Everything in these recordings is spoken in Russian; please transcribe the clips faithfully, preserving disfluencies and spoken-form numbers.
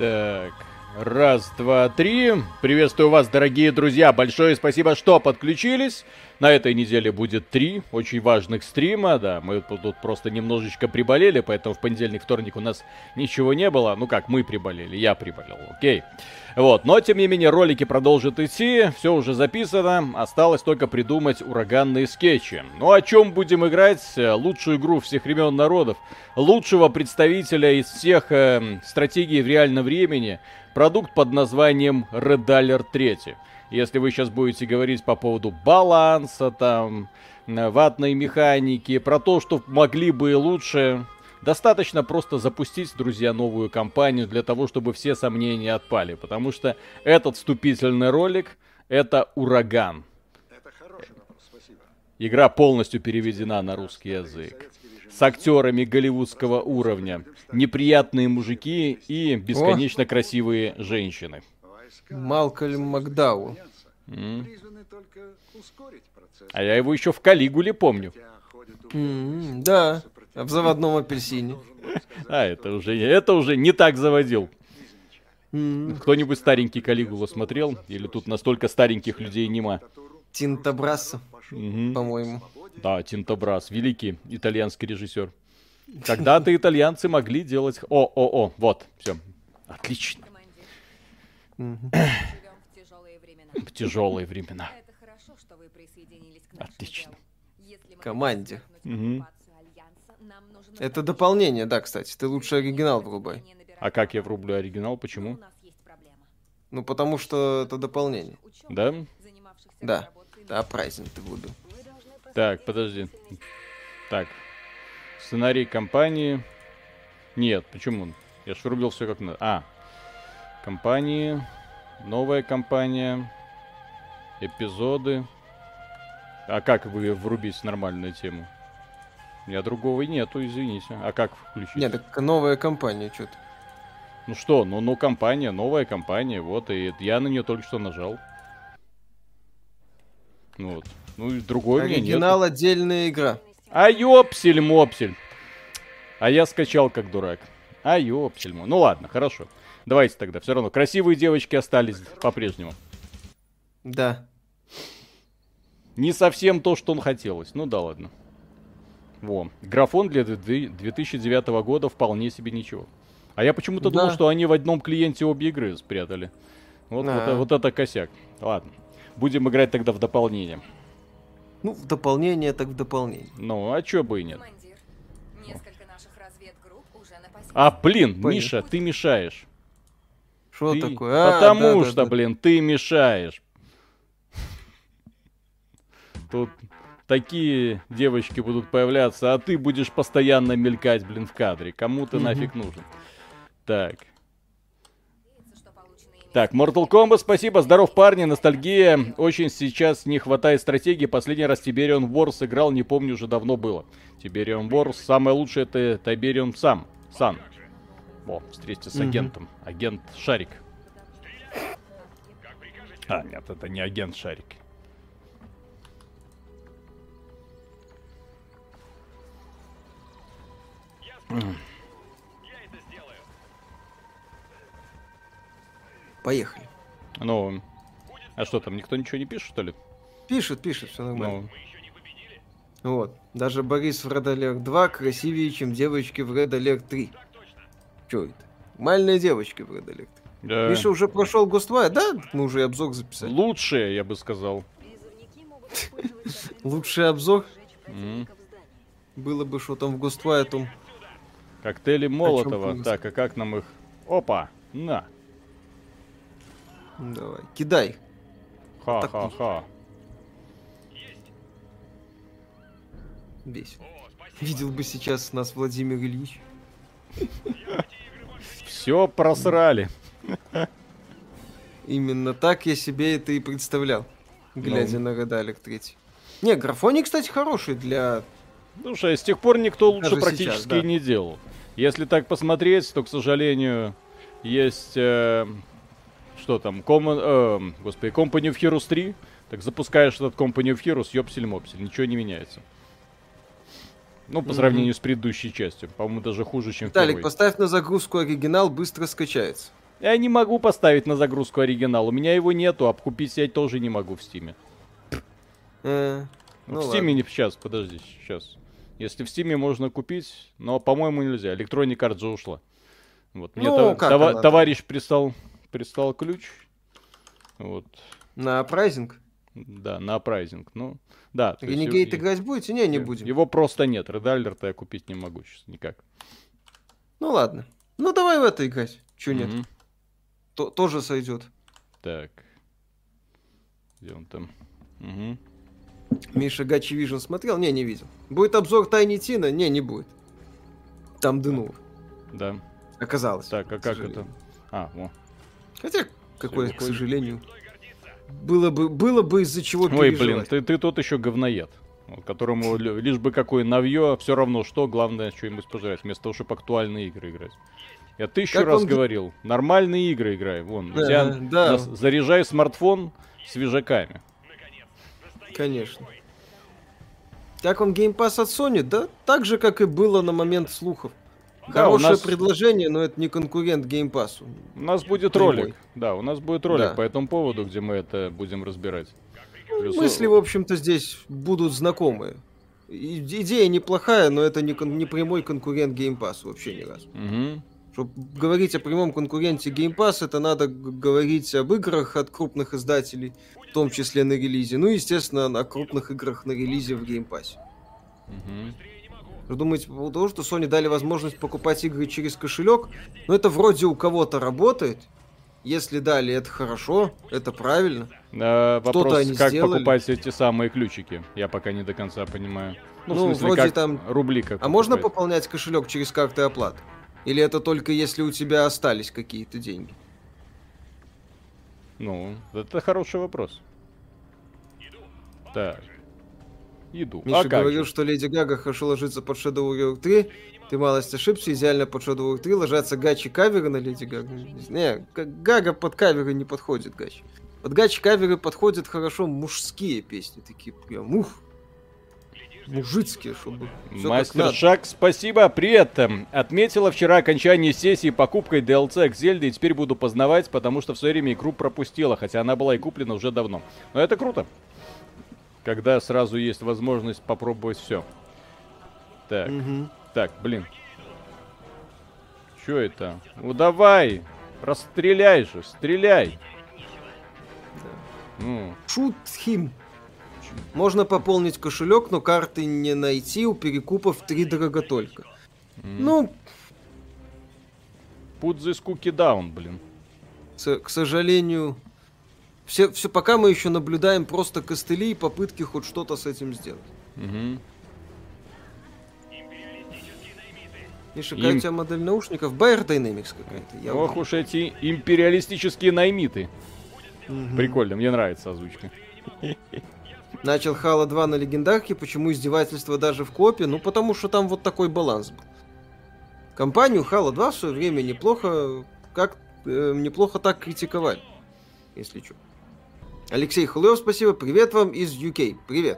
Так, раз, два, три. Приветствую вас, дорогие друзья. Большое спасибо, что подключились. На этой неделе будет три очень важных стрима. Да, мы тут просто немножечко приболели, поэтому в понедельник, вторник у нас ничего не было. Ну как, мы приболели, я приболел, окей. Вот, но тем не менее ролики продолжат идти, все уже записано, осталось только придумать ураганные скетчи. Ну о чем будем играть? Лучшую игру всех времен народов, лучшего представителя из всех э, стратегий в реальном времени, продукт под названием Red Alert три. Если вы сейчас будете говорить по поводу баланса, там, ватной механики, про то, что могли бы и лучше... Достаточно просто запустить, друзья, новую кампанию для того, чтобы все сомнения отпали. Потому что этот вступительный ролик — это ураган. Это хороший вопрос, спасибо. Игра полностью переведена на русский язык. С актерами голливудского уровня. Неприятные мужики и бесконечно О. красивые женщины. Малкольм Макдауэлл. Mm. А я его еще в Калигуле помню. Mm, да. В заводном апельсине. А, это уже, это уже не так заводил. Mm. Кто-нибудь старенький Калигула смотрел? Или тут настолько стареньких людей нема? Тинто Брассо, угу. по-моему. Да, Тинто Брас, великий итальянский режиссер. Когда-то итальянцы могли делать... О, о, о, вот, все. Отлично. В тяжелые времена. Отлично. Команде. Угу. Это дополнение, да, кстати. Ты лучше оригинал врубай. А как я врублю оригинал? Почему? Ну, потому что это дополнение. Да? Да. Да, праздник ты врубил. Так, подожди. Так. Сценарий компании. Нет, почему? Я ж врубил все как надо. А. Компании. Новая компания. Эпизоды. А как вы врубить нормальную тему? У меня другого нету, извините. А как включить? Нет, так новая компания, что-то. Ну что, ну, ну компания, новая компания, вот, и я на нее только что нажал. Вот. Ну и другой у меня нет. Оригинал отдельная игра. А ёпсель-мопсель. А я скачал как дурак. А ёпсель. Ну ладно, хорошо. Давайте тогда, все равно. Красивые девочки остались по-прежнему. Да. Не совсем то, что он хотелось. Ну да ладно. Во. Графон для две тысячи девятого года вполне себе ничего. А я почему-то да. думал, что они в одном клиенте обе игры спрятали. Вот, да. вот, вот это косяк. Ладно. Будем играть тогда в дополнение. Ну, в дополнение, так в дополнение. Ну, а чё бы и нет. А, блин, Понятно. Миша, ты мешаешь. Что ты... такое? А, Потому да, что, да, да. блин, ты мешаешь. Тут такие девочки будут появляться, а ты будешь постоянно мелькать, блин, в кадре. Кому ты mm-hmm. нафиг нужен? Так. Так, Mortal Kombat, спасибо. Здоров, парни, ностальгия. Очень сейчас не хватает стратегии. Последний раз Tiberium Wars играл, не помню, уже давно было. Tiberium Wars, самое лучшее это Tiberium сам. Сан. О, встретиться с агентом. Mm-hmm. Агент Шарик. А, нет, это не агент Шарик. Поехали. Ну, а что там, никто ничего не пишет, что ли? Пишет, пишет, все нормально. Ну. Вот. Даже Борис в Red Alert два красивее, чем девочки в Red Alert три. Чё это? Нормальные девочки в Red Alert. Да. Миша уже прошел Ghostwire, да? Мы уже обзор записали. Лучшее, я бы сказал. Лучший обзор? Mm. Было бы, что там в Ghostwire, там... Коктейли Молотова. Так, а как нам их... Опа, на. Давай, кидай. Ха-ха-ха. Весело. Видел бы сейчас нас Владимир Ильич. Все просрали. Именно так я себе это и представлял, глядя ну. на Red Alert три. Не, графоник, кстати, хороший для... Слушай, с тех пор никто лучше Даже практически сейчас, да. не делал. Если так посмотреть, то, к сожалению, есть... Э, что там? Common, э, господи, Company of Heroes три. Так запускаешь этот Company of Heroes, ёпсель-мопсель, ничего не меняется. Ну, по mm-hmm. сравнению с предыдущей частью. По-моему, даже хуже, чем Виталик, второй. поставь на загрузку оригинал, быстро скачается. Я не могу поставить на загрузку оригинал. У меня его нету, а купить я тоже не могу в Стиме. Э, В ну Стиме ладно. не... Сейчас, подожди, сейчас. Если в Стиме можно купить, но, по-моему, нельзя. Electronic Arts же ушла. Вот. Мне Ну, то- как това- она там? товарищ прислал, прислал ключ. Вот. На прайзинг? Да, на прайзинг. Ну, да. то есть Ренегейт его- играть будете? Не, не будем. Его просто нет. Red Alert я купить не могу сейчас никак. Ну ладно. Ну давай в это играть. Чё нет? Мгм. То- тоже сойдет. Так. Где он там? Мгм. Миша Гачи Вижн смотрел? Не, не видел. Будет обзор Тайни Тина? Не, не будет. Там дынуло. Да. Оказалось. Так, а к как сожалению. это? А, во. Хотя, какое, к выходит. сожалению. Было бы, было бы из-за чего Ой, блин, переживать. ты, ты тот еще говноед. Вот, которому ли- лишь бы какое навье, все равно что, главное что-нибудь пожрать, вместо того, чтобы актуальные игры играть. Я тысячу Как раз он г- говорил, нормальные игры играй. Вон, у Ага, тебя да. нас- заряжай смартфон свежаками. Конечно. Как он Game Pass от Sony? Да так же, как и было на момент слухов. Да, у Хорошее нас- предложение, но это не конкурент Game Pass. У нас будет Прямой. ролик. Да, у нас будет ролик Да. по этому поводу, где мы это будем разбирать. Плюс- Мысли, в общем-то, здесь будут знакомые. И- Идея неплохая, но это не, кон- не прямой конкурент Game Pass вообще ни разу. Мгм. Чтобы говорить о прямом конкуренте Game Pass, это надо г- говорить об играх от крупных издателей, в том числе на релизе. Ну, естественно, о крупных играх на релизе в Game Pass. Мгм. Вы думаете, по поводу того, что Sony дали возможность покупать игры через кошелек? Ну, это вроде у кого-то работает. Если дали, это хорошо, это правильно. А, Что-то вопрос, они как сделали. покупать эти самые ключики, я пока не до конца понимаю. Ну, Ну, в смысле, вроде как там- рубли как А можно покупать? пополнять кошелек через карты оплаты? Или это только если у тебя остались какие-то деньги? Ну, это хороший вопрос. Так. Иду. Миша а как говорил, же? что Леди Гага хорошо ложится под Shadow Warrior три. Ты малость ошибся, идеально под Shadow Warrior три ложатся гачи каверы на Леди Гагу. Не, как Гага под каверы не подходит гачи. Под гачи каверы подходят хорошо мужские песни, такие прям ух. Мужицкие, чтобы всё как Мастер надо. Шаг, спасибо, привет. Эм, Отметила вчера окончание сессии покупкой ди эл си к Зельде, и теперь буду познавать, потому что в свое время игру пропустила, хотя она была и куплена уже давно. Но это круто, когда сразу есть возможность попробовать все. Так, Мгм. так, блин. Чё это? Ну давай, расстреляй же, стреляй. Ну, Shoot him. Можно пополнить кошелек, но карты не найти, у перекупов три дорого только. м. Ну, Put this cookie down, блин. С- к сожалению, все, все, пока мы еще наблюдаем просто костыли и попытки хоть что-то с этим сделать. Мгм. Миша, какая Им- у тебя модель наушников? Bayer Dynamics какая-то. Я Ох уверен. уж эти империалистические наймиты. Мгм. Прикольно, мне нравится озвучка. Начал Halo два на легендарке. Почему издевательство даже в копе? Ну, потому что там вот такой баланс был. Компанию Halo два в свое время неплохо, как, э, неплохо так критиковали. Если что. Алексей Хулев, спасибо. Привет вам из ю кей. Привет.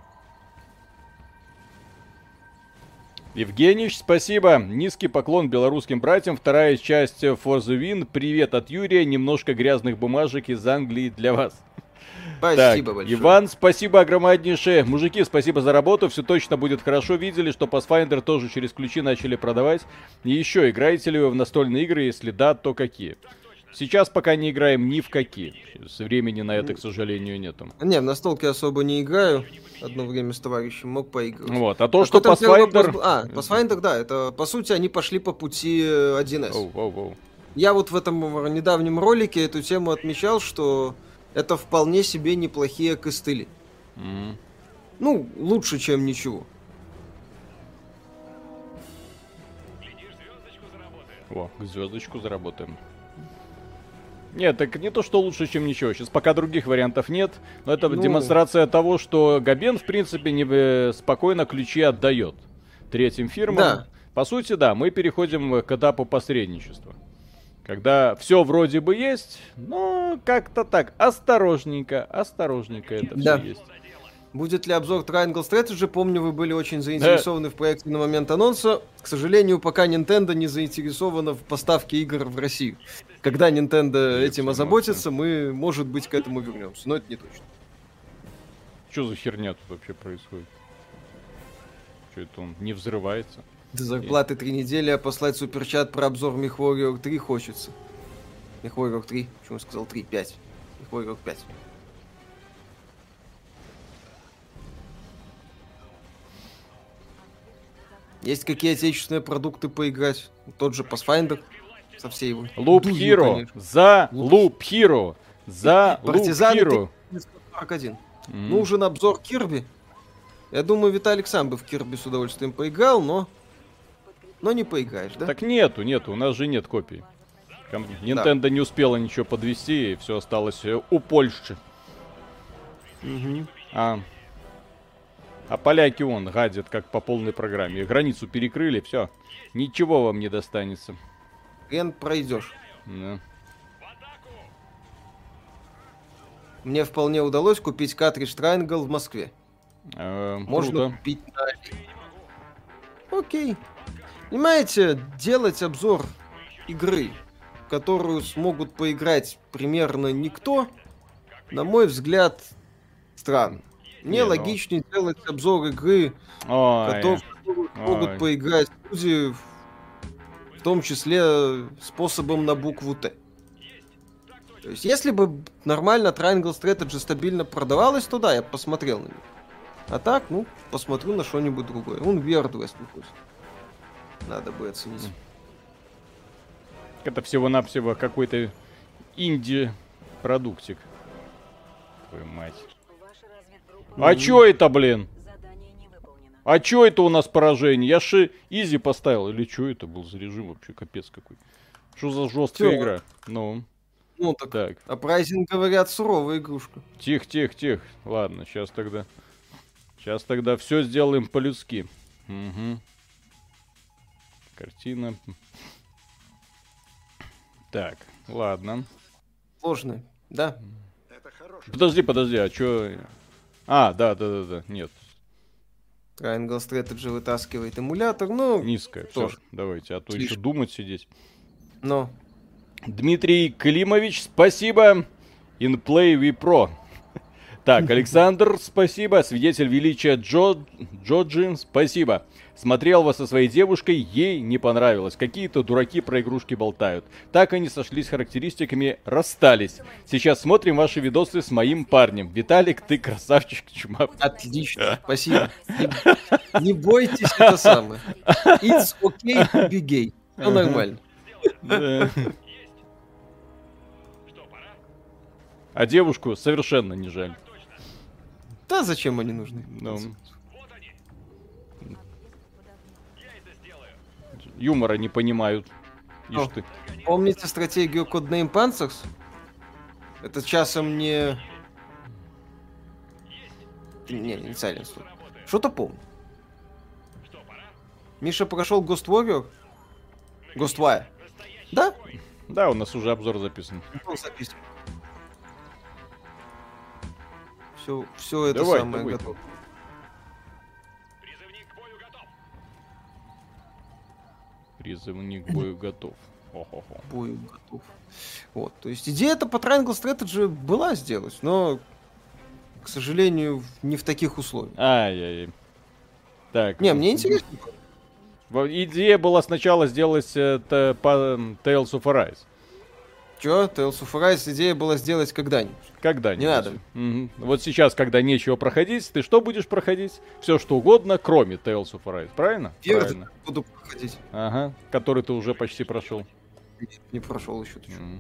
Евгеньевич, спасибо. Низкий поклон белорусским братьям. Вторая часть For the Win. Привет от Юрия. Немножко грязных бумажек из Англии для вас. Спасибо Так, большое. Иван, спасибо огромнейшее. Мужики, спасибо за работу. Все точно будет хорошо. Видели, что Pathfinder тоже через ключи начали продавать. И еще, играете ли вы в настольные игры? Если да, то какие? Сейчас пока не играем ни в какие. С времени на это, к сожалению, нету. Не, в настолке особо не играю. Одно время с товарищем мог поигрывать. Вот. А то, что Какой там первый вопрос Pathfinder... был? А, Pathfinder, да, это по сути они пошли по пути э, один эс. Оу, оу, оу. Я вот в этом недавнем ролике эту тему отмечал, что это вполне себе неплохие костыли. М. Ну, лучше, чем ничего. О, звездочку заработаем. Нет, так не то, что лучше, чем ничего. Сейчас пока других вариантов нет. Но это Ну. демонстрация того, что Габен, в принципе, не э, спокойно ключи отдает третьим фирмам. Да. По сути, да, мы переходим к этапу посредничества. Когда все вроде бы есть, но как-то так, осторожненько, осторожненько это Да. все есть. Будет ли обзор Triangle Strategy? Помню, вы были очень заинтересованы в проекте на момент анонса. К сожалению, пока Nintendo не заинтересована в поставке игр в Россию. Когда Nintendo Нет, этим эмоции. озаботится, мы, может быть, к этому вернемся. Но это не точно. Что за херня тут вообще происходит? Что это он не взрывается? До зарплаты три недели, а послать суперчат про обзор MechWarrior три хочется. MechWarrior три, почему я сказал три, пять. MechWarrior пять. Есть какие отечественные продукты поиграть? Тот же Pathfinder со всей его... Loop дурью, Hero! конечно. За Loop Hero! За Loop Партизаны Hero! сорок один. М. Нужен обзор Кирби. Я думаю, Виталик сам бы в Кирби с удовольствием поиграл, но... Но не поиграешь, да? Так нету, нету, у нас же нет копий. Ком- Nintendo не успела ничего подвести, и все осталось э, у Польши. Мгм. А, а поляки он гадят как по полной программе. Границу перекрыли, все. Ничего вам не достанется. Хрен пройдешь. Да. Мне вполне удалось купить картридж Triangle в Москве. Э, Можно круто. купить на Али. Окей. Понимаете, делать обзор игры, в которую смогут поиграть примерно никто, на мой взгляд, странно. Мне Не, ну- логичнее делать обзор игры, Ой, котов, которые Ой. могут поиграть люди, в- в том числе способом на букву Т. То есть, если бы нормально Triangle Strategy стабильно продавалось, то да, я бы посмотрел на него. А так, ну, посмотрю на что-нибудь другое. Он Weird West выходит. Надо бы оценить. это всего-навсего какой-то инди-продуктик. Твою мать. А чё это, блин? А чё это у нас поражение? Я же изи поставил. Или чё это был за режим вообще? Капец какой. Что за жесткая Чё? игра? Ну, Ну, так, так. а Прайзинг, говорят, суровая игрушка. Тихо, тихо, тихо. Ладно, сейчас тогда. Сейчас тогда все сделаем по-людски. Угу. Картина. Так, ладно. Сложная, да? Это хороший. Подожди, подожди, а чё... А, да, да, да, да, нет, Triangle Strategy вытаскивает эмулятор, ну, низкая. Все, тоже. давайте, а то Слишком. еще думать сидеть. но. Дмитрий Климович, спасибо. InPlay V Pro. Так, Александр, спасибо. Свидетель величия Джо... Джоджин, спасибо. Смотрел вас со своей девушкой, ей не понравилось. Какие-то дураки про игрушки болтают. Так они сошлись с характеристиками, расстались. Сейчас смотрим ваши видосы с моим парнем. Виталик, ты красавчик, чума. Отлично, спасибо. Не, не бойтесь, это самое. It's okay to be gay. Все нормально. Да. А девушку совершенно не жаль. Да зачем они нужны? Ну. Юмора не понимают. Ишь О. ты. Помните стратегию Codename Panzers? Это часом не... Не, не Silence. Что-то помню. Миша прошел Ghost Warrior? Ghostwire. Да? Да, у нас уже обзор записан. Он записан. Все, все это Давай, самое давай. готово. Призывник к бою готов. Хо-хо-хо. Бою готов. Вот, то есть идея-то по Triangle Strategy была сделать, но, к сожалению, не в таких условиях. Ай-яй-яй. Так. Не, мне интересно. Во- Идея была сначала сделать это по Tales of Arise. Чё, Tales of Arise идея была сделать когда-нибудь. Когда-нибудь. Не надо. Мгм. Вот сейчас, когда нечего проходить, ты что будешь проходить? Все что угодно, кроме Tales of Arise. Правильно? Я Правильно. буду проходить. Ага. Который ты уже почти прошел. Не, не прошел еще. ты чё. М.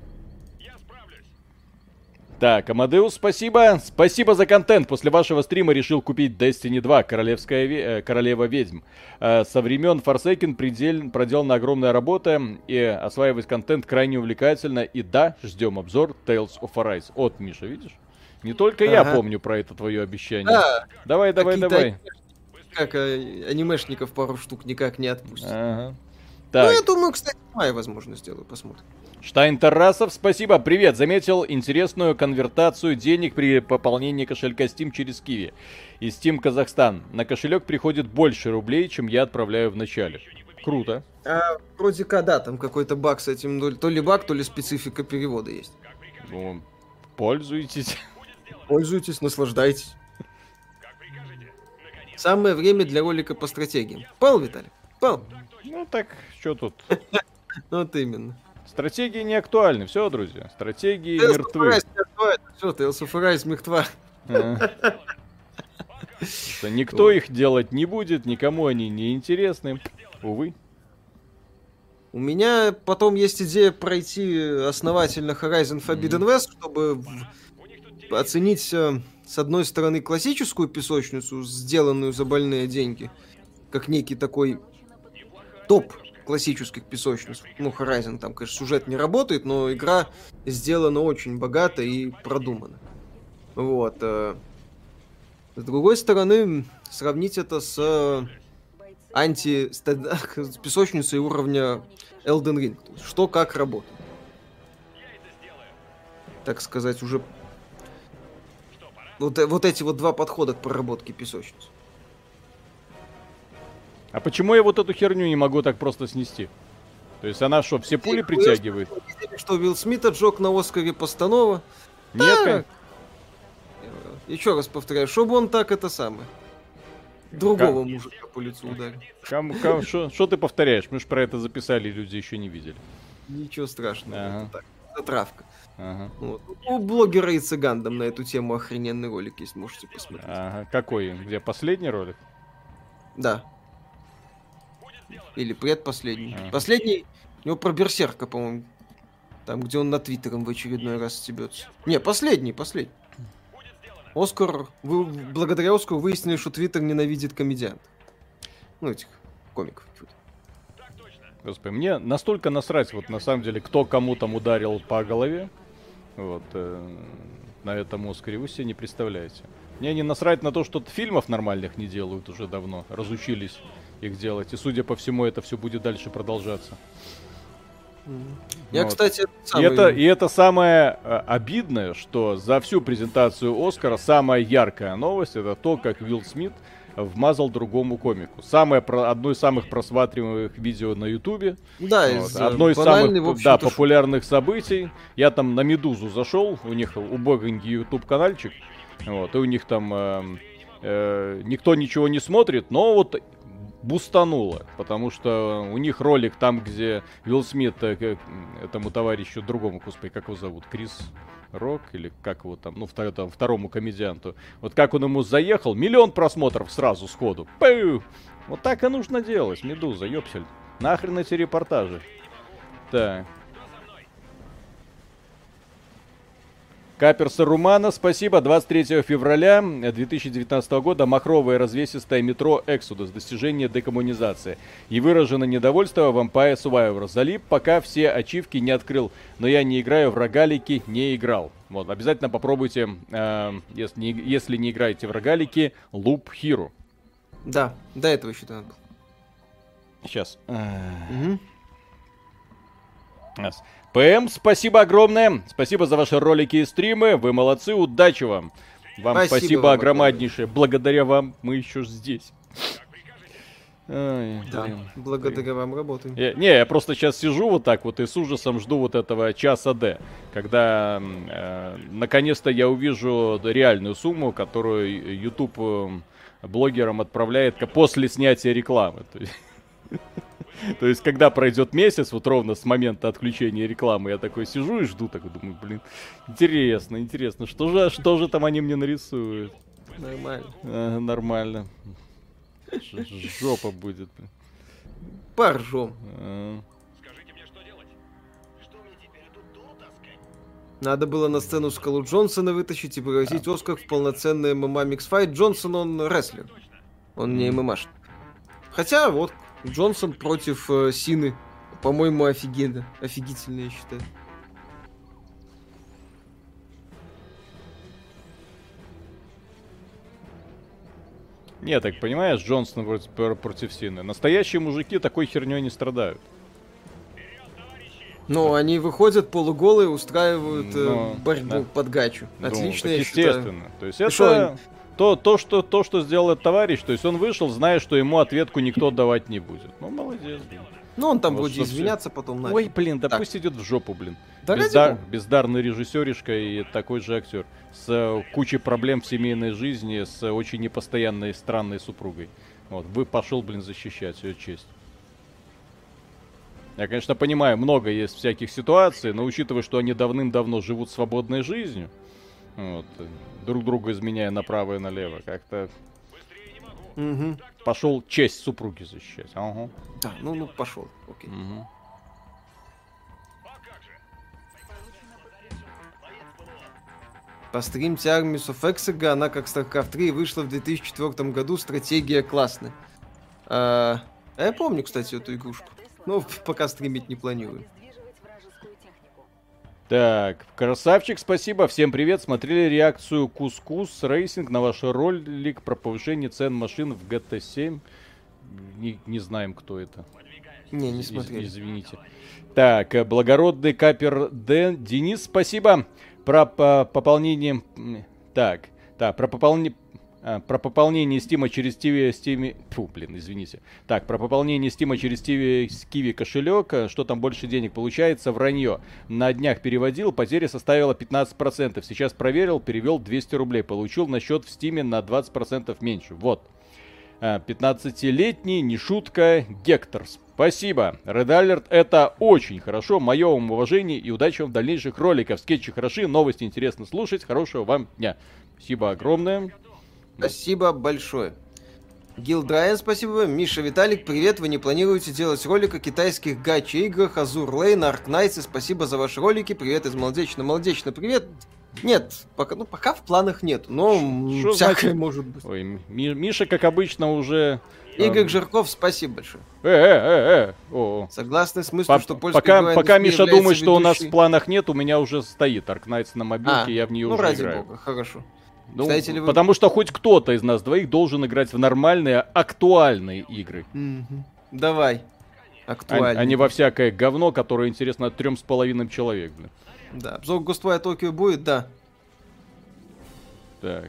Так, Амадеус, спасибо. Спасибо за контент. После вашего стрима решил купить Destiny два, Королевская ве- э, Королева ведьм. Э, со времен Forsaken предель... проделана огромная работа, и осваивать контент крайне увлекательно. И да, ждем обзор Tales of Arise. От Миша, видишь? Не только я Ага. помню про это твое обещание. Да, Давай, давай, какие-то давай. анимешники, Как э, анимешников пару штук никак не отпустят. Ага. Ну, Так, я думаю, кстати, в мае, возможно, сделаю, посмотрим. Штайн Тарасов, спасибо, привет. Заметил интересную конвертацию денег при пополнении кошелька Steam через Kiwi. И Steam Казахстан. На кошелек приходит больше рублей, чем я отправляю в начале. Круто. А, вроде как, да, там какой-то баг с этим, то ли баг, то ли специфика перевода есть. Ну, пользуйтесь. Пользуйтесь, наслаждайтесь. Самое время для ролика по стратегиям. Пал, Виталий? Пал. Ну так, что тут? Вот именно. Стратегии не актуальны. Все, друзья. Стратегии мертвы. Что ты, эл эс эф ар из мертва. Никто их делать не будет, никому они не интересны. Увы. У меня потом есть идея пройти основательно Horizon Forbidden West, чтобы оценить, с одной стороны, классическую песочницу, сделанную за больные деньги, как некий такой топ классических песочниц. Ну, Horizon, там, конечно, сюжет не работает, но игра сделана очень богато и продуманно. Вот. С другой стороны, сравнить это с анти с песочницей уровня Elden Ring. То есть, что как работает. Так сказать, уже вот, вот эти вот два подхода к проработке песочниц. А почему я вот эту херню не могу так просто снести? То есть она что, все пули притягивает? Что Уилл Смит отжег на Оскаре постанова? Нет, так. Еще раз повторяю, чтобы он так это самое. Другого как? Мужика по лицу ударил. Что ты повторяешь? Мы же про это записали, люди еще не видели. Ничего страшного. Ага. Так, затравка. Ага. Вот. У блогера и цыгандом на эту тему охрененный ролик есть, можете посмотреть. Ага. Какой? Где последний ролик? Да. Или предпоследний. Ага. Последний, у него про Берсерка, по-моему. Там, где он на Твиттером в очередной раз стебется. Не, последний, последний. Оскар, вы, благодаря Оскару выяснили, что Твиттер ненавидит комедиантов. Ну, этих комиков. Господи, мне настолько насрать, вот на самом деле, кто кому там ударил по голове, вот, э, на этом Оскаре, вы себе не представляете. Мне не насрать на то, что фильмов нормальных не делают уже давно, разучились их делать, и, судя по всему, это все будет дальше продолжаться. Я, вот. кстати, самый... и, это, и это самое э, обидное, что за всю презентацию Оскара самая яркая новость — это то, как Уилл Смит вмазал другому комику. Самое, про, одно из самых просматриваемых видео на Ютубе. Да, вот, из, одно из самых да, шо... популярных событий. Я там на Медузу зашел, у них убогонький ютуб-канальчик, вот, и у них там э, э, никто ничего не смотрит, но вот бустануло, потому что у них ролик там, где Уилл Смит э, этому товарищу, другому, господи, как его зовут, Крис Рок, или как его там, ну, втор, там, второму комедианту, вот как он ему заехал, миллион просмотров сразу сходу. Пу! Вот так и нужно делать, Медуза, ёпсель. Нахрен эти репортажи. Так. Каперса Румана, спасибо. двадцать третьего февраля две тысячи девятнадцатого года махровое развесистое метро Exodus, достижение декоммунизации. И выражено недовольство Vampire Survivor. Залип, пока все ачивки не открыл. Но я не играю в рогалики, не играл. Вот, обязательно попробуйте, э, если, не, если не играете в рогалики, Loop Hero. Да, до этого еще надо было. Сейчас. Угу. ПМ, спасибо огромное. Спасибо за ваши ролики и стримы. Вы молодцы, удачи вам. Вам спасибо, спасибо вам огромнейшее. Благодаря вам мы еще здесь. Ай, да, блин. Благодаря блин. Вам работаем. Я, не, я просто сейчас сижу вот так вот и с ужасом жду вот этого часа Д, когда э, наконец-то я увижу реальную сумму, которую YouTube э, блогерам отправляет после снятия рекламы. То есть, когда пройдет месяц, вот ровно с момента отключения рекламы, я такой сижу и жду, такой думаю, блин, интересно, интересно, что же, что же там они мне нарисуют? Нормально. А, нормально. Жопа будет. Поржем. А. Надо было на сцену Скалу Джонсона вытащить и превратить а. Оскар в полноценный эм эм а миксфайт. Джонсон, он рестлер. Он не эм эм аш. Хотя, вот, Джонсон против э, Сины. По-моему, офигенно. Офигительно, я считаю. Не, так понимаешь, Джонсон против, против Сины. Настоящие мужики такой херней не страдают. Ну, они выходят полуголые, устраивают э, Ну, борьбу да. под гачу. Ну, Отлично, так я считаю. естественно. То есть Ты это шо, то, то, что, то, что сделал этот товарищ, то есть он вышел, зная, что ему ответку никто давать не будет. Ну, молодец, блин. Ну, он там Вот вроде чтоб извиняться потом начал. Ой, блин, да Так. пусть идет в жопу, блин. Да ради Бездар- бога. бездарный режиссеришка и такой же актер. С э, кучей проблем в семейной жизни, с э, очень непостоянной, странной супругой. Вот, вы пошел, блин, защищать ее честь. Я, конечно, понимаю, много есть всяких ситуаций, но учитывая, что они давным-давно живут свободной жизнью, вот, э, друг друга изменяя направо и налево, как-то Мгм. пошел честь супруги защищать. Ага. Да, ну, ну, пошел. Окей. Мгм. По стримте Armies of Exega, она как StarCraft три вышла в две тысячи четвёртом году, стратегия классная. А, а я помню, кстати, эту игрушку. Ну, пока стримить не планирую. Так, красавчик, спасибо. Всем привет. Смотрели реакцию Кускус Рейсинг на ваш ролик про повышение цен машин в джи ти семь. Не, не знаем, кто это. Не, не Из- смотрели. извините. Так, э, благородный капер Дэн. Денис, спасибо. Про по- пополнение... м, Так, так, про пополнение... А, про пополнение стима через Стиви... Стиви... Фу, блин, извините. Так, про пополнение стима через Стиви... Киви кошелек. э, Что там больше денег получается? Вранье. На днях переводил, потеря составила пятнадцать процентов. Сейчас проверил, перевел двести рублей. Получил на счет в стиме на двадцать процентов меньше. Вот. А, пятнадцатилетний, не шутка, Гектор. Спасибо. Red Alert это очень хорошо. Мое вам уважение и удачи вам в дальнейших роликах. Скетчи хороши, новости интересно слушать. Хорошего вам дня. Спасибо огромное. Спасибо большое. Гилдрайен, спасибо. Миша, Виталик, привет. Вы не планируете делать ролик о китайских гача-играх, Azur Lane, Ark Knights? Спасибо за ваши ролики. Привет из Молодечно. Молодечно, привет. Нет, пока, ну, пока в планах нет, но м, Шо всякое значит? может быть. Ой, Ми- Миша, как обычно, уже... Игорь эм, Жирков, спасибо большое. Э, э, э, э. О, Согласны с по- мыслью, что польская пока, игровая пока индустрия Миша является думает, что у нас в ведущей- планах нет, у меня уже стоит Ark Knights на мобилке, А, я в нее ну уже ради играю. бога, хорошо. Ну, Кстати, ли вы- потому что хоть кто-то из нас двоих должен играть в нормальные, актуальные игры. Мгм. Давай. А, Актуально. а не во всякое говно, которое интересно трем с половиной человек, блин. Да, обзор Ghostwire Tokyo будет, да. Так.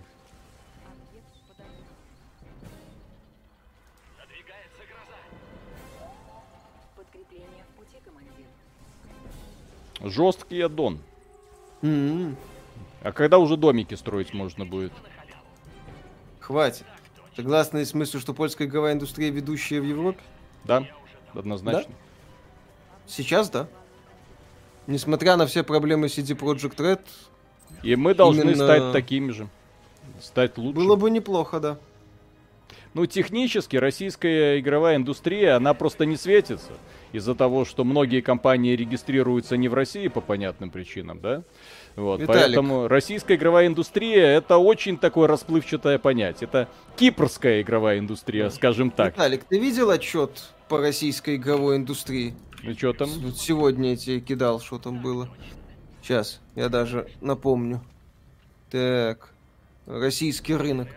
Подкрепление в пути, командир. Жесткий аддон. М-м, А когда уже домики строить можно будет? Хватит. Согласны с мыслью, что польская игровая индустрия ведущая в Европе? Да, однозначно. Сейчас, да. Несмотря на все проблемы си ди Projekt Red, И мы должны Именно- стать такими же. Стать лучше. было бы неплохо, да. Ну, технически российская игровая индустрия, она просто не светится. Из-за того, что многие компании регистрируются не в России по понятным причинам, да? Вот, Виталик. поэтому российская игровая индустрия это очень такое расплывчатое понятие. Это кипрская игровая индустрия, скажем так. Виталик, ты видел отчет по российской игровой индустрии? Ну что там? Вот сегодня я тебе кидал, что там было. Сейчас, я даже напомню. Так, российский рынок.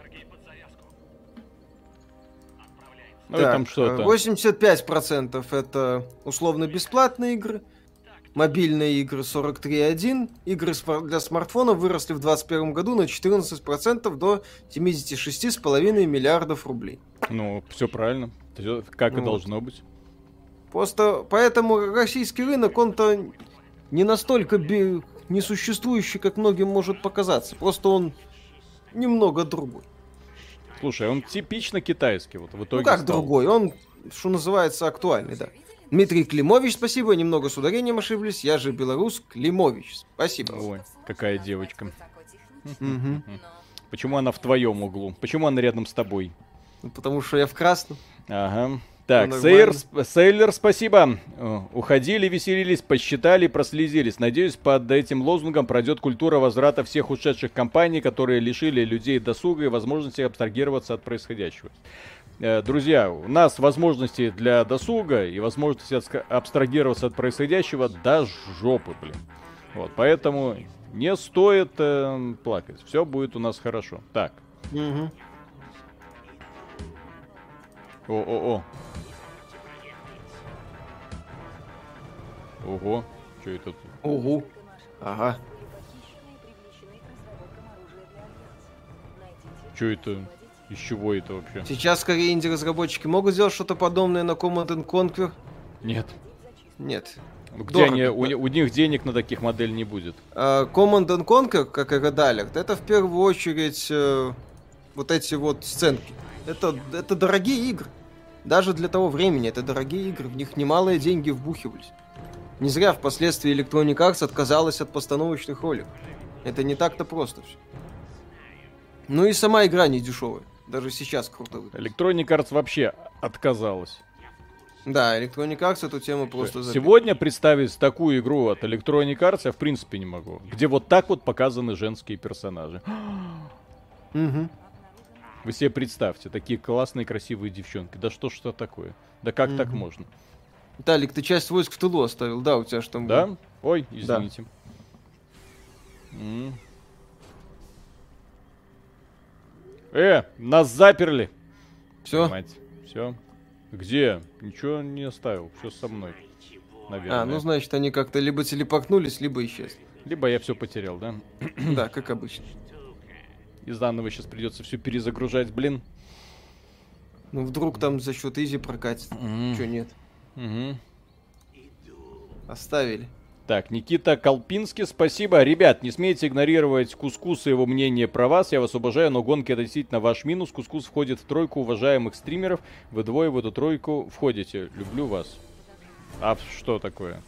Ну и Так, там что то восемьдесят пять процентов это условно-бесплатные игры. Мобильные игры сорок три целых один десятых. Игры смар- для смартфонов выросли в двадцать первом году на четырнадцать процентов до семьдесят шесть целых пять десятых миллиардов рублей. Ну, все правильно. Всё как и Вот. должно быть. Просто поэтому российский рынок, он-то не настолько бе- несуществующий, как многим может показаться. Просто он немного другой. Слушай, он типично китайский. Вот в итоге Ну как стал. другой? Он, что называется, актуальный, да. Дмитрий Климович, спасибо, немного с ударением ошиблись. Я же белорус, Климович. Спасибо. Ой, какая девочка. Мгм. Почему она в твоем углу? Почему она рядом с тобой? Ну, потому что я в красном. Ага. Так, Ну, Сейлер, нормально. сп- Сейлер, спасибо. Э, Уходили, веселились, посчитали, прослезились. Надеюсь, под этим лозунгом пройдет культура возврата всех ушедших компаний, которые лишили людей досуга и возможности абстрагироваться от происходящего. Э, Друзья, у нас возможности для досуга и возможности отска- абстрагироваться от происходящего до жопы, блин. Вот, поэтому не стоит э, плакать. Все будет у нас хорошо. Так, Мгм. о-о-о. Ого. Что это тут? Угу. Ага. Что это? Из чего это вообще? Сейчас скорее инди-разработчики могут сделать что-то подобное на Command and Conquer? Нет. Нет. Где Дорого, они, у, да. у них денег на таких моделей не будет. А, Command and Conquer, как и Red Alert, это в первую очередь э, вот эти вот сценки. Это, это дорогие игры. Даже для того времени это дорогие игры. В них немалые деньги вбухивались. Не зря впоследствии Electronic Arts отказалась от постановочных роликов. Это не так-то просто все. Ну и сама игра не дешевая. Даже сейчас круто выглядит. Electronic Arts вообще отказалась. Да, Electronic Arts эту тему просто забила. Сегодня представить такую игру от Electronic Arts я в принципе не могу. Где вот так вот показаны женские персонажи. Угу. Вы себе представьте, такие классные, красивые девчонки. Да что ж это такое? Да как так Мгм. можно? Виталик, ты часть войск в тылу оставил, да, у тебя же там Да? было? Ой, извините. М. Э, нас заперли. Все? Мать, все. Где? Ничего не оставил. Все со мной. Наверное. А, ну значит, они как-то либо телепортнулись, либо исчезли. Либо я все потерял, да? Да, как обычно. И заново сейчас придется все перезагружать, блин. Ну вдруг там за счет изи прокатит. Мгм. Че нет? Мгм. Оставили. Так, Никита Колпинский, спасибо. Ребят, не смейте игнорировать Кускус и его мнение про вас. Я вас уважаю, но гонки это действительно ваш минус. Кускус входит в тройку уважаемых стримеров. Вы двое в эту тройку входите. Люблю вас. А что такое?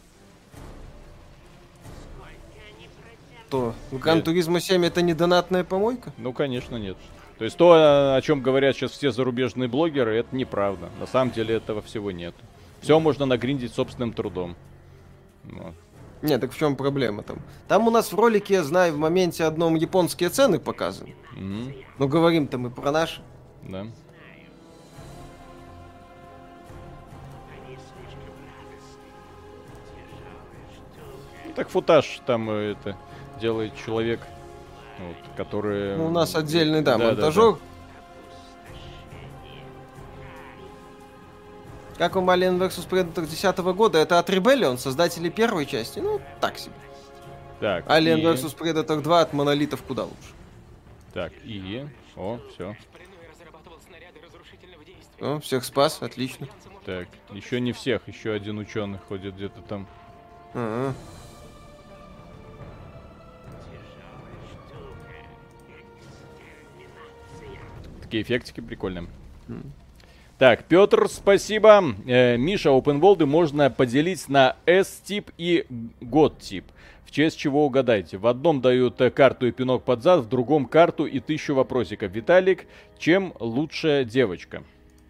То. Ну, Gran Turismo семь это не донатная помойка? Ну, конечно, нет. То есть то, о чем говорят сейчас все зарубежные блогеры, это неправда. На самом деле этого всего нет. Все можно нагриндить собственным трудом. Вот. Нет, так в чем проблема там? Там у нас в ролике, я знаю, в моменте одном японские цены показаны. Мгм. Но говорим-то мы про наши. Да. Ну, так футаж там э, это делает человек, вот, который... Ну, у нас отдельный, да, Да, да, монтажер. Как вам Alien versus. Predator десятого года? Это от Rebellion, создатели первой части. Ну, так себе. Так, Alien и... versus. Predator два от монолитов куда лучше. Так, и... О, все. О, всех спас, отлично. Так, еще не всех, еще один ученый ходит где-то там. Ага. Такие эффектики прикольные. Так, Петр, спасибо. Э, Миша, опенволды можно поделить на S-тип и God-тип. В честь чего угадайте. В одном дают э, карту и пинок под зад, в другом карту и тысячу вопросиков. Виталик, чем лучшая девочка?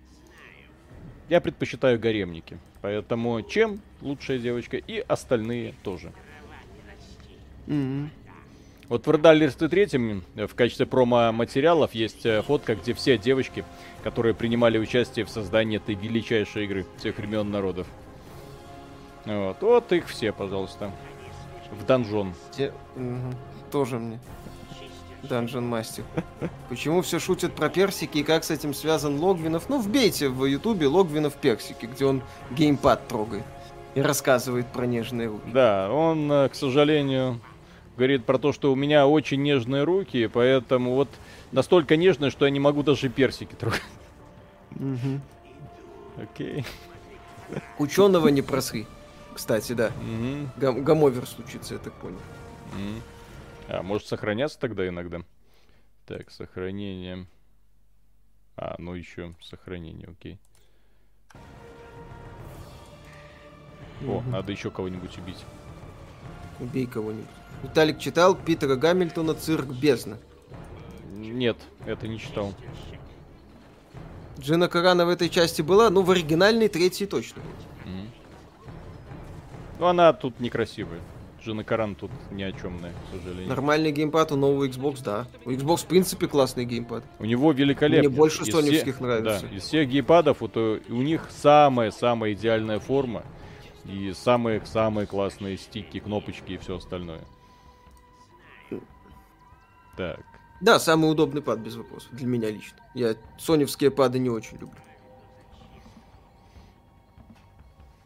Я предпочитаю гаремники. Поэтому чем лучшая девочка и остальные тоже. Мгм. Вот в Red Alert три в качестве промо-материалов есть э, фотка, где все девочки, которые принимали участие в создании этой величайшей игры всех времен народов. Вот, вот их все, пожалуйста. В донжон. Те- мгм. Тоже мне. Dungeon Master. Почему все шутят про персики и как с этим связан Логвинов? Ну, вбейте в ютубе Логвинов персики, где он геймпад трогает и рассказывает про нежные руки. Да, он, э, к сожалению, говорит про то, что у меня очень нежные руки, поэтому вот настолько нежные, что я не могу даже персики трогать. Мгм. Окей. Ученого не просри. Кстати, да. Мгм. Гам- гамовер случится, я так понял. М. А, может сохраняться тогда иногда? Так, сохранение. А, ну еще сохранение, окей. О, Мгм. надо еще кого-нибудь убить. Убей кого-нибудь. Виталик читал Питера Гамильтона «Цирк бездна». Нет, это не читал. Джина Карана в этой части была, ну, в оригинальной третьей точно. М. Ну, она тут некрасивая. Джина Каран тут ни о чемная, к сожалению. Нормальный геймпад у нового Xbox, да. У Xbox, в принципе, классный геймпад. У него великолепный. Мне больше Из соневских все- нравится. Да, из всех геймпадов вот, э, у них самая-самая идеальная форма. И самые-самые классные стики, кнопочки и все остальное. Так. Да, самый удобный пад, без вопросов, для меня лично. Я соневские пады не очень люблю.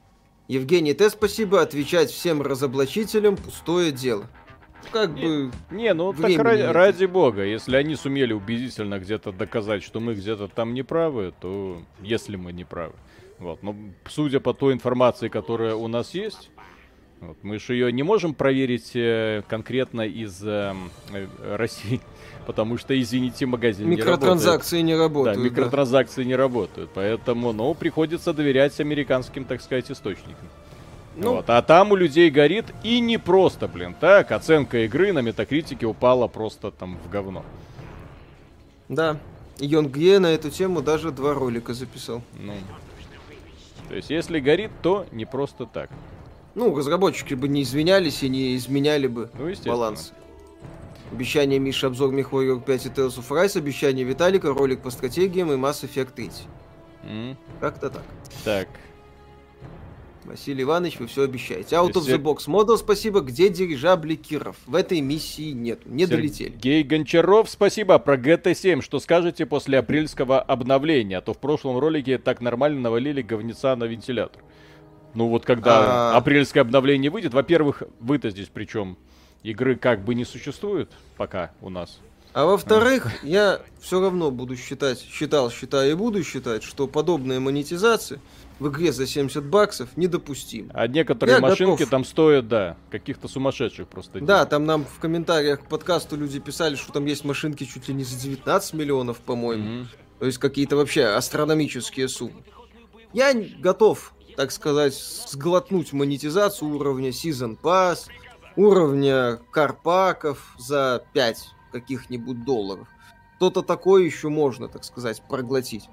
Евгений Т, спасибо. Отвечать всем разоблачителям пустое дело. Как бы... Не, ну так времени ради, нет. ради бога, если они сумели убедительно где-то доказать, что мы где-то там не правы, то если мы не правы. Вот. Но судя по той информации, которая у нас есть, вот, мы же ее не можем проверить э, конкретно из э, э, России, потому что, извините, магазин не работает. Микротранзакции не работают. Да, микротранзакции не работают, поэтому, ну, приходится доверять американским, так сказать, источникам. Ну, Вот. А там у людей горит и не просто, блин, так, оценка игры на Метакритике упала просто там в говно. да. Йонгге на эту тему даже два ролика записал. Ну, то есть, если горит, то не просто так. Ну, разработчики бы не извинялись и не изменяли бы Ну, естественно. баланс. Обещание Миши, обзор MechWarrior пять и Tales of Rise, обещание Виталика, ролик по стратегиям и Mass Effect три. М, Как-то так. Так. Василий Иванович, вы все обещаете. Out of Если- the box модел, спасибо. Где дирижабли Киров? В этой миссии нет. Не долетели. Сергей Гончаров, спасибо. Про джи ти семь, что скажете после апрельского обновления? А то в прошлом ролике так нормально навалили говнеца на вентилятор. Ну вот когда А. апрельское обновление выйдет, во-первых, вы-то здесь причем игры как бы не существует пока у нас. А во-вторых, я все равно буду считать, считал, считаю и буду считать, что подобная монетизация в игре за семьдесят баксов недопустима. А некоторые Я машинки готов. там стоят, да, каких-то сумасшедших просто. Да, денег. там нам в комментариях к подкасту люди писали, что там есть машинки чуть ли не за девятнадцать миллионов, по-моему. Мгм. То есть какие-то вообще астрономические суммы. Я н- готов, так сказать, сглотнуть монетизацию уровня Season Pass, уровня карпаков за пять каких-нибудь долларов. Что-то такое еще можно, так сказать, проглотить.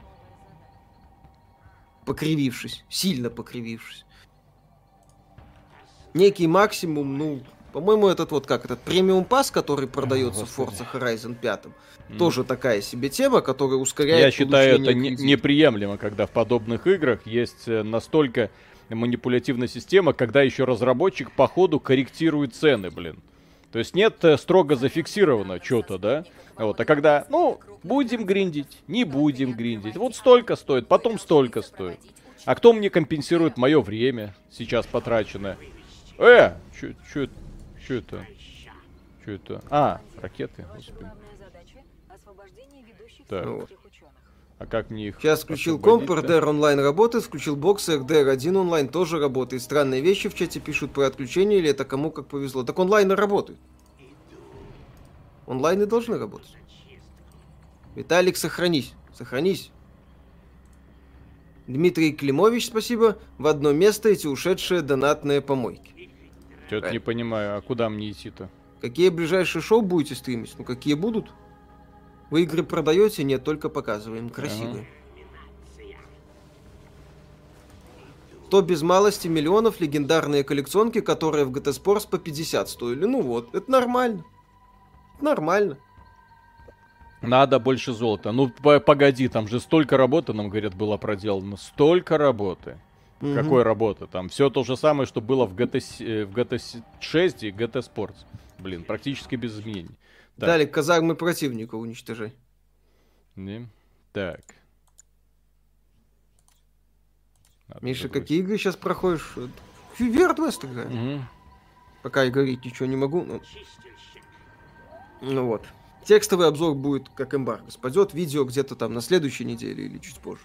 Покривившись, сильно покривившись. Некий максимум, ну, по-моему, этот вот как этот премиум пасс, который продается в Господи. Forza Horizon пять, М. тоже такая себе тема, которая ускоряет Я считаю, это получение не- кредита. неприемлемо, когда в подобных играх есть э, настолько манипулятивная система, когда еще разработчик по ходу корректирует цены, блин. То есть нет э, строго зафиксировано что-то, да? Вот, а когда, ну, будем гриндить, не будем гриндить. Вот столько стоит, потом столько стоит. А кто мне компенсирует мое время сейчас потраченное? Э, что это? Что это? Что это? А, ракеты, господи. Главная задача — освобождение ведущих Так. советских ученых. А как мне их Сейчас включил комп, освободить-то? эр ди ар онлайн работает, включил бокс, эр ди ар один онлайн тоже работает. Странные вещи в чате пишут про отключение, или это кому как повезло. Так онлайн и работает. Онлайн и должны работать. Виталик, сохранись. Сохранись. Дмитрий Климович, спасибо. В одно место эти ушедшие донатные помойки. Чё-то не понимаю, а куда мне идти-то? Какие ближайшие шоу будете стримить? Ну, какие будут? Вы игры продаете? Нет, только показываем. Красивые. То без малости миллионов легендарные коллекционки, которые в джи ти Sports по пятьдесят стоили. Ну вот, это нормально. Это нормально. Надо больше золота. Ну, по- погоди, там же столько работы, нам говорят, было проделано. Столько работы. Мгм. Какой работы? Там все то же самое, что было в джи ти, с- э, в джи ти с- шесть и джи ти Sports. Блин, практически без изменений. Так. Далее, казармы противника уничтожай. Не? Так. Надо Миша, забрать. какие игры сейчас проходишь? Верт Вест играю. Мгм. Пока и говорить ничего не могу. но- Ну вот. Текстовый обзор будет, как эмбарго спадет. Видео где-то там на следующей неделе или чуть позже.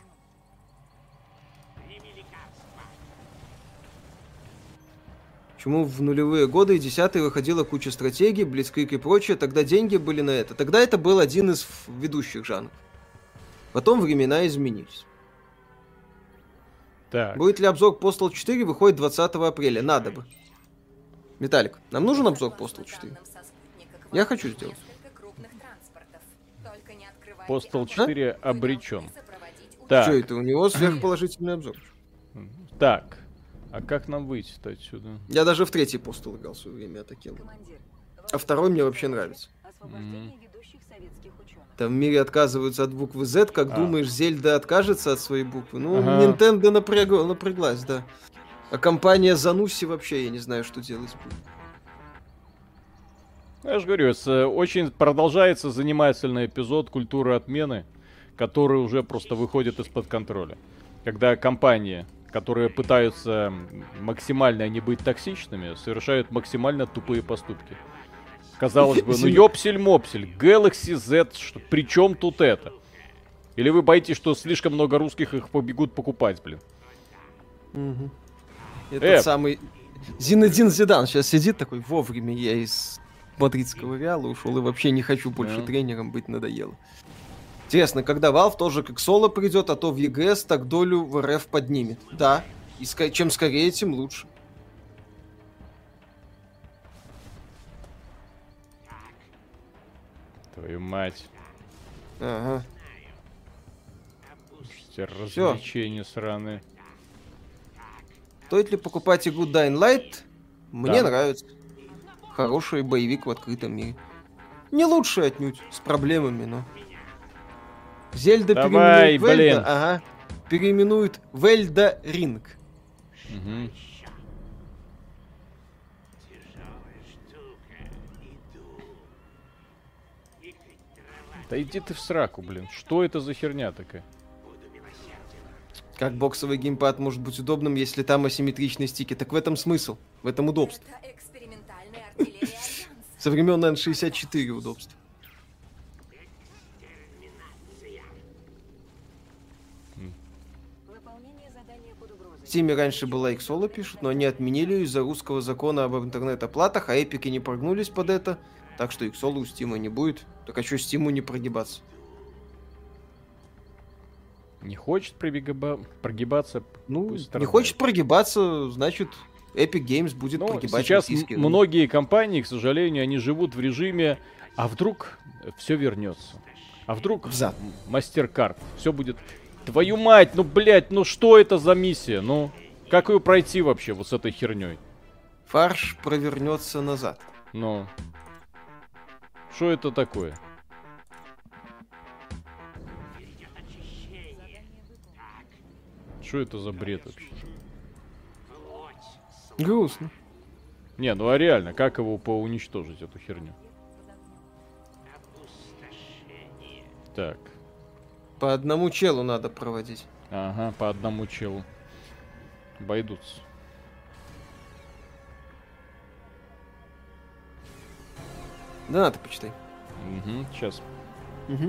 Почему в нулевые годы и десятые выходила куча стратегий, Блицкрик и прочее, тогда деньги были на это. Тогда это был один из ф- ведущих жанров. Потом времена изменились. Так. Будет ли обзор Postal четыре, выходит двадцатого апреля. Надо бы. Виталик, нам нужен обзор Postal четыре? Я хочу сделать. Postal четыре обречен. Что Так. это? У него сверхположительный обзор. Так. А как нам выйти-то отсюда? Я даже в третий Postal играл в свое время, я таким. Командир, А второй мне вообще нравится. освобождение ведущих советских ученых. Там в мире отказываются от буквы Z, как А. думаешь, Зельда откажется от своей буквы? Ну, Ага. Nintendo напряг- напряглась, да. А компания Зануси вообще, я не знаю, что делать будет. Я же говорю, с, э, очень продолжается занимательный эпизод культуры отмены, который уже просто выходит из-под контроля. Когда компания которые пытаются максимально не быть токсичными, совершают максимально тупые поступки. Казалось бы, ну ёпсель-мопсель, Galaxy Z, что, при чем тут это? Или вы боитесь, что слишком много русских их побегут покупать, блин? Угу. Этот Э. самый Зинедин Зидан сейчас сидит такой, вовремя я из мадридского Реала ушел и вообще не хочу больше Да. тренером быть, надоело. Интересно, когда Valve тоже как соло придет, а то в ЕГС так долю в РФ поднимет. Да, и ска- чем скорее, тем лучше. Твою мать. Ага. Эти развлечения сраные. Стоит ли покупать игру Dying Light? Мне Да. нравится. Хороший боевик в открытом мире. Не лучший отнюдь, с проблемами, но... Зельда Давай, переименует в Эльда, блин. ага, переименует в Эльда Ринг. Мгм. Да иди ты в сраку, блин. Что это за херня такая? Как боксовый геймпад может быть удобным, если там асимметричные стики? Так в этом смысл, в этом удобство. Это экспериментальная артиллерия Альянса. Со времен эн шестьдесят четыре удобство. Выполнение задания под угрозой. В Steam раньше была Xolo, пишут, но они отменили ее из-за русского закона об интернет-оплатах, а эпики не прогнулись под это, так что Xolo у Steam не будет. Так а что Steam не прогибаться? Не хочет пробегаба- прогибаться? Ну, Пусть не страдает. хочет прогибаться, значит, Epic Games будет Ну, прогибать сейчас м- российские рынки. многие компании, к сожалению, они живут в режиме, а вдруг все вернется? А вдруг Взад. MasterCard, все будет... Твою мать, ну, блядь, ну что это за миссия? Ну, как ее пройти вообще вот с этой херней? Фарш провернется назад. Ну, что это такое? Что это за бред вообще? Грустно. Не, ну а реально, как его поуничтожить, эту херню? Так, По одному челу надо проводить. ага, по одному челу. Обойдутся. Да, надо почитай. Угу, сейчас. Угу.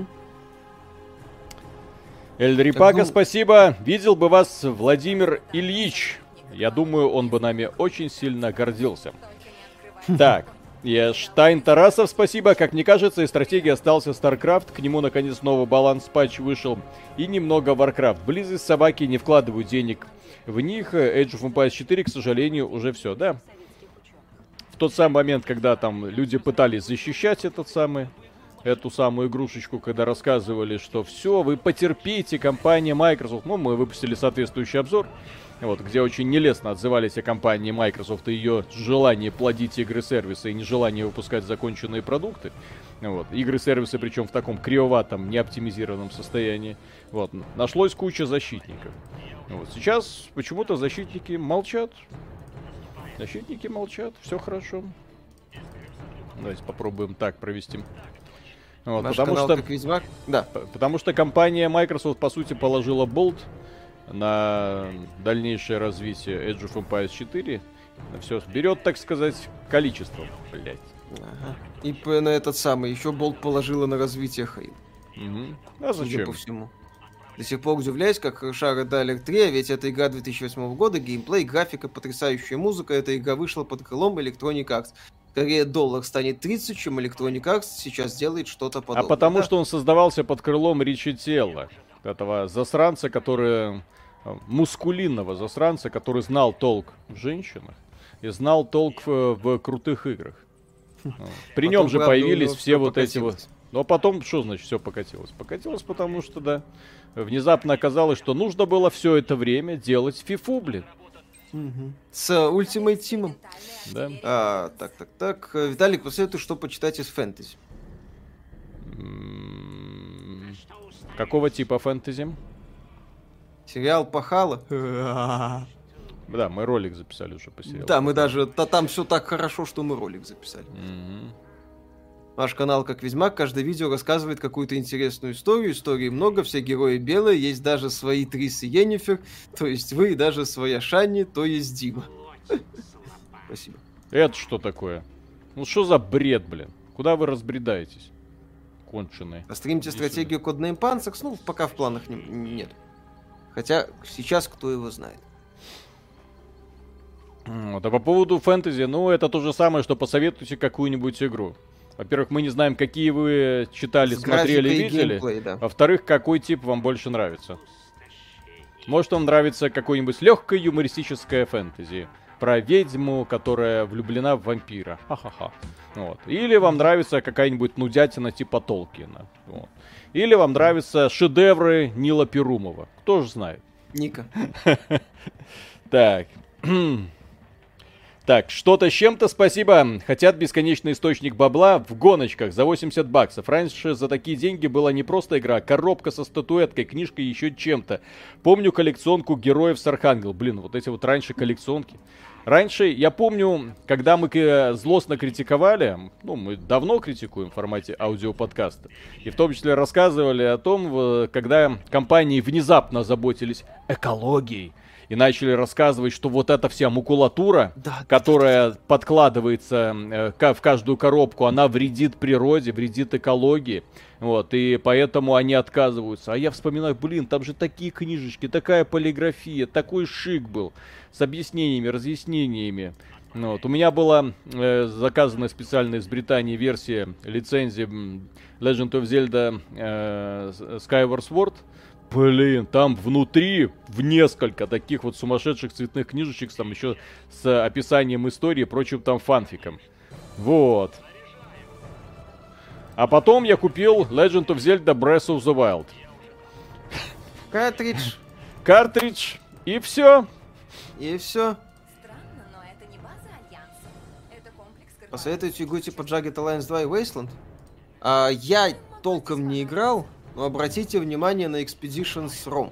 Эльдрипака, ну- спасибо. Видел бы вас Владимир Ильич. Я думаю, он бы нами очень сильно гордился. Так, и Штайн Тарасов, спасибо. Как мне кажется, из стратегии остался StarCraft. К нему, наконец, новый баланс патч вышел. И немного Warcraft. Близость собаки, не вкладывают денег в них. Age of Empires четыре, к сожалению, уже все, да? В тот самый момент, когда там люди пытались защищать этот самый... эту самую игрушечку, когда рассказывали, что все, вы потерпите, компания Microsoft. Ну, мы выпустили соответствующий обзор, вот, где очень нелестно отзывались о компании Microsoft и ее желании плодить игры-сервисы и нежелание выпускать законченные продукты. Вот, игры-сервисы, причем в таком кривоватом, неоптимизированном состоянии. Вот, нашлось куча защитников. Вот, сейчас почему-то защитники молчат. Защитники молчат, все хорошо. Давайте попробуем так провести. Вот, Ваш потому канал что, как Ведьмак? Да. п- потому что компания Microsoft, по сути, положила болт на дальнейшее развитие Age of Empires четыре. Все берет, так сказать, количество. Блять. Ага. И п- на этот самый еще болт положила на развитие Хейла. Угу. А Судя зачем? по всему. До сих пор удивляюсь, как Шара Дайлер три, а ведь это игра две тысячи восьмого года, геймплей, графика, потрясающая музыка. Эта игра вышла под крылом Electronic Arts. Скорее доллар станет тридцать, чем Electronic Arts сейчас делает что-то А подобное. потому Да. что он создавался под крылом Ричи Телла, этого засранца, который... э, мускулинного засранца, который знал толк в женщинах и знал толк в, в крутых играх. Вот. При Потом, нем же правда, у появились него все всё вот эти вот... покатилось. Ну а потом, что значит все покатилось? Покатилось, потому что, да, внезапно оказалось, что нужно было все это время делать фифу, блин. Мгм. С Ultimate Team. Да. А, так, так, так. Э, Виталик, посоветуй, что почитать из фэнтези. М, Какого типа фэнтези? Сериал Пахала. Да, мы ролик записали уже по сериалу. Да, мы даже... Да там все так хорошо, что мы ролик записали. Мгм. Ваш канал как Ведьмак, каждое видео рассказывает какую-то интересную историю, истории много, все герои белые, есть даже свои Трис и Йеннифер, то есть вы и даже своя Шанни, то есть Дима. Спасибо. Это что такое? Ну что за бред, блин? Куда вы разбредаетесь? Конченые. Стримите стратегию Codename Panzers, ну, пока в планах не, нет. Хотя сейчас кто его знает. Вот, а по поводу фэнтези, ну, это то же самое, что посоветуйте какую-нибудь игру. Во-первых, мы не знаем, какие вы читали, С смотрели, графикой и видели. геймплей, да. Во-вторых, какой тип вам больше нравится. Может, вам нравится какое-нибудь легкое юмористическое фэнтези. Про ведьму, которая влюблена в вампира. Ха-ха-ха. Вот. Или вам нравится какая-нибудь нудятина типа Толкина. Вот. Или вам нравятся шедевры Нила Перумова. Кто же знает. Ника. Так. Так, что-то с чем-то, спасибо. Хотят бесконечный источник бабла в гоночках за восемьдесят баксов. Раньше за такие деньги была не просто игра, а коробка со статуэткой, книжкой и еще чем-то. Помню коллекционку героев с Архангел. Блин, вот эти вот раньше коллекционки. Раньше, я помню, когда мы злостно критиковали, ну, мы давно критикуем в формате аудиоподкаста, и в том числе рассказывали о том, когда компании внезапно заботились экологией, и начали рассказывать, что вот эта вся макулатура, Да, которая подкладывается э, в каждую коробку, она вредит природе, вредит экологии. Вот, и поэтому они отказываются. А я вспоминаю, блин, там же такие книжечки, такая полиграфия, такой шик был. С объяснениями, разъяснениями. Вот. У меня была э, заказана специально из Британии версия лицензии Legend of Zelda э, Skyward Sword. Блин, там внутри в несколько таких вот сумасшедших цветных книжечек, там еще с описанием истории и прочим там фанфиком. Вот. А потом я купил Legend of Zelda Breath of the Wild. Картридж. Картридж. И все. И все. Странно, но это не база Альянса. Это комплекс корпораций. Посоветуйте игру типа Jagged Alliance два и Wasteland. А, я толком не играл, но обратите внимание на Expeditions ром.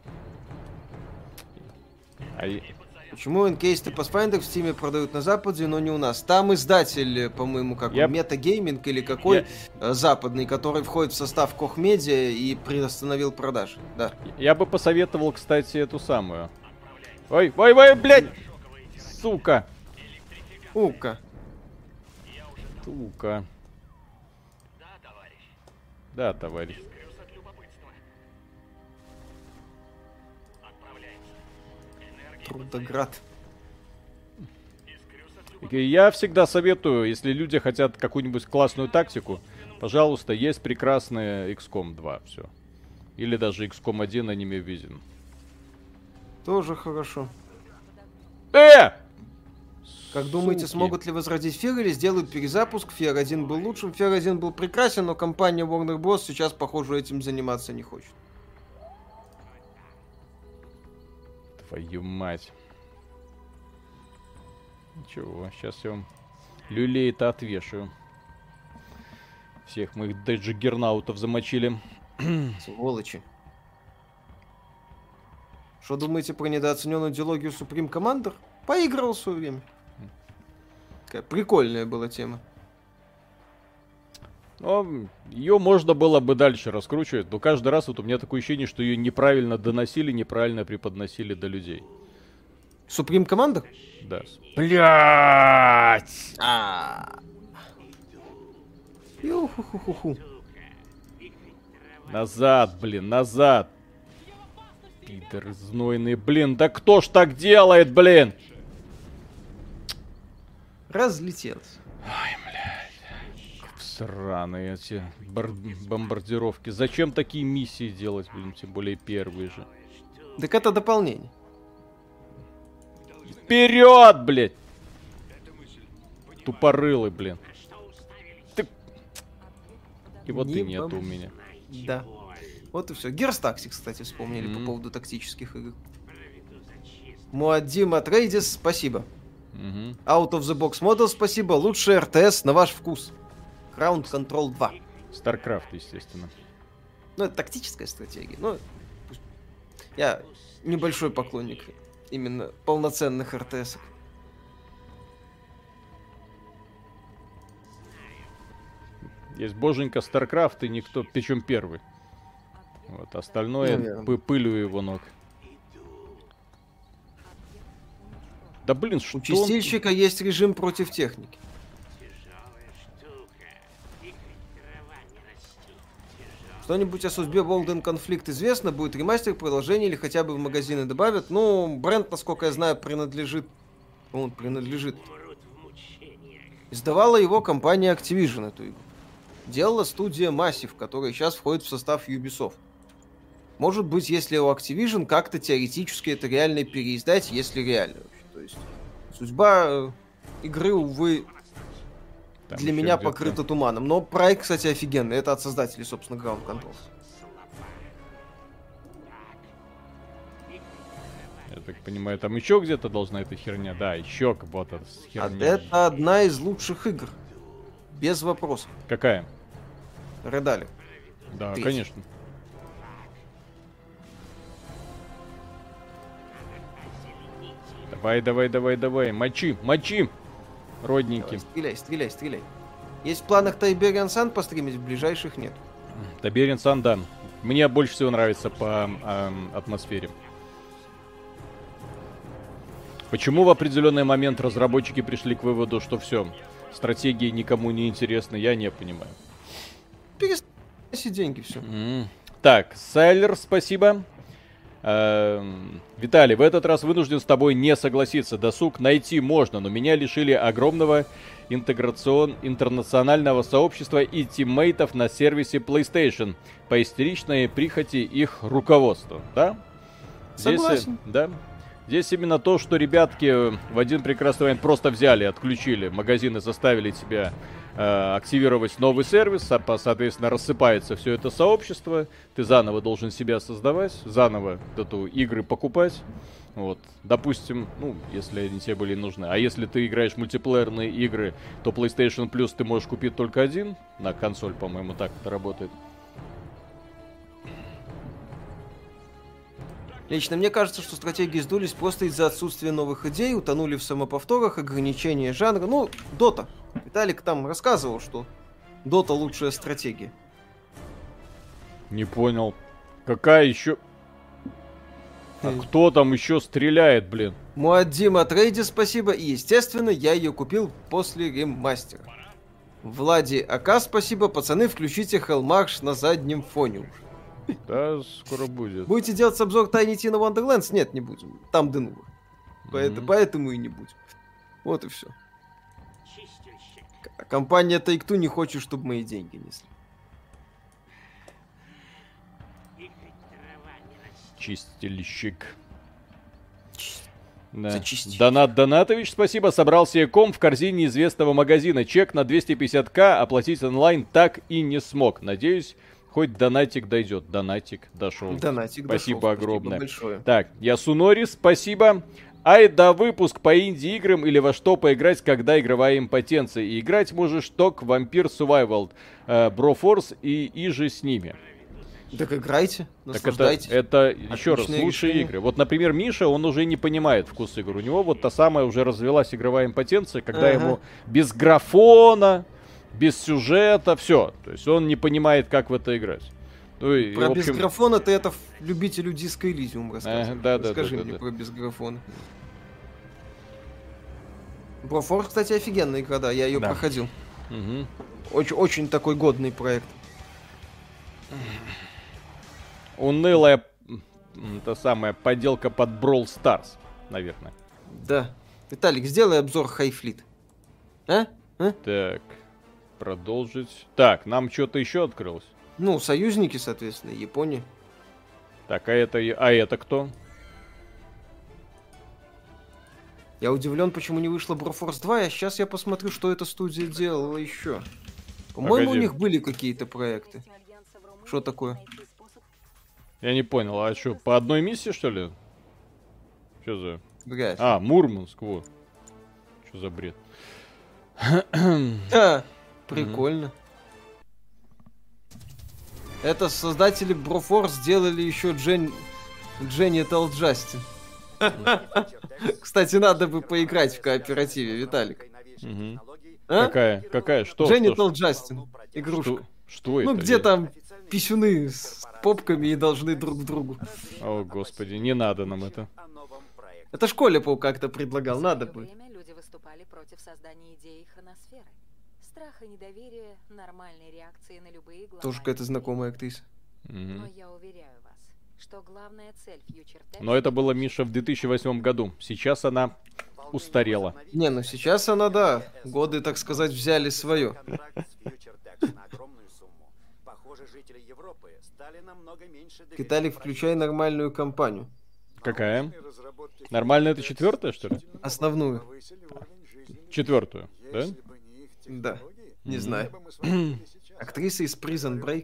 А я- Почему Encased и Pathfinder в Steam продают на Западе, но не у нас? Там издатель, по-моему, как Я- он, Metagaming или какой, э, западный, который входит в состав Koch Media и приостановил продажи. Да. Я бы посоветовал, кстати, эту самую. Ой, ой, ой, блядь! Сука! Ука. Сука. Да, товарищ. Трудоград. И я всегда советую, если люди хотят какую-нибудь классную тактику, пожалуйста, есть прекрасная икс ком два, все. Или даже икс ком один Anime Vision. Тоже хорошо. Э! Как думаете, Суки. смогут ли возродить Фер или сделают перезапуск? Фер один был лучшим, Фер один был прекрасен, но компания Warner Bros. Сейчас, похоже, этим заниматься не хочет. Твою мать. Ничего, сейчас я вам люлей-то отвешаю. Всех моих джиггернаутов замочили. Сволочи. Что думаете про недооцененную диалогию Supreme Commander? Поиграл в свое время. Такая прикольная была тема. Ее можно было бы дальше раскручивать, но каждый раз вот у меня такое ощущение, что ее неправильно доносили, неправильно преподносили до людей. Supreme Commander? Да. Блять! А. Ю-ху-ху-ху-ху. Назад, блин, назад. Пидор знойный, блин, да кто ж так делает, блин? Разлетелся. Сраные эти бар- бомбардировки. Зачем такие миссии делать, блин, тем более первые же. Так это дополнение. Вперед, блядь! Тупорылый, блин. Ты... И вот Не и нету бом- у меня. Да. Вот и все. Gears Tactics, кстати, вспомнили Мгм. по поводу тактических игр. Муаддим Атрейдис, спасибо. Мгм. Out of the Box Model, спасибо. Лучший эр ти эс на ваш вкус. Ground Control два. StarCraft, естественно. Ну, это тактическая стратегия. Ну, пусть- я небольшой поклонник именно полноценных эр ти эс. Есть боженька StarCraft и никто, причем первый. Вот, остальное пы- пылью его ног. Да блин, что У чистильщика есть режим против техники. Что-нибудь о судьбе Golden Conflict известно? Будет ремастер, продолжение или хотя бы в магазины добавят? Ну, бренд, насколько я знаю, принадлежит... Он принадлежит. Издавала его компания Activision, эту игру. Делала студия Massive, которая сейчас входит в состав Ubisoft. Может быть, если у Activision как-то теоретически это реально переиздать, если реально вообще. То есть судьба игры, увы, там для меня где-то покрыта туманом. Но проект, кстати, офигенный. Это от создателей, собственно, Ground Control. Я так понимаю, там еще где-то должна эта херня. Да, еще вот эта херня. А это одна из лучших игр. Без вопросов. Какая? Red Alert. Да, Третий. Конечно. Давай, давай, давай, давай. Мочи, мочи, родненький. Давай, стреляй, стреляй, стреляй. Есть в планах Tiberian Sun постримить, в ближайших нет. Tiberian Sun, да. Мне больше всего нравится по э, атмосфере. Почему в определенный момент разработчики пришли к выводу, что все, стратегии никому не интересны, я не понимаю. Перестаньте деньги, все. Mm. Так, Сайлер, спасибо. Эм, Виталий, в этот раз вынужден с тобой не согласиться. Досуг найти можно, но меня лишили огромного интеграцион интернационального сообщества и тиммейтов на сервисе PlayStation по истеричной прихоти их руководства. Да? Согласен. Здесь, да? Здесь именно то, что ребятки в один прекрасный момент просто взяли, отключили магазины, заставили тебя э, активировать новый сервис, а, соответственно, рассыпается все это сообщество, ты заново должен себя создавать, заново эту игры покупать. Вот. Допустим, ну, если они тебе были нужны. А если ты играешь в мультиплеерные игры, то PlayStation Plus ты можешь купить только один. На консоль, по-моему, так это работает. Лично мне кажется, что стратегии сдулись просто из-за отсутствия новых идей, утонули в самоповторах, ограничения жанра. Ну, Дота. Виталик там рассказывал, что Дота лучшая стратегия. Не понял. Какая еще... А Хм. кто там еще стреляет, блин? Муаддим от Рейди спасибо. И, естественно, я ее купил после ремастера. Влади АК спасибо. Пацаны, включите Hellmarch на заднем фоне уже. Да, скоро будет. Будете делать обзор Tiny Tina Wonderlands? Нет, не будем. Там дынуло. Поэтому, mm-hmm. поэтому и не будем. Вот и все. К- компания Take-Two не хочет, чтобы мои деньги несли. Чистильщик. Да. Зачистить. Донат Донатович, спасибо. Собрал себе ком в корзине известного магазина. Чек на двести пятьдесят тысяч, оплатить онлайн так и не смог. Надеюсь, хоть донатик дойдет. Донатик дошел. Донатик спасибо дошел. огромное. Спасибо большое. Так, Ясунори, спасибо. Ай да выпуск по инди-играм или во что поиграть, когда игровая импотенция. И играть можешь только в Vampire Survival, э, Broforce и иже с ними. Так играйте, Так наслаждайтесь. это, это еще раз, Отличное лучшие решение. игры. Вот, например, Миша, он уже не понимает вкус игр. У него вот та самая уже развелась игровая импотенция, когда Ага. ему без графона, без сюжета, все. То есть он не понимает, как в это играть. Ну, и, Про в общем, безграфона ты это любителю Disco Elysium рассказывай. Э, да, да, Расскажи да, да, мне да. про безграфона. Broforce, кстати, офигенная игра, да, я ее Да. проходил. мгм. Очень, очень такой годный проект. Унылая, м, та самая подделка под Brawl Stars, наверное. Да. Виталик, сделай обзор Хайфлит. А? А? Так, продолжить. Так, нам что-то еще открылось. Ну, союзники, соответственно, Япония. Так, а это, и- а это кто? Я удивлен, почему не вышло Broforce два, а сейчас я посмотрю, что эта студия делала еще. По-моему, Погоди. у них были какие-то проекты. Что такое? Я не понял, а что, по одной миссии, что ли? Что за... Блядь. А, Мурманск, вот. Что за бред? А, прикольно. Это создатели Broforce сделали еще Джен... Genital Justin. Кстати, надо бы поиграть в кооперативе, Виталик. Мгм. А? Какая? Какая? Что? Genital Что? Justin. Игрушка. Что, что это? Ну, где Я- там писюны с попками и должны друг к другу. О, господи, не надо нам это. Это ж Коля Пау как-то предлагал, надо В бы. время люди выступали против создания идеи хроносферы. Страх и недоверие — нормальные реакции на любые глобальные Тоже какая-то знакомая актриса. Мгм. Но я уверяю вас, что главная цель Future Tech... Но это было, Миша, в две тысячи восьмом году. Сейчас она устарела. Не, ну сейчас она, да, годы, так сказать, взяли свое. Виталик, включай нормальную компанию. Какая? Нормально это четвертая, что ли? Основную. Четвертую, да? Да, не знаю. Актриса из Prison Break.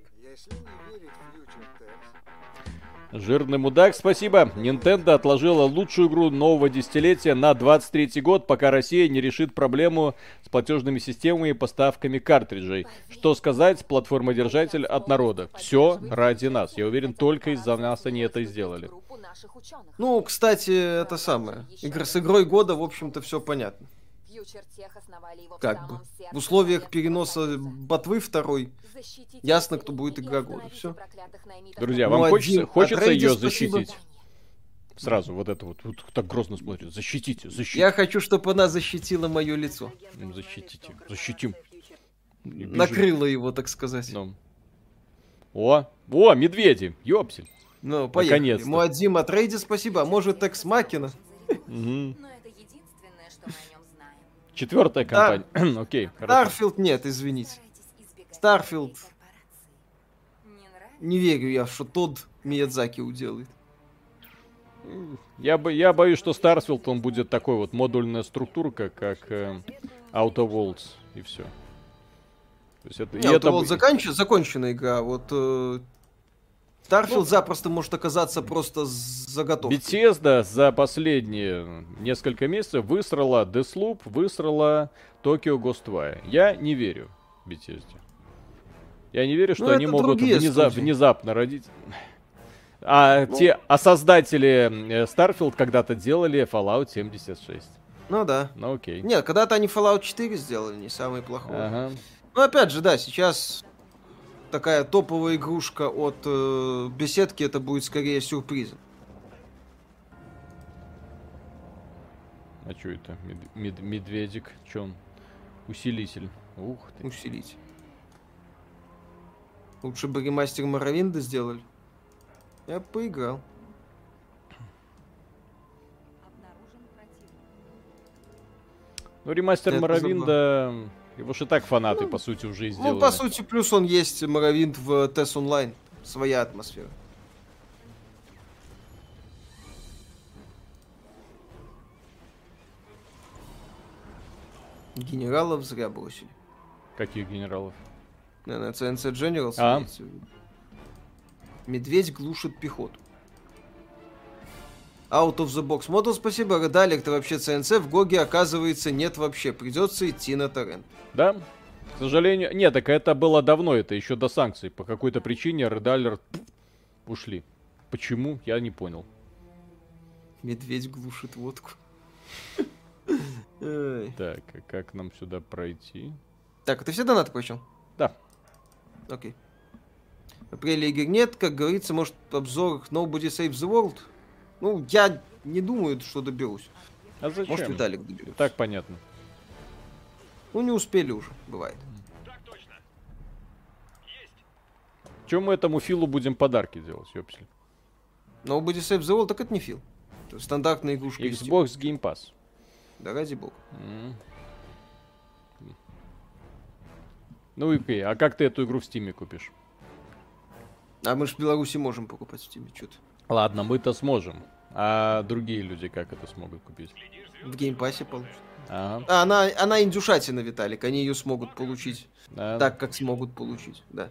Жирный мудак, спасибо. Nintendo отложила лучшую игру нового десятилетия на двадцать третий год, пока Россия не решит проблему с платежными системами и поставками картриджей. Что сказать, платформодержатель от народа. Все ради нас. Я уверен, только из-за нас они это и сделали. Группу наших ученых. Ну, кстати, это самое. Игр с игрой года, в общем-то, все понятно. Future Tech основали его в Как самом бы. сердце В условиях планеты переноса Project. ботвы второй. Защитите ясно, кто население будет и игра года. остановите Всё. проклятых наймитов. Друзья, Ну, вам один хочется, от хочется Рейди ее спасибо. защитить? Сразу вот это вот, вот так грозно смотрит. Защитите, защитите. Я хочу, чтобы она защитила мое лицо. Ну, защитите, защитим. Не бежим. Накрыла его, так сказать. Ну. О, о, медведи, ёпсель. Ну, поехали. Наконец-то. Муаддим от Рейди, спасибо. А может, Экс Макина? Мгм. Но это единственное, что мы о нем знаем. Четвертая компания. Окей, хорошо. Старфилд нет, извините. Старайтесь избегать Старфилд. корпораций. Не нравится? Не верю я, что тот Миядзаки уделает. Я, бо- я боюсь, что Старфилд, он будет такой вот модульная структурка, как э, Outer Worlds, и все. То есть это, и Не, вот, это вот б- заканч- законченная игра. Вот э, Старфилд запросто может оказаться просто с заготовкой. Bethesda за последние несколько месяцев высрала Deathloop, высрала Tokyo Ghostwire. Я не верю Bethesda. Я не верю, что Ну, они это могут другие внеза- студии. внезапно родить. А те, а создатели э, Starfield когда-то делали Fallout семьдесят шесть. Ну да. Ну окей. Нет, когда-то они Fallout четыре сделали, не самый плохой. Ага. Ну опять же, да, сейчас такая топовая игрушка от э, беседки, это будет скорее сюрпризом. А что это? Мед- мед- медведик? Че он? Усилитель. Ух ты. Усилить. Лучше бы ремастер Моровинда сделали. Я бы поиграл. Обнаружен противник. Ну, ремастер Это Моровинда, его же и так фанаты, по сути, уже и сделали. Ну, по сути, плюс он есть Моровинд в Тес Онлайн. Своя атмосфера. Генералов зря бросили. Каких генералов? Наверное, си эн си Generals. А. имеется в виду. Медведь глушит пехоту. Out of the box. Модул, спасибо. Радалик, вообще си эн си в Гоге, оказывается, нет вообще. Придется идти на торрент. Да? К сожалению... Нет, так это было давно, это еще до санкций. По какой-то причине Редалер ушли. Почему? Я не понял. Медведь глушит водку. Ай. Так, а как нам сюда пройти? Так, а ты все донаты получил? Да. Окей. В апреле игр нет, как говорится, может, обзор Nobody Saves the World? Ну, я не думаю, что доберусь. А зачем? Может, Виталик доберется. Так понятно. Ну, не успели уже, бывает. Чем мы этому Филу будем подарки делать, ёпсель? Nobody Saves the World, так это не фил. Это стандартная игрушка. из Steam. Xbox Game Pass. Да ради бога. М. Ну и окей, а как ты эту игру в Стиме купишь? А мы же в Беларуси можем покупать в Steam, что-то. Ладно, мы-то сможем. А другие люди как это смогут купить? В геймпассе получат. Ага. А, она, она индюшатина, Виталик. Они ее смогут получить Да. так, как смогут получить, да.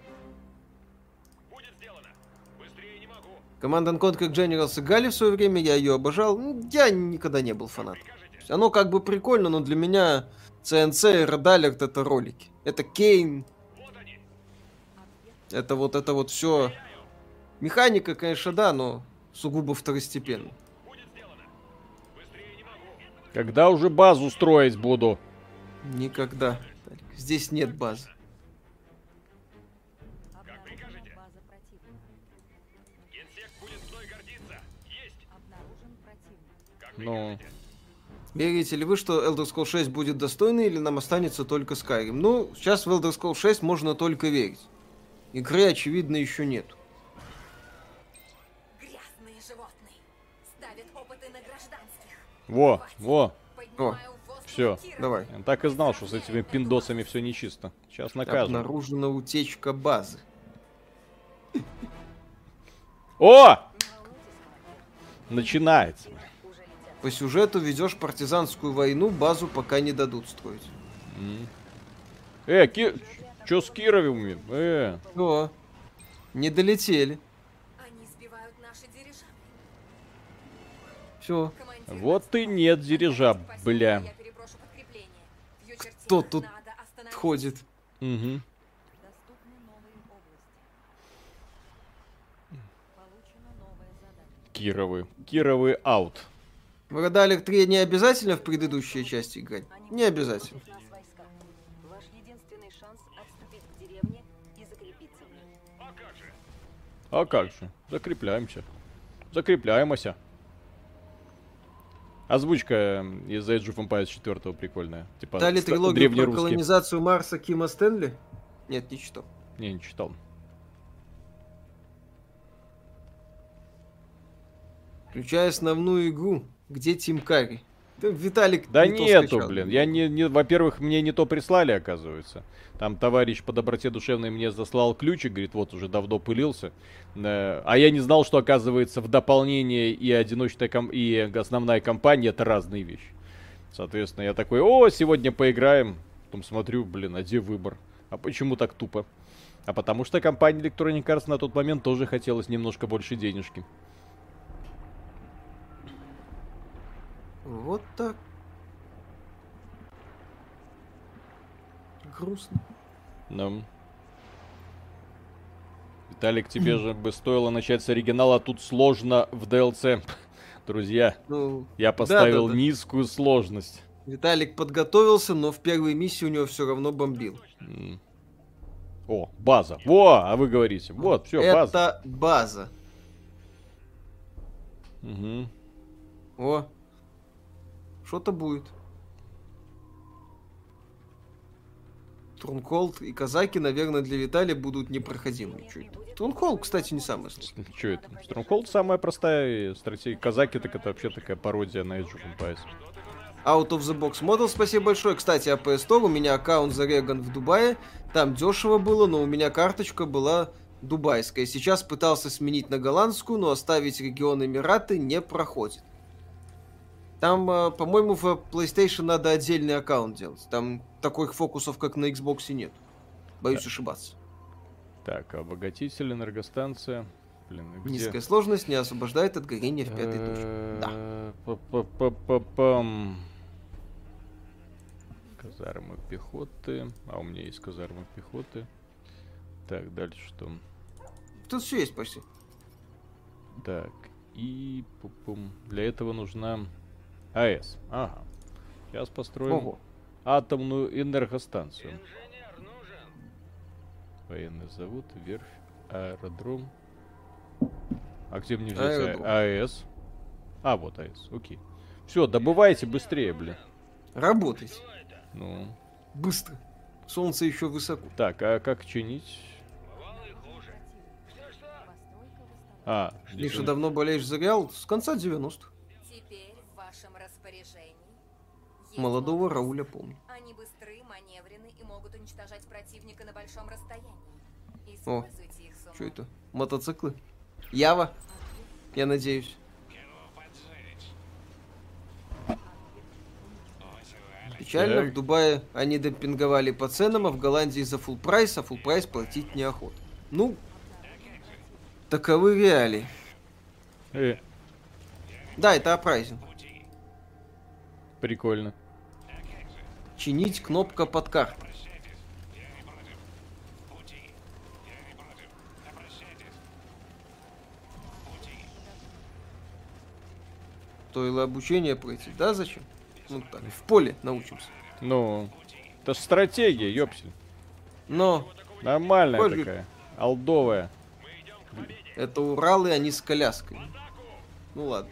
Command and Conquer Generals играли в свое время, я ее обожал. Ну, я никогда не был фанатом. То есть оно как бы прикольно, но для меня си эн си и Red Alert это ролики. Это Кейн. Это вот это вот все. Механика, конечно, да, но сугубо второстепенно. Когда уже базу строить буду? Никогда. Здесь нет базы. Обнаружена база противника. Генсек будет мной гордиться. Есть. Обнаружен противник. Как Ну, Верите ли вы, что Elder Scrolls шесть будет достойной, или нам останется только Skyrim? Ну, сейчас в Elder Scrolls шесть можно только верить. Игры, очевидно, еще нет. Грязные животные. Ставят опыты на гражданских. во, во, Поднимаю в воздух все. тиры. Давай. Я так и знал, что с этими пиндосами все нечисто. Сейчас накажем. Обнаружена утечка базы. О! Не волнуйтесь, Маркер. Начинается. Уже летят. По сюжету ведешь партизанскую войну, базу пока не дадут строить. М. Э, Ки... Чё с Кировыми? Э, О, не долетели. Они сбивают наши дирижабли. Все. Командир, вот и нет дирижа, спасибо, бля. я переброшу подкрепление. В ее чертях Кто тут надо остановить. Ходит. Угу. Доступны новые области. Получено новое задание. Кировы. Кировы аут. В Родалер три не обязательно в предыдущей части играть? Они Не обязательно. против нас войска. Ваш единственный шанс отступить к деревне и закрепиться в ней. А как же? А как же? Закрепляемся. Закрепляемся. Озвучка из Age of Empires четыре прикольная. Типа Дали ста- трилогию про древнерусский. колонизацию Марса Кима Стэнли? Нет, не читал. Не, не читал. Включая основную игру. Где Тим Карри? Да, Виталик Да не то нету, скачал. блин. Я не, не, во-первых, мне не то прислали, оказывается. Там товарищ по доброте душевной мне заслал ключик, говорит, вот уже давно пылился. Э, А я не знал, что, оказывается, в дополнение и одиночная ком- и основная кампания это разные вещи. Соответственно, я такой, о, сегодня поиграем. Потом смотрю, блин, а где выбор? А почему так тупо? А потому что компания Electronic Arts на тот момент тоже хотелось немножко больше денежки. Вот так. Грустно. Ну. Виталик, тебе же бы стоило начать с оригинала, а тут сложно в ди эл си. Друзья, Ну, я поставил да, да. низкую сложность. Виталик подготовился, но в первой миссии у него все равно бомбил. М. О, база. Во, а вы говорите. Вот, все, Это база. база. Мгм. О. Что-то будет. Трунколд и казаки, наверное, для Виталия будут непроходимыми. Чё это? Трунколд, кстати, не самое сложное. Что это? Stronghold самая простая стратегия. Казаки, так это вообще такая пародия на Age of Empires. Out of the Box Model, спасибо большое. Кстати, эй пи эс Store, у меня аккаунт зареган в Дубае. Там дешево было, но у меня карточка была дубайская. Сейчас пытался сменить на голландскую, но оставить регион Эмираты не проходит. Там, э, по-моему, в PlayStation надо отдельный аккаунт делать. Там таких фокусов, как на Xbox, нет. Боюсь ошибаться. Так, обогатитель, энергостанция. Блин, где? Низкая сложность не освобождает от горения в пятой точке. Да. Э, па-па-па-па-пам. Казармы пехоты. А у меня есть казармы пехоты. Так, дальше что? Тут все есть почти. Так, и пу-пум. Для этого нужна АЭС. Ага. Сейчас построим Ого. атомную энергостанцию. Инженер нужен. Военный завод, верфь, аэродром. А где мне взять Аэродром. А- АЭС? А, вот АЭС, окей. Все, добывайте быстрее, блин. Работайте. Ну. Быстро. Солнце еще высоко. Так, а как чинить? Бывало и хуже. Что-что? Постройка восстановлена. А, здесь Миша, он- давно болеешь за Реал? С конца девяностых. Теперь в вашем распоряжении есть Молодого модули. Рауля помню. Они быстры, маневрены и могут уничтожать противника на большом расстоянии. О, Используйте их с умом. что это? Мотоциклы? Ява? Я надеюсь. Печально, Так. в Дубае они демпинговали по ценам, а в Голландии за full прайс, а full прайс платить неохота. Ну, таковы реалии. Э, Да, это апрайзинг. прикольно. Чинить кнопка под картой. Стоило обучение пройти, да, зачем? Ну так, в поле научимся. Ну, Это ж стратегия, ёпсель. Но Нормальная Боже. такая. Алдовая. это Уралы, они с коляской. Ну ладно.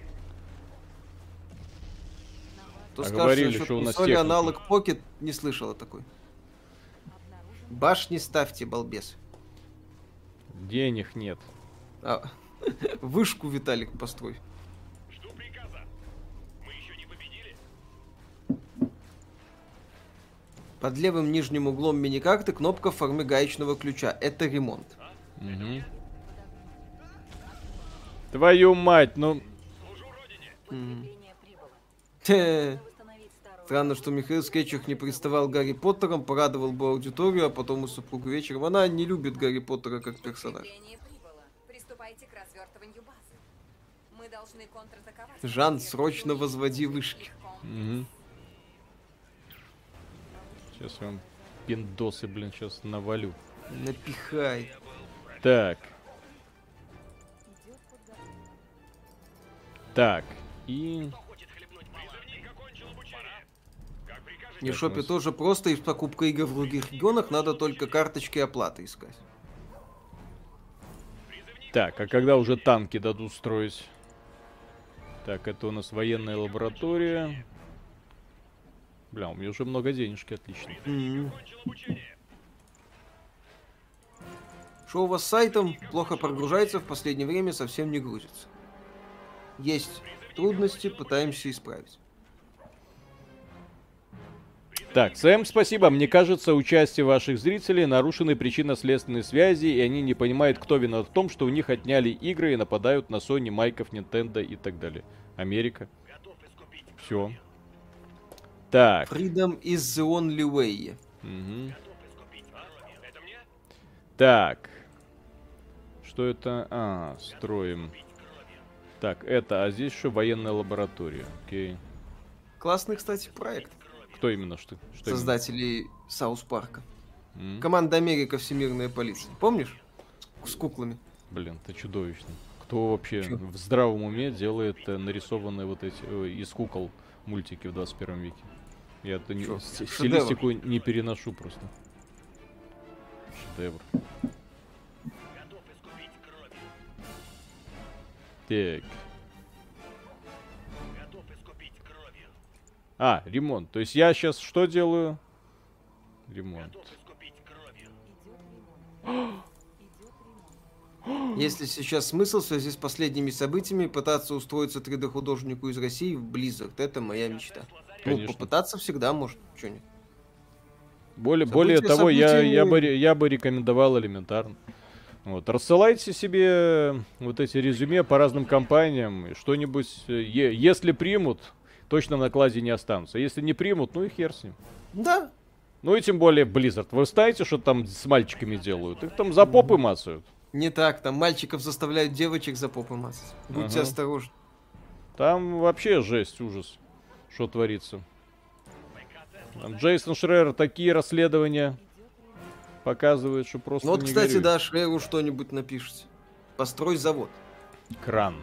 То А скажешь, говорили, насчет что у нас консоли техники. аналог Pocket, не слышал о такой. Башни ставьте, балбес. Денег нет. А, вышку, Виталик, построй. Жду приказа. Мы еще не победили. Под левым нижним углом миникарты кнопка в форме гаечного ключа. Это ремонт. Угу. Твою мать, ну... Служу родине. М. Подкрепление прибыло. Хе. Восстановить старую... Странно, что Михаил Скетчев не представал Гарри Поттером, порадовал бы аудиторию, а потом и супругу вечером. Она не любит Гарри Поттера как персонаж. Подкрепление прибыло. Приступайте к развертыванию базы. Мы должны контратаковать. Жан, срочно возводи вышки. Угу. Сейчас я вам пиндосы, блин, сейчас навалю. Напихай. Так. Так. И... Призывник окончил обучение. Как прикажете? Не в шопе тоже просто, и с покупкой игр в других регионах надо только карточки оплаты искать. Так, а когда уже танки дадут строить? Так, это у нас военная лаборатория. Бля, у меня уже много денежки, отлично. Окончил обучение. Что у вас с сайтом? Плохо прогружается, в последнее время совсем не грузится. Есть трудности, пытаемся исправить. Так, Сэм, спасибо. Мне кажется, участие ваших зрителей нарушены причинно-следственные связи, и они не понимают, кто виноват в том, что у них отняли игры и нападают на Sony, Майков, Nintendo и так далее. Америка. Все. Так. Freedom is the only way. Мгм. Это мне? Так. Что это? А, строим. Так, это, а здесь еще военная лаборатория. Окей. Классный, кстати, проект Кто именно что? что именно? создателей Саус Парка. М? Команда Америка, Всемирная полиция. Помнишь? С куклами. Блин, это чудовищно. Кто вообще Чё? в здравом уме делает э, нарисованные вот эти э, из кукол мультики в двадцать первом веке? Я это не, Чё? с- Шедевр. стилистику не переношу просто. Шедевр. Так. А, ремонт. То есть я сейчас что делаю? Ремонт. Есть ли сейчас смысл в связи с последними событиями пытаться устроиться три дэ-художнику из России в Blizzard? Это моя мечта. Ну, Конечно. попытаться всегда может. Чё нет? Более, События более того, я, событиями. я, бы, ре- я бы рекомендовал элементарно. Вот, рассылайте себе вот эти резюме по разным компаниям, и что-нибудь, э, е- если примут, точно на кладе не останутся. Если не примут, ну и хер с ним. Да. Ну и тем более Blizzard. Вы знаете, что там с мальчиками делают? Их там за попы мацают. Не так, там мальчиков заставляют девочек за попы мазать. Будьте Ага. осторожны. Там вообще жесть, ужас, что творится. Там Джейсон Шрер такие расследования показывает, что просто Ну вот, не кстати, горюй. да, Шреру что-нибудь напишите. Построй завод. Кран.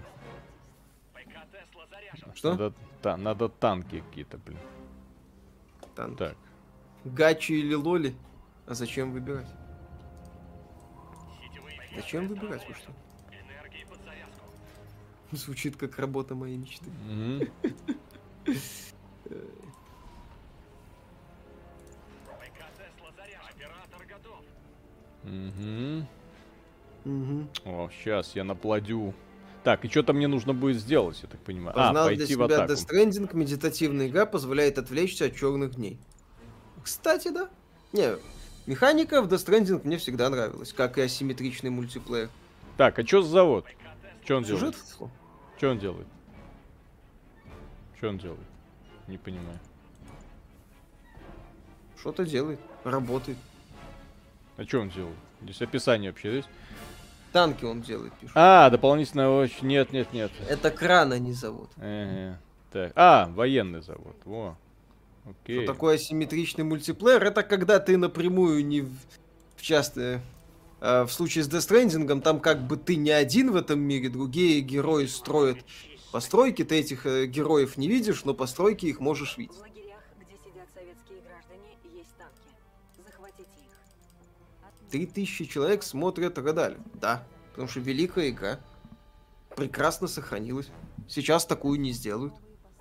Что? Надо, та- надо танки какие-то, блин. Танки. Так. Гачи или лоли? А зачем выбирать? Зачем выбирать, вы что? Звучит как работа моей мечты. Мгм. Мгм. Угу. О, сейчас я наплодю. Так, и что-то мне нужно будет сделать, я так понимаю. А, Познал для пойти в себя атаку. Death Stranding, медитативная игра позволяет отвлечься от черных дней. Кстати, да. Не, механика в Death Stranding мне всегда нравилась, как и асимметричный мультиплеер. Так, а что за завод? Что он Сюжет? делает? Что он делает? Что он делает? Не понимаю. Что-то делает, работает. А что он делает? Здесь описание вообще есть? Танки он делает, пишут. А, дополнительная очень. Нет, нет, нет. Это кран, а не завод. Ага. Так. А, военный завод. Во. Окей. Что такое асимметричный мультиплеер? Это когда ты напрямую не в, в часто... а, в случае с Death Stranding, там как бы ты не один в этом мире, другие герои строят постройки, ты этих э, героев не видишь, но постройки их можешь В видеть. лагерях, где сидят советские граждане, есть танки. Захватите их. Три тысячи человек смотрят Радаль. Да, потому что великая игра. Прекрасно сохранилась. Сейчас такую не сделают.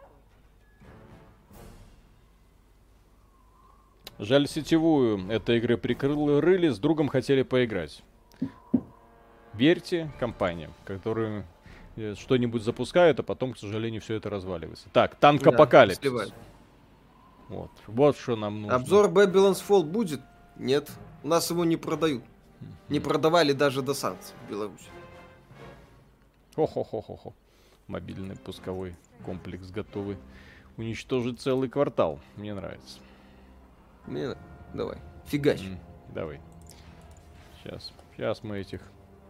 Жаль, сетевую этой игры прикрыли, с другом хотели поиграть. Верьте компаниям, которые э, что-нибудь запускают, а потом, к сожалению, все это разваливается. Так, танк Да, Апокалипсис. сливают. Вот, вот что нам нужно. Обзор Babylon's Fall будет? Нет. У нас его не продают. Не продавали даже до санкций в Беларуси. Хо-хо-хо-хо-хо. Мобильный пусковой комплекс готовый уничтожить целый квартал. Мне нравится. Мне... Давай. Фигач. М, давай. Сейчас. Сейчас мы этих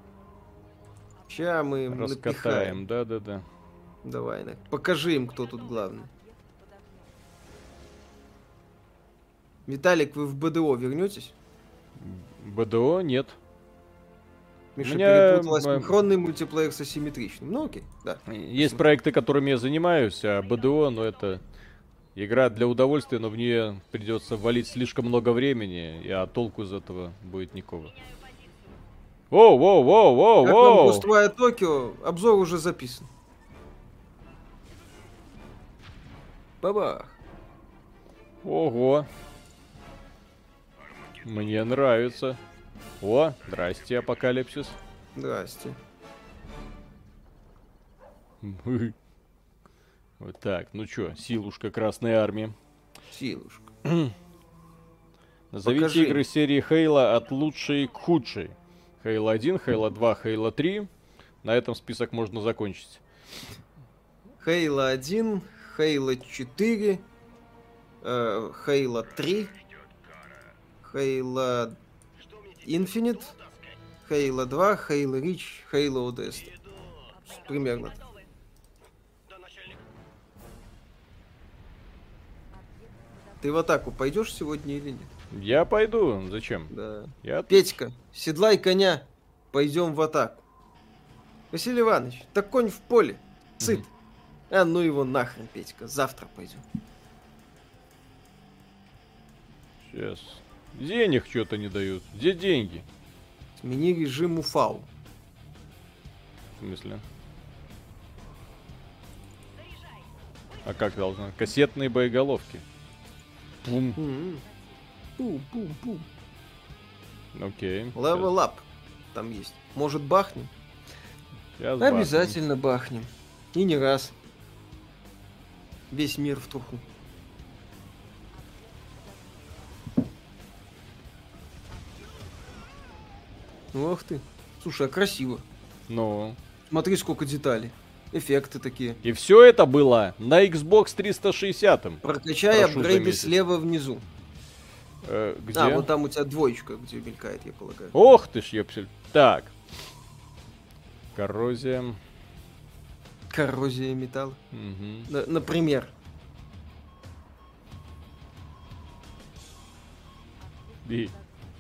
Ща мы им напихаем. раскатаем. Да-да-да. Давай, на. Покажи им, кто тут главный. Виталик, вы в БДО вернетесь? БДО нет. Миша меня, перепутала м, синхронный мультиплеер с асимметричным. Ну окей, да. Есть проекты, которыми я занимаюсь, а БДО, ну это игра для удовольствия, но в нее придется валить слишком много времени, и а толку из этого будет никакого. Воу, воу, воу, воу, Как нам воу! Ghostwire Tokyo? Обзор уже записан. Бабах. Ого. Мне нравится. О, здрасте, Апокалипсис. Здрасте. Вот так, ну чё, силушка Красной Армии. Силушка. Назовите Покажи. игры серии Хейла от лучшей к худшей. Хейла один, Хейла два, Хейла три. На этом список можно закончить. Хейла один, Хейла четыре, э, Хейла три, Хейла Infinite, Хейла два, Хейла Рич, Хейла Одесса. Примерно. Ты в атаку пойдешь сегодня или нет? Я пойду, зачем? Да. Я... Петька, седлай коня, пойдем в атаку. Василий Иванович, так конь в поле, сыт. А ну его нахрен, Петька, завтра пойдем. Сейчас. Денег что-то не дают. Где деньги? Смени режим УФАУ. В смысле? А как должно? Кассетные боеголовки. Пум. М-м. Пум-пум-пум. Окей. Level up. Там есть. Может, бахнем? Сейчас Обязательно бахнем. И не раз. Весь мир в труху. Ох ты. Слушай, а красиво. Ну. Смотри, сколько деталей. Эффекты такие. И все это было на Xbox триста шестьдесят. Прокачай Прошу апгрейды заметить. слева внизу. Э, где? А, вот там у тебя двоечка, где мелькает, я полагаю. Ох ты ж, ёпсель. Так. Коррозия. Коррозия металла. Мгм. На- например. И.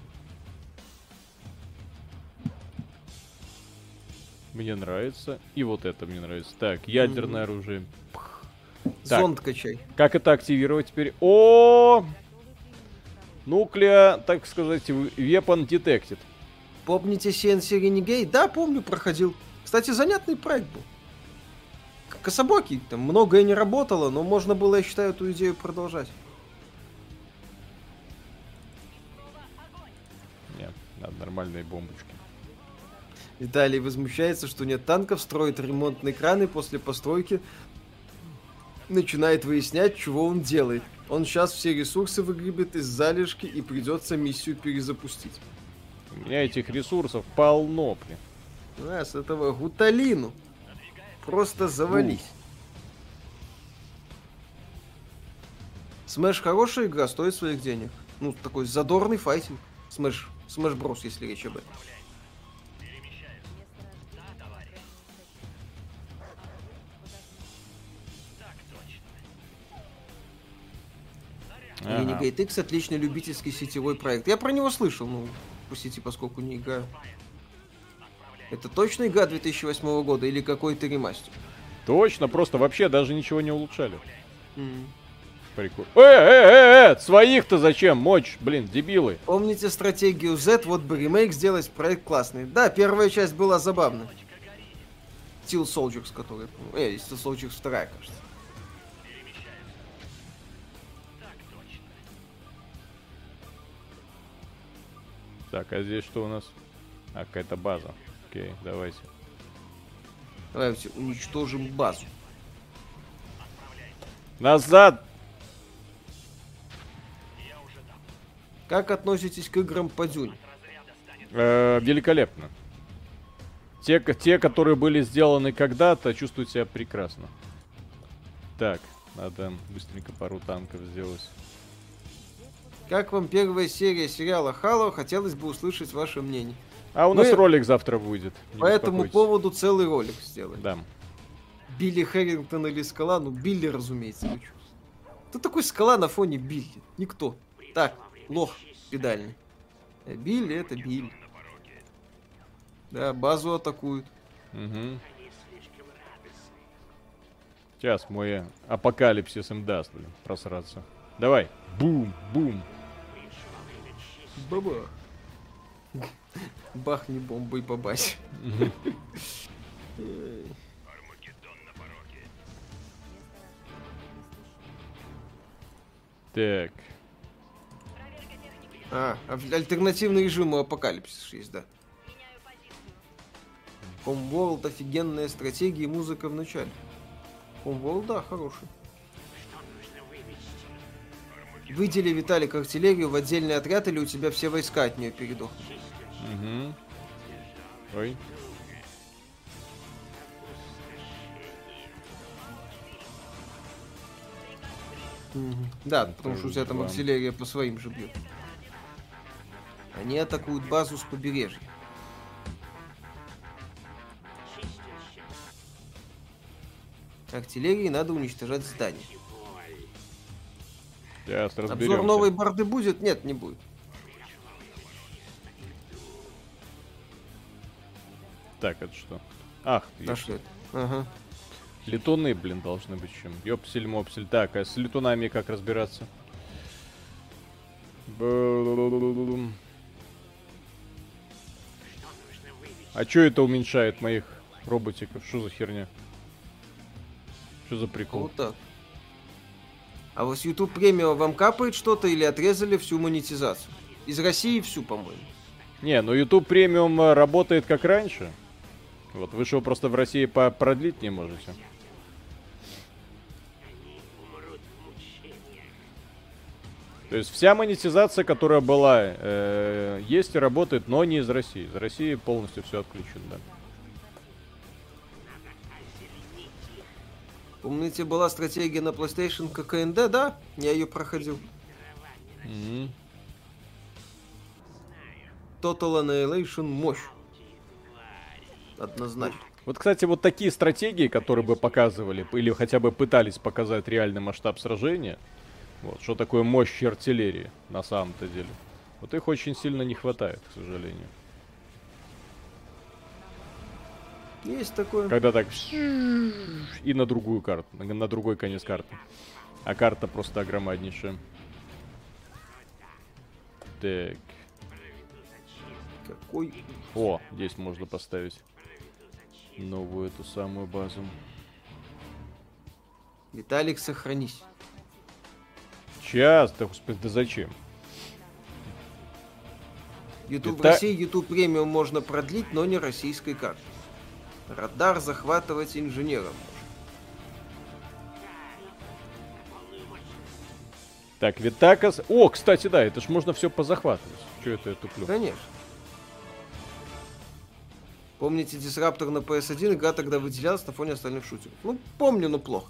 Мне нравится. И вот это мне нравится. Так, ядерное оружие. Пх. Так. Зонд качай. Как это активировать теперь? О! Nuclear, так сказать, weapon detected. Помните си эн си Renegade? Да, помню, проходил. Кстати, занятный проект был. К- Кособокий, там многое не работало, но можно было, я считаю, эту идею продолжать. Нет, надо нормальные бомбочки. Виталий возмущается, что нет танков, строит ремонтные краны, после постройки начинает выяснять, чего он делает. Он сейчас все ресурсы выгребет из залежки и придется миссию перезапустить. У меня этих ресурсов полно, блин. А, с этого гуталину просто завались. Смэш хорошая игра, стоит своих денег. Ну, такой задорный файтинг. Смэш, Смэш Брос, если речь об этом. Ага. Renegade X отличный любительский сетевой проект. Я про него слышал, ну, по сети, поскольку не играю. Это точно игра две тысячи восьмого года или какой-то ремастер? Точно, просто вообще даже ничего не улучшали. М. Прикольно. Э, э, э, э, своих-то зачем? Мочь, блин, дебилы. Помните стратегию Z? Вот бы ремейк сделать, проект классный. Да, первая часть была забавной. Steel Soldiers, который... Э, Steel Soldiers вторая, кажется. Так, а здесь что у нас? А, какая-то база. Окей, давайте. Давайте уничтожим базу. Назад! Как относитесь к играм по Дюне? Э, великолепно. Те, те, которые были сделаны когда-то, чувствуют себя прекрасно. Так, надо быстренько пару танков сделать. Как вам первая серия сериала Halo? Хотелось бы услышать ваше мнение. А у нас Мы ролик завтра выйдет. Не По этому беспокойтесь. поводу целый ролик сделали. Да. Билли Хэрингтон или Скала? Ну, Билли, разумеется. Вы чё? Кто такой Скала на фоне Билли? Никто. Так, лох педальный. А Билли это Билли. Да, базу атакуют. Угу. Сейчас мой апокалипсис им даст, блин, просраться. Давай. Бум, бум. Баба. Бахни бомбой бабась. Так. А, а- альтернативный режим у Апокалипсис есть, да. Homeworld офигенная стратегия и музыка в начале. Homeworld, да, хороший. Выдели, Виталик, артиллерию в отдельный отряд, или у тебя все войска от нее передохнут? Угу. Ой. Да, потому что у тебя там Два. артиллерия по своим же бьет. Они атакуют базу с побережья. Артиллерии надо уничтожать здания. Сейчас Обзор разберемся. новой борды будет? Нет, не будет. Так, это что? Ах, ты, А что это? Ага. летуны, блин, должны быть чем. Ёпсель-мопсель. Так, а с летунами как разбираться? Бу-лу-лу-лу-лу-лу. А чё это уменьшает моих роботиков? Что за херня? Что за прикол? Вот так. А вот с YouTube премиум вам капает что-то или отрезали всю монетизацию? Из России всю, по-моему. Не, ну YouTube премиум э, работает как раньше. Вот вы что, просто в России по- продлить не можете? То есть вся монетизация, которая была, э, есть и работает, но не из России. Из России полностью все отключено, да. Помните, была стратегия на PlayStation ККНД, да? Я ее проходил. Мгм. Total Annihilation мощь. Однозначно. Вот, кстати, вот такие стратегии, которые бы показывали, или хотя бы пытались показать реальный масштаб сражения, вот, что такое мощь артиллерии на самом-то деле, вот их очень сильно не хватает, к сожалению. Есть такое. Когда так и на другую карту, на, на другой конец карты. А карта просто огромнейшая. Так. Какой... О, здесь можно поставить новую эту самую базу. Виталик, сохранись. Сейчас, да, господи, да зачем? YouTube в Вита- России, YouTube премиум можно продлить, но не российской картой. Радар захватывать инженером. Так, Витакас. О, кстати, да, это ж можно все позахватывать. Че это я туплю? Конечно. Помните Дисраптор на пи эс один? Игра тогда выделялась на фоне остальных шутеров. Ну, помню, но плохо.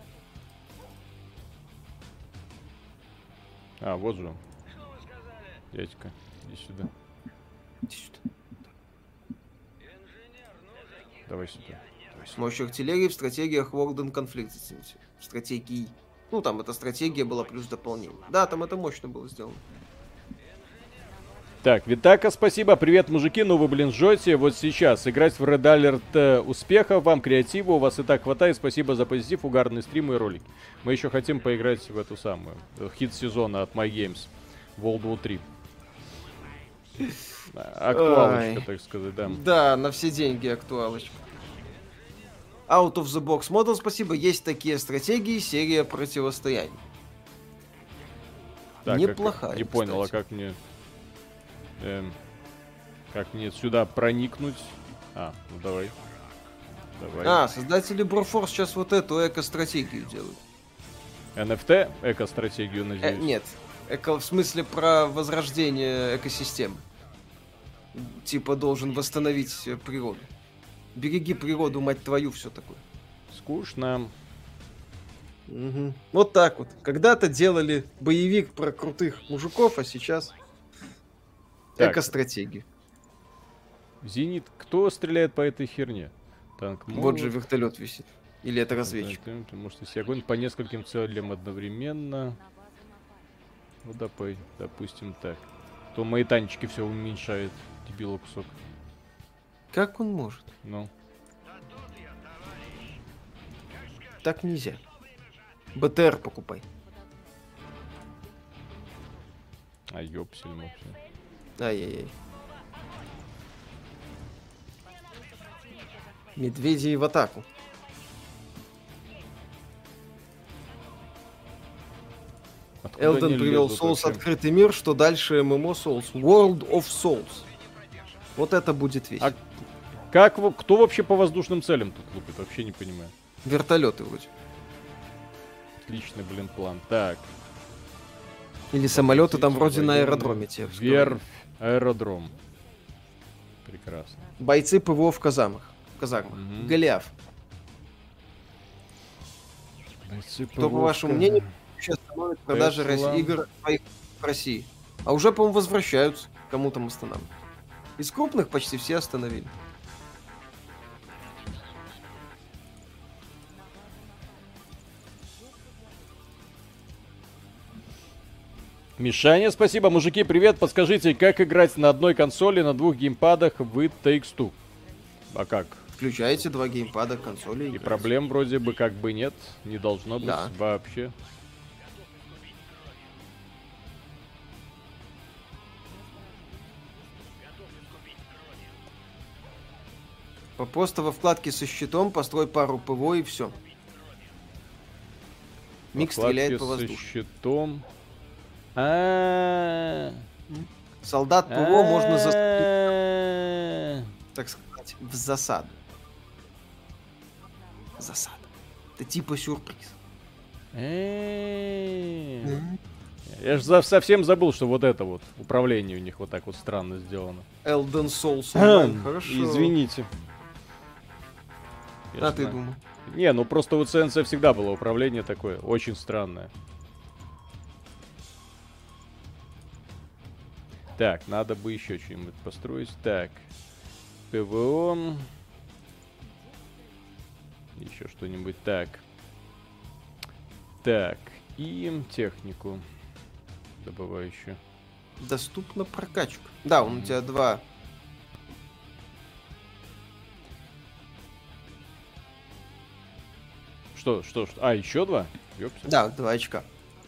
А, вот же он. Дядька, иди сюда. Иди сюда. Давай сюда. Давай сюда. Мощь артиллерии в стратегиях World and Conflict, зацените. В стратегии. Ну, там эта стратегия была плюс дополнение. Да, там это мощно было сделано. Так, Витака, спасибо. Привет, мужики. Ну вы, блин, жжете. Вот сейчас. Играть в Red Alert э, успехов. Вам креатива. У вас и так хватает. Спасибо за позитив, угарные стримы и ролики. Мы еще хотим поиграть в эту самую. э, Хит сезона от MyGames. World War три. Актуалочка, Ай. так сказать, да. Да, на все деньги актуалочка. Out of the Box Model, спасибо. Есть такие стратегии, серия противостояний. Так, Неплохая, как- не понял, а кстати. как мне... эм, как мне сюда проникнуть? А, ну давай. Давай. А, создатели Broforce сейчас вот эту эко-стратегию делают. эн эф ти? Эко-стратегию, Э, надеюсь. нет, эко, в смысле про возрождение экосистем. Типа должен восстановить э, природу. Береги природу, мать твою, все такое. Скучно. Мгм. Вот так вот. Когда-то делали боевик про крутых мужиков, а сейчас Так. эко-стратегию. Зенит. Кто стреляет по этой херне? Танк. Вот же вертолет висит. Или это разведчик? Ты, ты можешь если огонь по нескольким целям одновременно. Ну да, по, допустим так. То мои танчики все уменьшает. Дебила кусок. Как он может? Ну. Так нельзя. БТР покупай. А ёпсель вообще. Ай-яй-яй. Медведи в атаку. Откуда Элден они привел лезут Souls вообще? открытый мир, что дальше эм эм о Souls. World of Souls. Вот это будет весело. А как, во- кто вообще по воздушным целям тут лупит? Вообще не понимаю. Вертолеты вроде. Отличный, блин, план. Так. Или самолеты там вроде на аэродроме те. Верфь, аэродром. Прекрасно. Бойцы ПВО в казармах. В казармах. Мгм. Голиаф. Кто, по вашему мнению, сейчас остановит продажи Тесла. России- игр своих в России? А уже, по-моему, возвращаются. Кому там останавливают. Из крупных почти все остановили. Мишаня, спасибо. Мужики, привет. Подскажите, как играть на одной консоли, на двух геймпадах в It Takes Two? А как? Включаете два геймпада консоли. И играете. проблем вроде бы как бы нет. Не должно быть Да. вообще. По- Просто во вкладке со щитом построй пару ПВО и все. Миг Вкладки стреляет по со воздуху. щитом. А. Солдат ПВО можно засадить, засадить. так сказать, в засаду. Засада. Это типа сюрприз. Я же совсем забыл, что вот это вот управление у них вот так вот странно сделано. Elden Souls Online. Хорошо. Извините. Я А ты знаю. думал? Не, ну просто у си эн си всегда было управление такое, очень странное. Так, надо бы еще что-нибудь построить. Так, ПВО. Еще что-нибудь. Так. Так, и технику добывающую. Доступна прокачка. Да, он у тебя два. Что, что, что? А, еще два? Ёпсель. Да, два очка.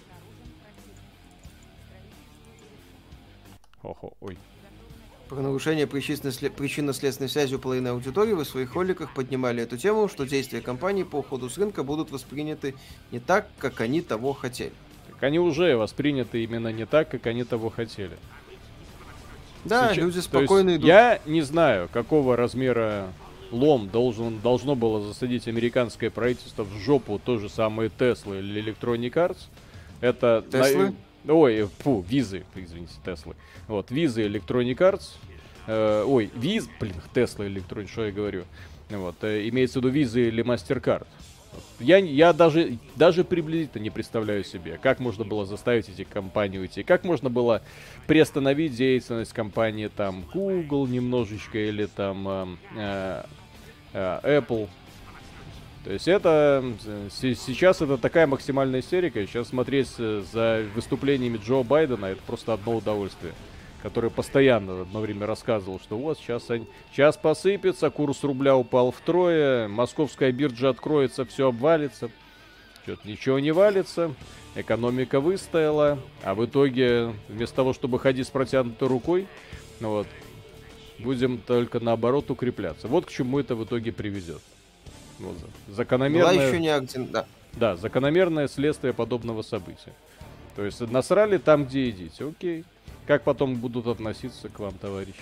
Охо, ой. Про нарушение причинно-сле- причинно-следственной связи у половины аудитории вы в своих роликах поднимали эту тему, что действия компании по уходу с рынка будут восприняты не так, как они того хотели. Так они уже восприняты именно не так, как они того хотели. Да, Сейчас- люди то есть спокойно идут. Я не знаю, какого размера лом должен, должно было засадить американское правительство в жопу то же самое Tesla или Electronic Arts. Это... на- Теслы? Ой, фу, визы, извините, Теслы. Вот, визы Electronic Arts. Э, ой, виз, блин, Tesla Electronic, что я говорю. Вот, э, имеется в виду визы или MasterCard. Я, я даже, даже приблизительно не представляю себе, как можно было заставить эти компании уйти, как можно было приостановить деятельность компании там Google немножечко или там э, э, э, Apple. То есть это э, с- сейчас это такая максимальная истерика. Сейчас смотреть э, за выступлениями Джо Байдена это просто одно удовольствие. который постоянно одно время рассказывал, что вот сейчас, они, сейчас посыпется, курс рубля упал втрое, московская биржа откроется, все обвалится. Что-то ничего не валится, экономика выстояла, а в итоге вместо того, чтобы ходить с протянутой рукой, ну вот, будем только наоборот укрепляться. Вот к чему это в итоге приведет. Вот, закономерное... Была еще не акцент, да. Да, закономерное следствие подобного события. То есть насрали там, где идите. Окей. Как потом будут относиться к вам, товарищи?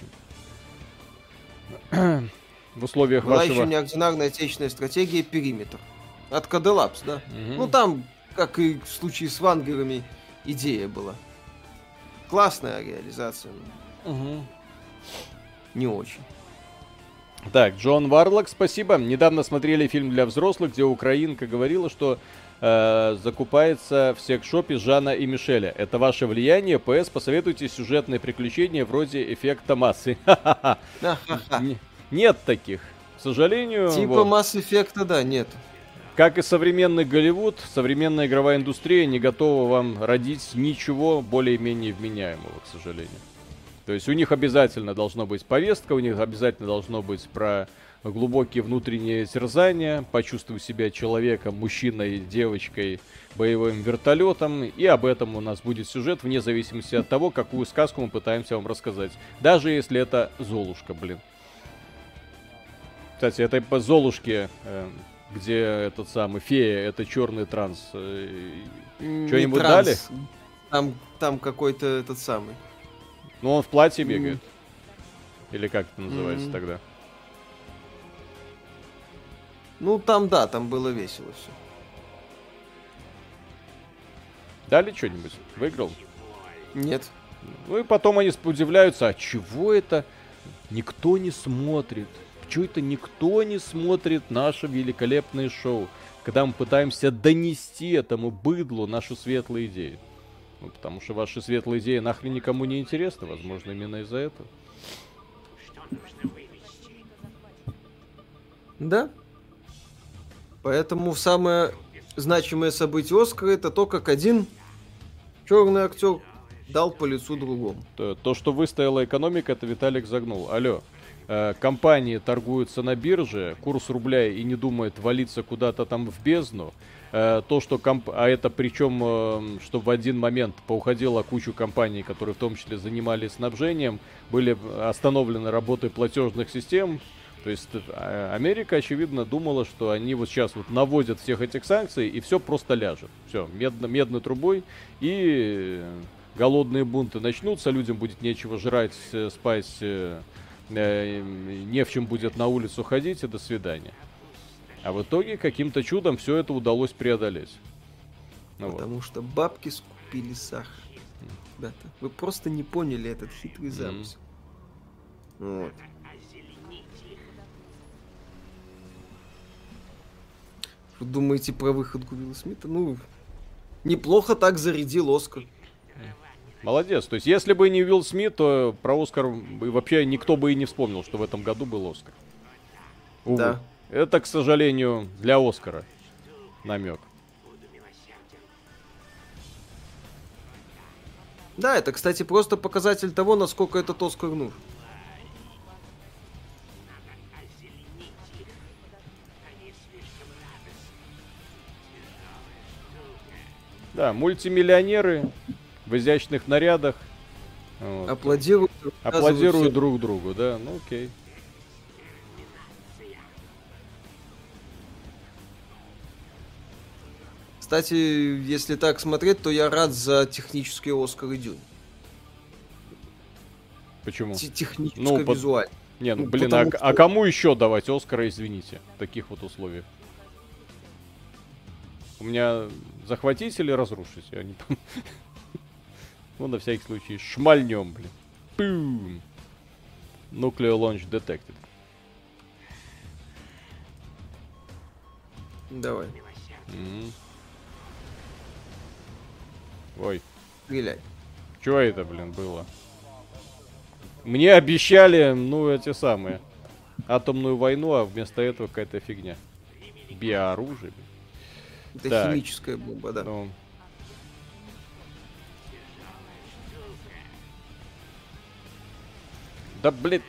В условиях Была вашего... еще неординарная отечественная стратегия «Периметр». От Каделапс, да? Мгм. Ну, там, как и в случае с вангерами, идея была. Классная реализация, но Мгм. не очень. Так, Джон Варлок, спасибо. Недавно смотрели фильм для взрослых, где украинка говорила, что э, закупается в секс-шопе Жанна и Мишеля. Это ваше влияние? ПС, посоветуйте сюжетные приключения вроде эффекта массы. Ха-ха-ха. Ха-ха-ха. Н- Нет таких. К сожалению, Типа вот, Mass Effect, да, нет. как и современный Голливуд, современная игровая индустрия не готова вам родить ничего более-менее вменяемого, к сожалению. То есть у них обязательно должна быть повестка, у них обязательно должно быть про глубокие внутренние терзания, почувствуй себя человеком, мужчиной, девочкой, боевым вертолетом, и об этом у нас будет сюжет, вне зависимости от того, какую сказку мы пытаемся вам рассказать. Даже если это Золушка, блин. Кстати, это по Золушке, э, где этот самый фея, это черный транс. э, Не Что-нибудь транс. Там, там какой-то этот самый. Ну, он в платье Мгм. бегает. Или как это называется Мгм. тогда? Ну, там, да, там было весело все. Дали что-нибудь? Выиграл? Нет. Ну и потом они удивляются, а чего это никто не смотрит? Чего это никто не смотрит наше великолепное шоу? Когда мы пытаемся донести этому быдлу нашу светлую идею. Ну, потому что ваши светлые идеи нахрен никому не интересны, возможно, именно из-за этого. Да. Поэтому самое значимое событие Оскара это то, как один черный актер дал по лицу другому. То, то, что выстояла экономика, это Виталик загнул. Алло. Э, компании торгуются на бирже, курс рубля и не думает валиться куда-то там в бездну. Э, то, что комп... А это причем, э, что в один момент поуходила кучу компаний, которые в том числе занимались снабжением, были остановлены работой платежных систем. То есть э, Америка, очевидно, думала, что они вот сейчас вот наводят всех этих санкций, и все просто ляжет. Все, медно, медной трубой, и голодные бунты начнутся, людям будет нечего жрать, э, спать, э, э, не в чем будет на улицу ходить, и до свидания. А в итоге каким-то чудом все это удалось преодолеть. Ну вот. Потому что бабки скупили сахар. Ребята, вы просто не поняли этот хитрый замысел. Вот. Вы думаете про выход Уилла Смита? Ну, неплохо так зарядил Оскар. Молодец. То есть, если бы не Уилл Смит, то про Оскар бы вообще никто бы и не вспомнил, что в этом году был Оскар. Увы. Да. Это, к сожалению, для Оскара намек. Да, это, кстати, просто показатель того, насколько этот Оскар нужен. Да, мультимиллионеры в изящных нарядах. Вот. Аплодируют. Аплодируют друг другу, да, ну окей. Кстати, если так смотреть, то я рад за технический Оскар и Дюн. Почему? Те- Технически, Ну, под- визуально. Не, ну ну, блин, а, потому а что- кому еще давать Оскара, извините, в таких вот условиях? У меня захватить или разрушить? Я не помню. Ну, на всякий случай, шмальнем, блин. Пум. Nuclear Launch Detected. Давай, Мгм. Ой, стреляй. что это, блин, было? Мне обещали, ну, эти самые, атомную войну, а вместо этого какая-то фигня. Биооружие, блин. Это Так. химическая бомба, да. Ну. Да, блин.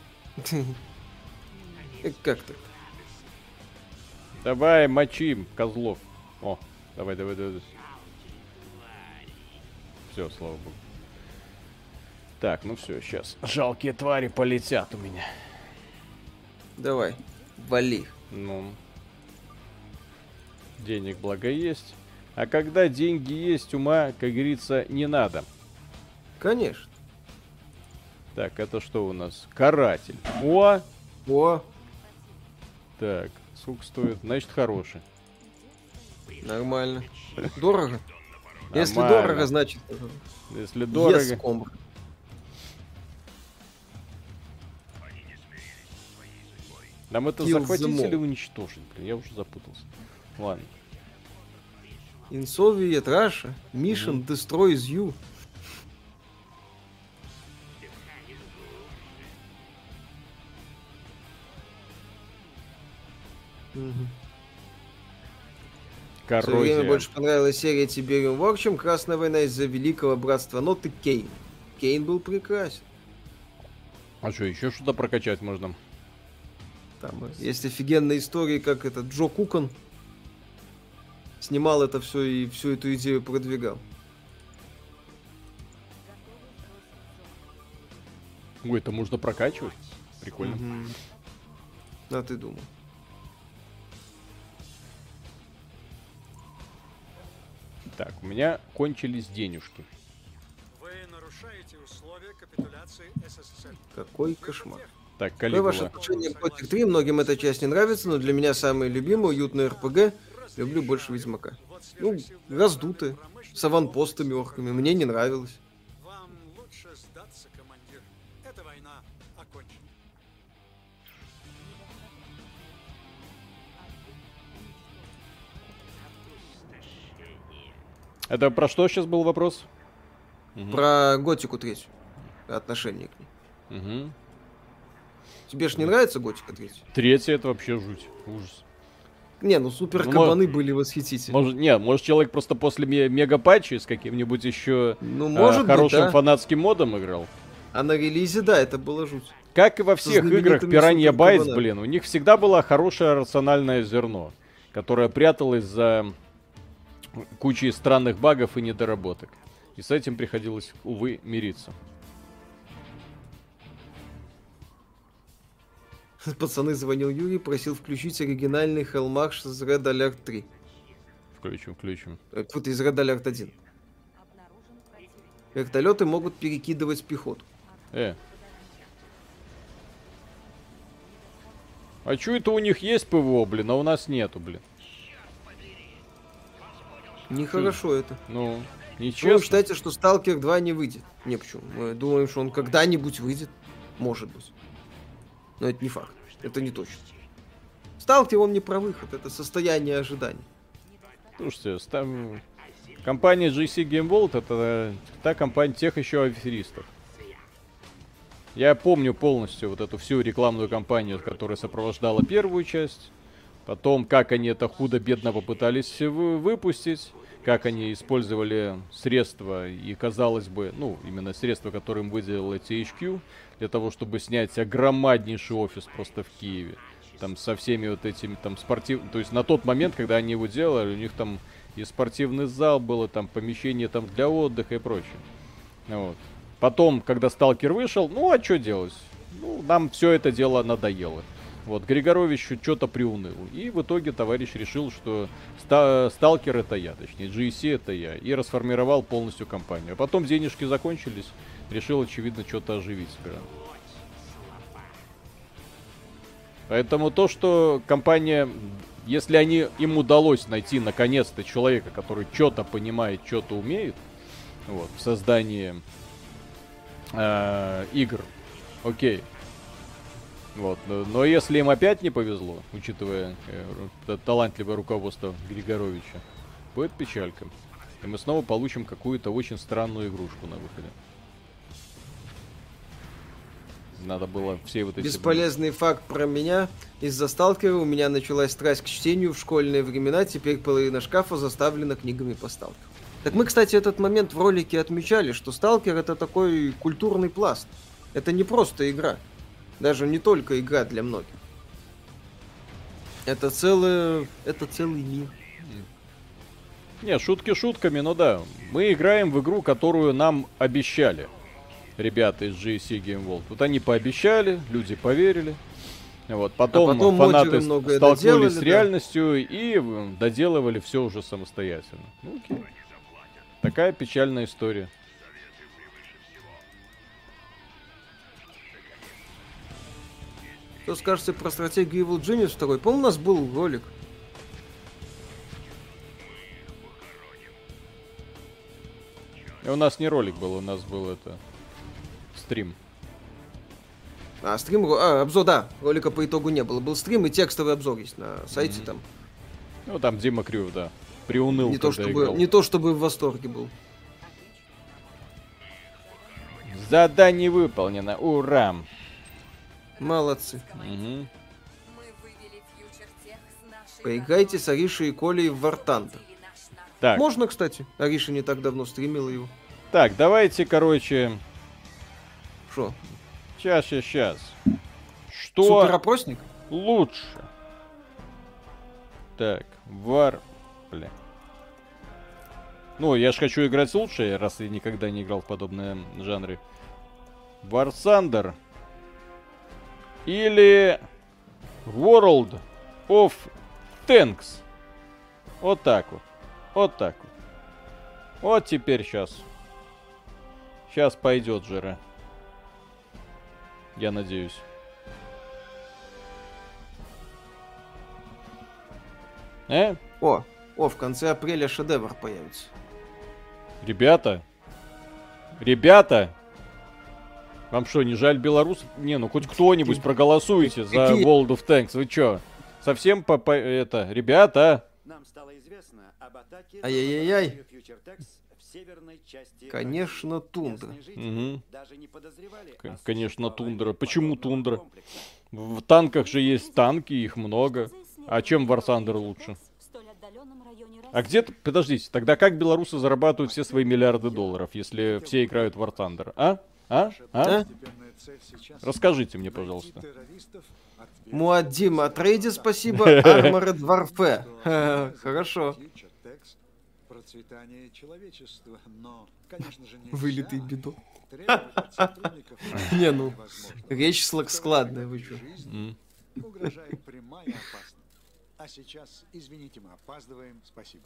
Как так? Давай, мочим, козлов. О, давай, давай, давай. Все, слава богу. Так, ну все, сейчас. Жалкие твари полетят у меня. Давай, вали. Ну. Денег благо есть. А когда деньги есть, ума, как говорится, не надо. Конечно. Так, это что у нас? Каратель. О! О, Так, сколько стоит? Значит, хороший. нормально. Дорого? Если Нормально. дорого, значит... Если дорого... Yes, комбо. Нам это Kill the захватить mob. или уничтожить? Блин, я уже запутался. Ладно. In Soviet Russia, mission destroys you. Мгм. В свое Коррозия. время больше понравилась серия Tiberium War, чем Красная война из-за Великого Братства. Но ты Кейн. Кейн был прекрасен. А что, еще что-то прокачать можно? Там э, есть офигенные истории, как этот Джо Кукон снимал это все и всю эту идею продвигал. Ой, это можно прокачивать? Прикольно. Мгм. А ты думал? Так, у меня кончились денежки. Вы нарушаете условия капитуляции СССР. Какой кошмар. Так, Какое ваше Калигула. отношение к Gothic три? Многим эта часть не нравится, но для меня самый любимый, уютный эр пи джи. Люблю больше Ведьмака. Ну, раздутые, с аванпостами, орками. Мне не нравилось. Вам лучше сдаться, командир. Эта война окончена. Это про что сейчас был вопрос? Мгм. Про Готику третью. Отношение к ней. Мгм. Тебе ж не нравится Готика третья? Третье это вообще жуть. Ужас. Не, ну супер Ну, кабаны были восхитительны. Может, не, может человек просто после ме- мега-патча с каким-нибудь еще Ну, а, может быть, хорошим да. фанатским модом играл. А на релизе, да, это было жуть. Как и во всех играх знаменитыми Piranha Bytes, суперкабанами. блин, у них всегда было хорошее рациональное зерно, которое пряталось за кучей странных багов и недоработок. И с этим приходилось, увы, мириться. Пацаны, звонил Юрий, просил включить оригинальный Hellmarch из Red Alert три. Включим, включим. Э, Тут из Red Alert один. Обнаружен противник. Вертолеты могут перекидывать пехоту. Э. А чё это у них есть ПВО, блин, а у нас нету, блин? Нехорошо это. Ну, Ну, нечестно. вы считаете, что Сталкер два не выйдет? Не, почему? Мы думаем, что он когда-нибудь выйдет. Может быть. Но это не факт. Это не точно. Сталкер, он не про выход. Это состояние ожидания. Слушайте, там... компания джи си Game World это та компания тех еще аферистов. Я помню полностью вот эту всю рекламную кампанию, которая сопровождала первую часть. Потом, как они это худо-бедно попытались вы- выпустить. Как они использовали средства и, казалось бы, ну, именно средства, которые им выделила ти эйч кью, для того, чтобы снять огромнейший офис просто в Киеве. Там со всеми вот этими там спортивными... То есть на тот момент, когда они его делали, у них там и спортивный зал было, там помещение там для отдыха и прочее. Вот. Потом, когда Сталкер вышел, ну а что делать? Ну, нам все это дело надоело. Вот, Григорович что-то приуныл. И в итоге товарищ решил, что ста- Сталкер это я, точнее, джи си это я. И расформировал полностью компанию. А потом денежки закончились. Решил, очевидно, что-то оживить игру. Поэтому то, что компания, если они, им удалось найти наконец-то человека, который что-то понимает, что-то умеет, вот, в создании э, игр, окей. Вот, но, но если им опять не повезло, учитывая э, ру- талантливое руководство Григоровича, будет печалька. И мы снова получим какую-то очень странную игрушку на выходе. Надо было все вот эти... Бесполезный факт про меня. Из-за Сталкера у меня началась страсть к чтению в школьные времена. Теперь половина шкафа заставлена книгами по Сталкеру. Так мы, кстати, этот момент в ролике отмечали, что Сталкер это такой культурный пласт. Это не просто игра. Даже не только игра для многих. Это целый... Это целый мир. Не, шутки шутками, но да. Мы играем в игру, которую нам обещали ребята из джи эс си Game World. Вот они пообещали, люди поверили. Вот, потом, а потом фанаты столкнулись доделали, с да. реальностью и доделывали все уже самостоятельно. Ну, окей. Такая печальная история. Что скажете про стратегию Evil Genius второй? По-моему, у нас был ролик. И у нас не ролик был, у нас был это... стрим. А, стрим... А, обзор, да. Ролика по итогу не было. Был стрим и текстовый обзор есть на сайте mm-hmm. там. Ну, там Дима Крюв, да. Приуныл, не то, чтобы, играл. Не то, чтобы в восторге был. Задание выполнено. Ура! Молодцы. Угу. Поиграйте с Аришей и Колей в War Thunder. Так. Можно, кстати. Ариша не так давно стримила его. Так, давайте, короче... Шо? Сейчас, сейчас, сейчас. Что Суперопросник? лучше? Так, War... Бля. Ну, я же хочу играть лучше, раз я никогда не играл в подобные жанры. War Thunder или World of Tanks. Вот так вот. Вот так вот. Вот теперь сейчас. Сейчас пойдет жира. Я надеюсь. Э? О, о, в конце апреля шедевр появится. Ребята. Ребята. Вам что, не жаль белорусов? Не, ну хоть кто-нибудь проголосуйте за World of Tanks. Вы чё? Совсем по, по это, ребята? Нам стало известно об атаке Ай-яй-яй. в северной части. Конечно, тундра. Угу. Даже не подозревали. К- конечно, тундра. Почему тундра? В танках же есть танки, их много. А чем War Thunder лучше? А где... Подождите, тогда как белорусы зарабатывают все свои миллиарды долларов, если все играют в War Thunder? А? А? А? Расскажите мне, пожалуйста. Муаддим от Рейди, спасибо. Armored Warfare. Хорошо. Процветание человечества, но, конечно же, не Вылитый бедо. Не, ну, речь складная, вы чё? Угрожает прямая опасность. А сейчас, извините, мы опаздываем. Спасибо.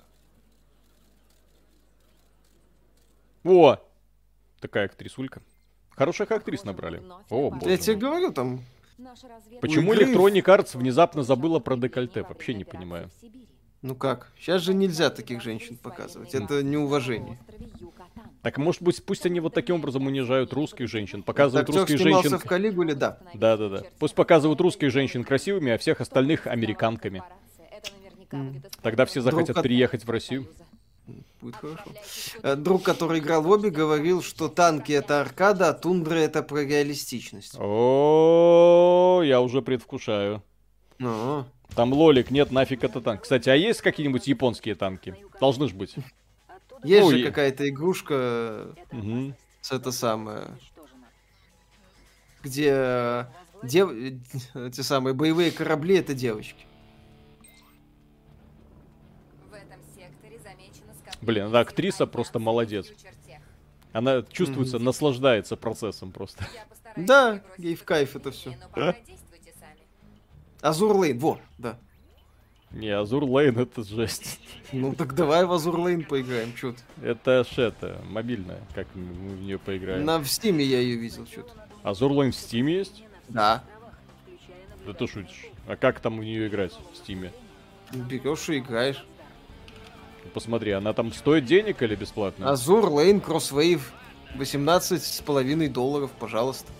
О! Такая актрисулька. Хороших актрис набрали. О, боже Я тебе мой. говорю, там... Почему игры- Electronic Arts внезапно забыла про декольте? Вообще не понимаю. Ну как? Сейчас же нельзя таких женщин показывать. Это неуважение. Так может быть, пусть они вот таким образом унижают русских женщин, показывают Актер русских снимался женщин... в Калигуле, да. Да-да-да. Пусть показывают русских женщин красивыми, а всех остальных американками. Тогда все захотят Друг от- переехать в Россию. Будет хорошо. Э, Друг, который играл в обе, говорил, что танки это аркада, а тундра это про реалистичность. О, я уже предвкушаю. Ну, Там лолик, нет, нафиг это танк. Кстати, а есть какие-нибудь японские танки? Должны ж быть. есть Ну, же и- какая-то игрушка Мгм. с это самое, где э, дев... эти самые боевые корабли это девочки. В этом секторе замечено скопление Блин, эта актриса просто молодец. фьючер-тех. Она чувствуется, наслаждается процессом просто. Я постараюсь Да, перебросить ей в кайф это впечатление, всё. но пока действуйте сами. Азур Лейн, во, да. Не, Азур Лейн это жесть. Ну так давай в Азур Лейн поиграем, чё ты. Это ж это, мобильная, как мы в нее поиграем. На в Стиме я ее видел, чё ты. Азур Лейн в Стиме есть? Да. Да ты шутишь. А как там в нее играть в Стиме? Берешь и играешь. Посмотри, она там стоит денег или бесплатно? Азур Лейн Кроссвейв. восемнадцать с половиной долларов, пожалуйста.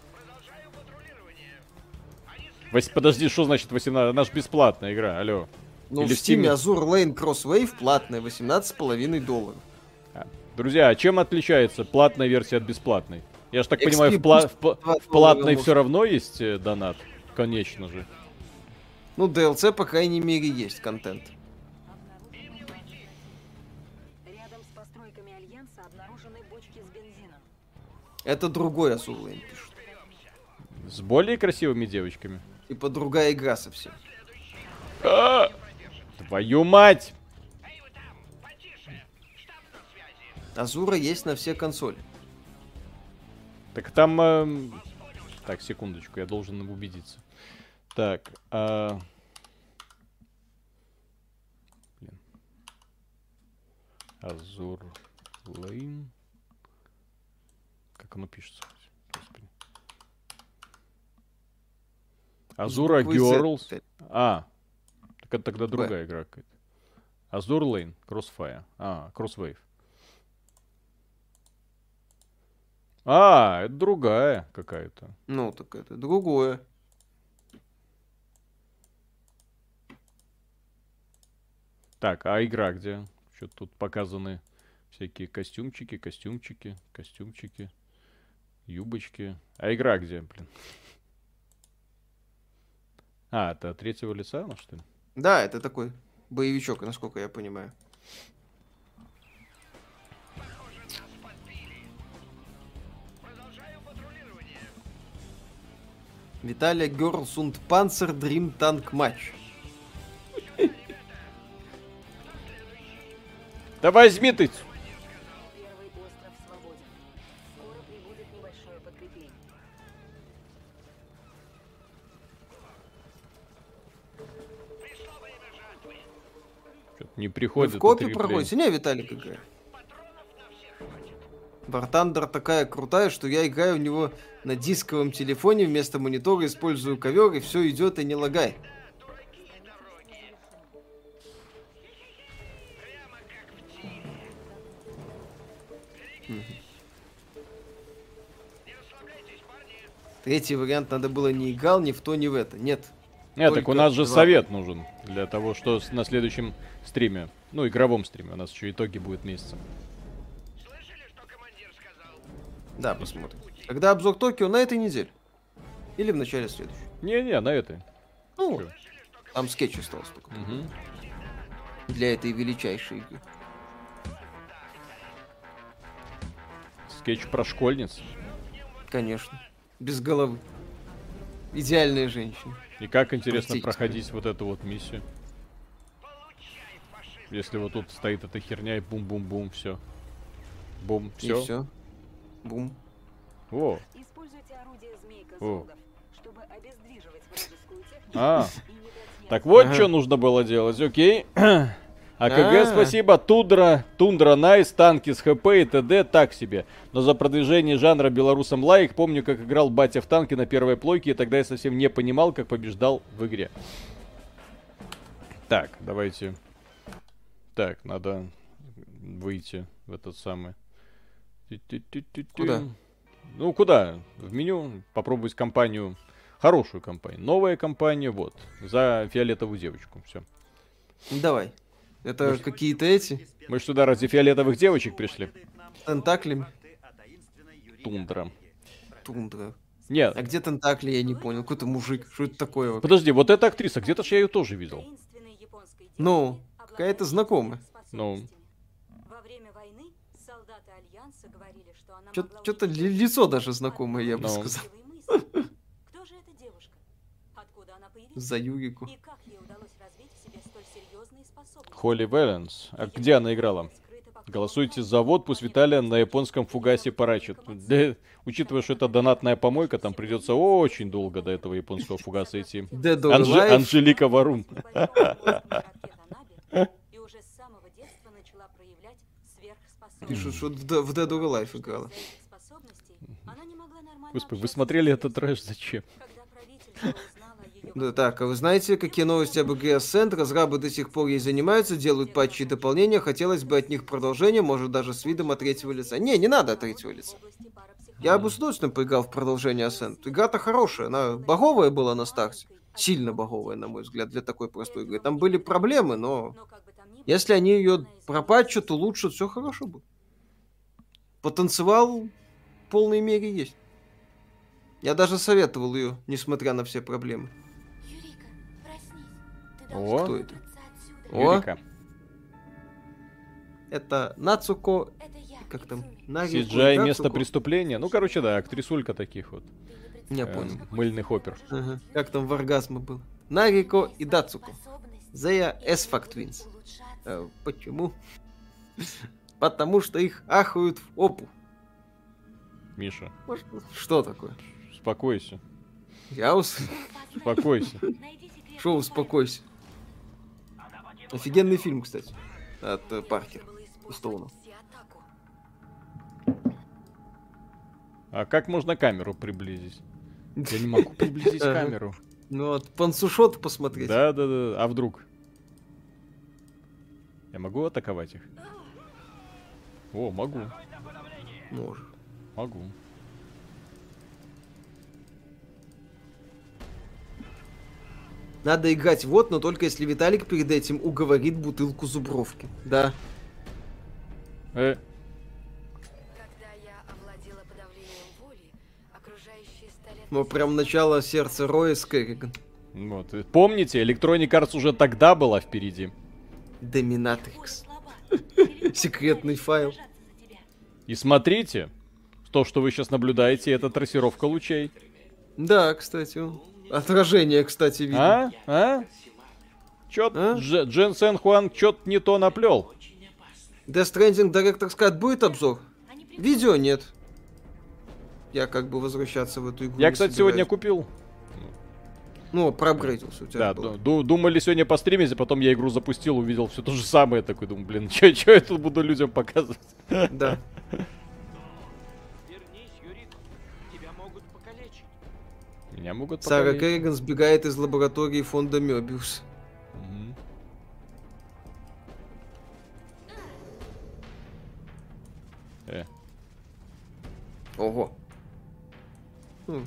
Вось- Подожди, что значит восемнадцать? Она ж бесплатная игра, алло. Ну, Или в в Steam? Стиме Азур Лейн Кроссвейв платная, восемнадцать с половиной долларов. Друзья, а чем отличается платная версия от бесплатной? Я ж так Экспи понимаю, в, пла- пусть в пла- два в платной доллара все равно есть э, донат? Конечно же. Ну, ди эл си, по крайней мере, есть контент. Рядом с постройками Альянса обнаружены бочки с бензином. Это другой Азур Лейн пишут. С более красивыми девочками. Типа другая игра совсем. А! Твою мать! Азура есть на все консоли. Так там... э, Так, секундочку, я должен убедиться. Так, а... Блин. Азур Лейн. Как оно пишется? Господи. Азура Буквы Z. Girls. А, так это тогда другая игра какая-то. Азур Лейн, Crossfire. А, Crosswave. А, это другая какая-то. Ну, так это другое. Так, а игра где? Что тут показаны всякие костюмчики, костюмчики, костюмчики, юбочки. А игра где, блин? А, это от третьего лица, ну что ли? Да, это такой боевичок, насколько я понимаю. Виталия Girls und Panzer Dream Tank Match. Да возьми ты! Первый остров свободен. Скоро прибудет небольшое подкрепление. Что-то не Вы приходит. в копе подкрепление. проходите? Не, Виталик играет. War Thunder такая крутая, что я играю у него на дисковом телефоне, вместо монитора использую ковер, и все идет и не лагай. Мгм. Третий вариант надо было не играл ни в то, ни в это. Нет. Нет, так у только нас же два. совет нужен для того, что с- на следующем стриме, ну, игровом стриме, у нас еще итоги будет месяца. Да, посмотрим. Когда обзор Токио на этой неделе? Или в начале следующей? Не-не, на этой. Ну, Чё? там скетч остался только. Мгм. Для этой величайшей игры. Скетч про школьниц. Конечно. Без головы. Идеальная женщина. И как интересно Практически. проходить вот эту вот миссию. Если вот тут стоит эта херня и бум-бум-бум, все. Бум, И все. все. Бум. О, Используйте орудие змей О. козлогов, чтобы обездвиживать вражескую технику а, и не дать ей так вот Ага. что нужно было делать, окей. АКГ, А. спасибо. Тундра, Тундра, Найс, танки с ХП и т.д. так себе. Но за продвижение жанра белорусам лайк. Помню, как играл батя в танки на первой плойке, и тогда я совсем не понимал, как побеждал в игре. Так, давайте. Так, надо выйти в этот самый. Тю-тю-тю-тю-тю. Куда? Ну, куда? В меню попробовать компанию. Хорошую компанию. Новая компания, вот. За фиолетовую девочку. Все. Давай. Это какие-то эти Мы ж сюда ради фиолетовых девочек пришли. тентакли. Тундра. Тундра. Нет, А где тентакли, я не понял. Какой-то мужик. Что это такое? вообще? подожди, вот эта актриса, где-то ж я ее тоже видел. Таинственной японской Ну, девушке, какая-то обладающей знакомая. способностями. Ну. Во время войны солдаты Альянса говорили, что она Чё- могла Чё-то увидеть ли- лицо даже знакомое, я бы Ну. сказал. мысли. Кто же эта девушка? Откуда она появилась? За Юрику. И как ей удалось развить в себе столь серьезные способности? Холли Вэланс. А где она играла? Голосуйте за вот, пусть Виталия на японском фугасе порачит. Да, учитывая, что это донатная помойка, там придется очень долго до этого японского фугаса идти. Dead or Анжи- Alive. Анжелика Варум. И уже с самого детства начала проявлять сверхспособности. Пишут, что в Д- в Dead or Alive играла. Из-за этих способностей она не могла нормально Господи, вы общаться смотрели с этот детьми. трэш зачем? Когда правительство узнало о её Да, так, а вы знаете, какие новости об игре Ascent? Разрабы до сих пор ей занимаются, делают патчи и дополнения. Хотелось бы от них продолжение, может даже с видом от третьего лица. Не, не надо от третьего лица. Я бы с удовольствием поиграл в продолжение Ascent. Игра-то хорошая, она боговая была на старте. Сильно боговая, на мой взгляд, для такой простой игры. Там были проблемы, но Но как бы там ни было, если они ее она из- пропатчат, улучшат, все хорошо будет. Потенциал в полной мере есть. Я даже советовал ее, несмотря на все проблемы. Юрика, проснись. Ты О. должна Кто это? выбраться отсюда. О. Юрика. Это Нацуко, Это я, как там, Мицуми. Нарико Си джи ай Нацуко. место преступления. Ну, короче, да, актрисулька таких вот. Ты не Не э, понял. мыльный хоппер. Ага. Как там в оргазме было? Нарико и Дацуко. Зея S-Fact Twins. Э, почему? Потому что их ахают в опу. Миша, Может, что такое? успокойся. Я ус... Успокойся. Шо, успокойся. Офигенный фильм, кстати. От э, Паркера и Стоуна. А как можно камеру приблизить? Я не могу приблизить Ага. камеру. Ну вот, пансушот посмотреть. Да, да, да. А вдруг? Я могу атаковать их? О, могу. Может. Могу. Надо играть вот, но только если Виталик перед этим уговорит бутылку зубровки. Да. Э, Когда я овладела подавлением воли, окружающие стали... Ну, прям начало сердца Роя с Керриган. вот. И помните, Electronic Arts уже тогда была впереди. Доминатрикс. Секретный файл. И смотрите, то, что вы сейчас наблюдаете, это трассировка лучей. Да, кстати. он- Отражение, кстати, видно. А? А? Чё А? Дж- Джен Сен Хуан чё-то не то наплел. Death Stranding Director's Cut будет обзор? Видео нет. Я как бы возвращаться в эту игру Я, не кстати, собираюсь. сегодня купил. Ну, проапгрейдился у тебя. Да, было. ду- ду- думали сегодня постримить, а потом я игру запустил, увидел все то же самое. Такой, думаю, блин, чё, чё я тут буду людям показывать? Да. Вернись, Юрико. Тебя могут покалечить. Меня могут Сара покалечить. Керриган сбегает из лаборатории фонда Мёбиус. Мгм. Э, Ого. Ну,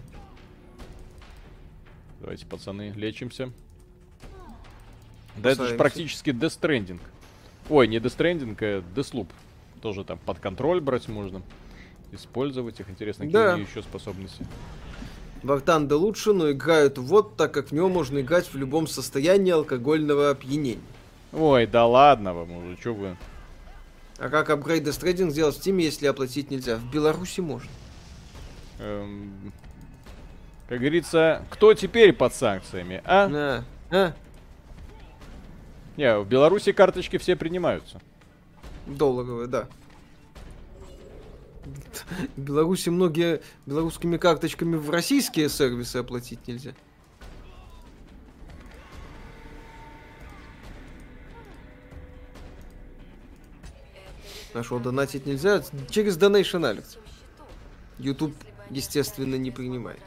давайте, пацаны, лечимся. Да это же Спасаемся. практически Death Stranding. Ой, не Death Stranding, а Deathloop. Тоже там под контроль брать можно. Использовать их. Интересно, какие Да. у нее еще способности. Вартанда лучше, но играют вот, так как в него можно играть в любом состоянии алкогольного опьянения. Ой, да ладно вам уже, что вы... А как апгрейд Death Stranding сделать в Steam, если оплатить нельзя? В Беларуси можно. Эм, как говорится, кто теперь под санкциями, а? На, а? Не, в Беларуси карточки все принимаются. Долларовые, да. В Беларуси многие белорусскими карточками в российские сервисы оплатить нельзя. А что, донатить нельзя? Через Donation Alert. YouTube, естественно, не принимает.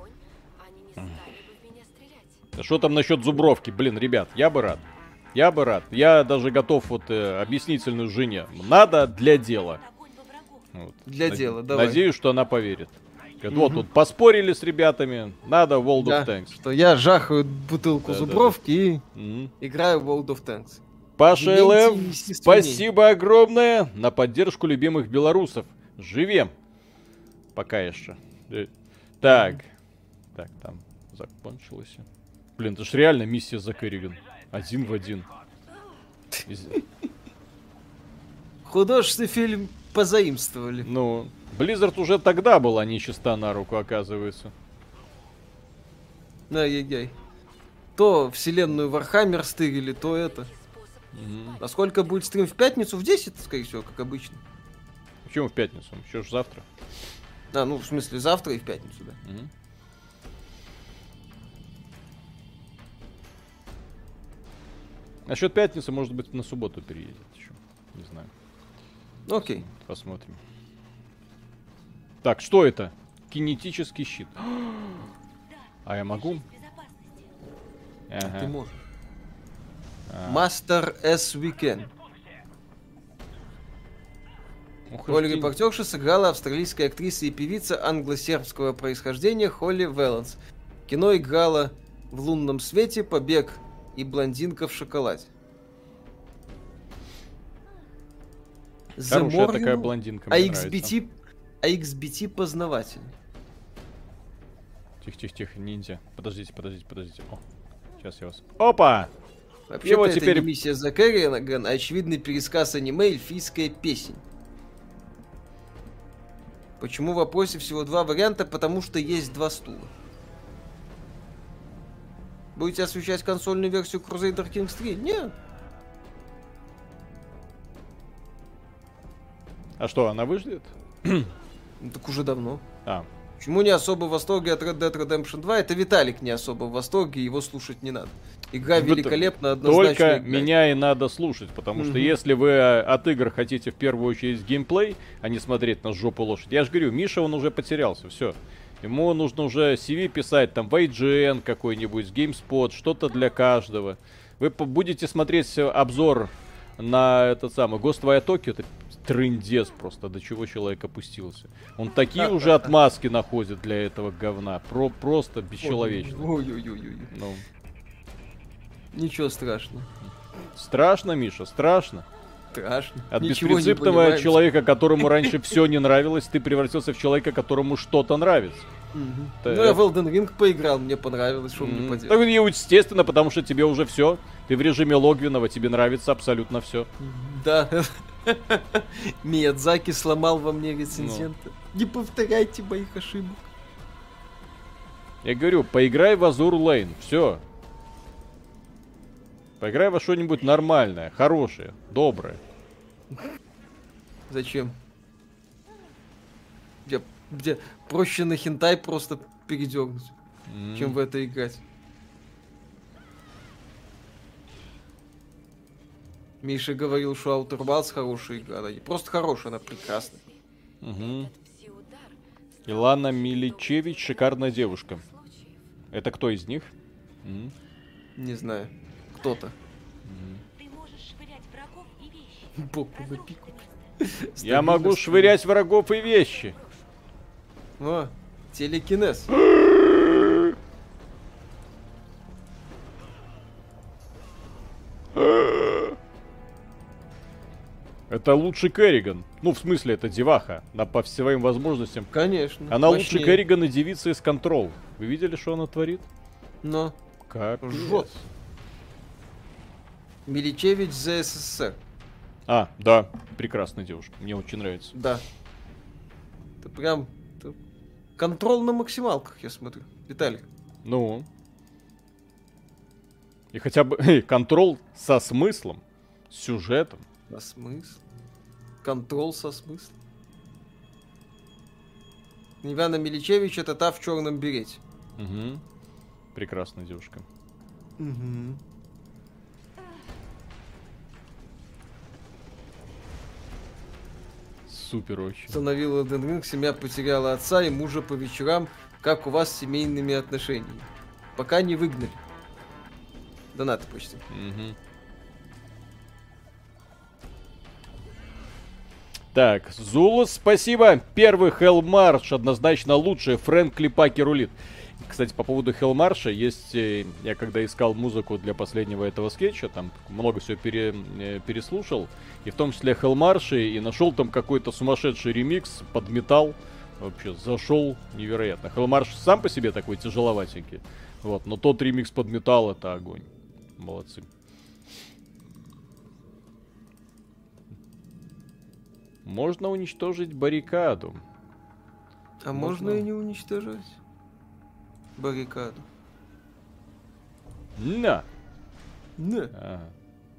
Да что там насчет зубровки? Блин, ребят, я бы рад. Я бы рад. Я даже готов вот э, объяснительную жене. Надо для дела. Вот. Для Наде- дела, давай. Надеюсь, что она поверит. Говорит, вот тут поспорили с ребятами, надо World Да, of Tanks. что я жахаю бутылку Да-да-да. зубровки и Мгм. играю в World of Tanks. Паша Дементий ЛФ, естественней. спасибо огромное на поддержку любимых белорусов. Живем. Пока еще. Э, Так. Так, там закончилось. Блин, это ж реально миссия за Керриган. Один в один. Из- Художественный фильм позаимствовали. Ну, Blizzard уже тогда была нечиста на руку, оказывается. Ай-яй-яй. То вселенную Вархаммер стырили, то это. Мгм. А сколько будет стрим в пятницу? В десять, скорее всего, как обычно. Почему в пятницу? Еще ж завтра. А, ну, в смысле, завтра и в пятницу, да. Мгм. Насчет пятницы, может быть, на субботу переедет еще. Не знаю. Окей. Посмотрим. Так, что это? Кинетический щит. А я могу? Ты Ага. можешь. А. Master as we can. Ух, Роль ты. репортерши сыграла австралийская актриса и певица англо-сербского происхождения Холли Вэланс. В кино играла в «Лунном свете», «Побег» и «Блондинка в шоколаде». The Хорошая More такая You Know. блондинка, А мне икс би нравится. ти, а икс би ти познаватель. Тихо-тихо-тихо, ниндзя. Подождите, подождите, подождите. О, сейчас я вас... Опа! Вообще-то Его это теперь- не миссия Закарьяна, а очевидный пересказ аниме «Эльфийская песень». Почему в вопросе всего два варианта? Потому что есть два стула. Будете освещать консольную версию Crusader Kings три? Нет. А что, она выждет? Ну, так уже давно. А, Почему не особо в восторге от Red Dead Redemption два? Это Виталик не особо в восторге, его слушать не надо. Игра Вот великолепна, однозначно. только играть. меня и надо слушать, потому что Мгм. если вы э, от игр хотите в первую очередь геймплей, а не смотреть на жопу лошадь, я же говорю, Миша, он уже потерялся, все. Ему нужно уже си ви писать, там, в ай джи эн какой-нибудь, GameSpot, что-то для каждого. Вы по- будете смотреть э, обзор на этот самый Ghostwire Tokyo, это трындец просто, до чего человек опустился. Он такие уже отмазки находит для этого говна, про просто бесчеловечно. Ой-ой-ой-ой. Ну, Ничего страшного. страшно, Миша, страшно. Страшно. От Ничего не беспринципного понимаем. человека, которому раньше все не нравилось, ты превратился в человека, которому что-то нравится. Мгм. Да, Ну, я это- в Elden Ring поиграл, мне понравилось, что мне М, поделать. Так, и естественно, потому что тебе уже все. Ты в режиме Логвинова, тебе нравится абсолютно все. Да. Миядзаки сломал во мне Ну. рецензента. Не повторяйте моих ошибок. Я говорю, поиграй в Azur Lane, все. Поиграй во что-нибудь нормальное, хорошее, доброе. Зачем? Где, где проще на хентай просто передернуть, М. чем в это играть. Миша говорил, что Outer Wilds хорошая игра. Она не просто хорошая, она прекрасная. Мгм. Илана Миличевич, шикарная девушка. Это кто из них? М. Не знаю. Кто-то. Ты можешь швырять врагов и вещи. Боку на пику. Я могу швырять врагов и вещи. О, телекинез. Это лучше Керриган. Ну, в смысле, это деваха. Она по своим возможностям. Конечно. Она лучше мощнее. Керриган и девица из Control. Вы видели, что она творит? Но. Капец. Жжет. Миличевич за СССР. А, да, прекрасная девушка. Мне очень нравится. Да. Это прям... это контрол на максималках, я смотрю. Виталик. Ну. И хотя бы эй, контрол со смыслом, с сюжетом. А смысл? Контрол со смыслом. Ивана Миличевич это та в черном берете. Угу. Прекрасная девушка. Угу. Супер очень. Установил Elden Ring, семья потеряла отца и мужа по вечерам. Как у вас с семейными отношениями? Пока не выгнали. Донаты почти. Мгм. Так, Зулус, спасибо. Первый Хелмарш однозначно лучший. Фрэнк Клипаки рулит. Кстати, по поводу Хелмарша, есть, э, я когда искал музыку для последнего этого скетча, там много всего пере, э, переслушал, и в том числе Хелмарши, и нашел там какой-то сумасшедший ремикс под металл. Вообще, зашел невероятно. Хелмарш сам по себе такой тяжеловатенький, вот, но тот ремикс под металл — это огонь. Молодцы. Можно уничтожить баррикаду. А можно, и не уничтожать баррикаду. На! Да. Ага.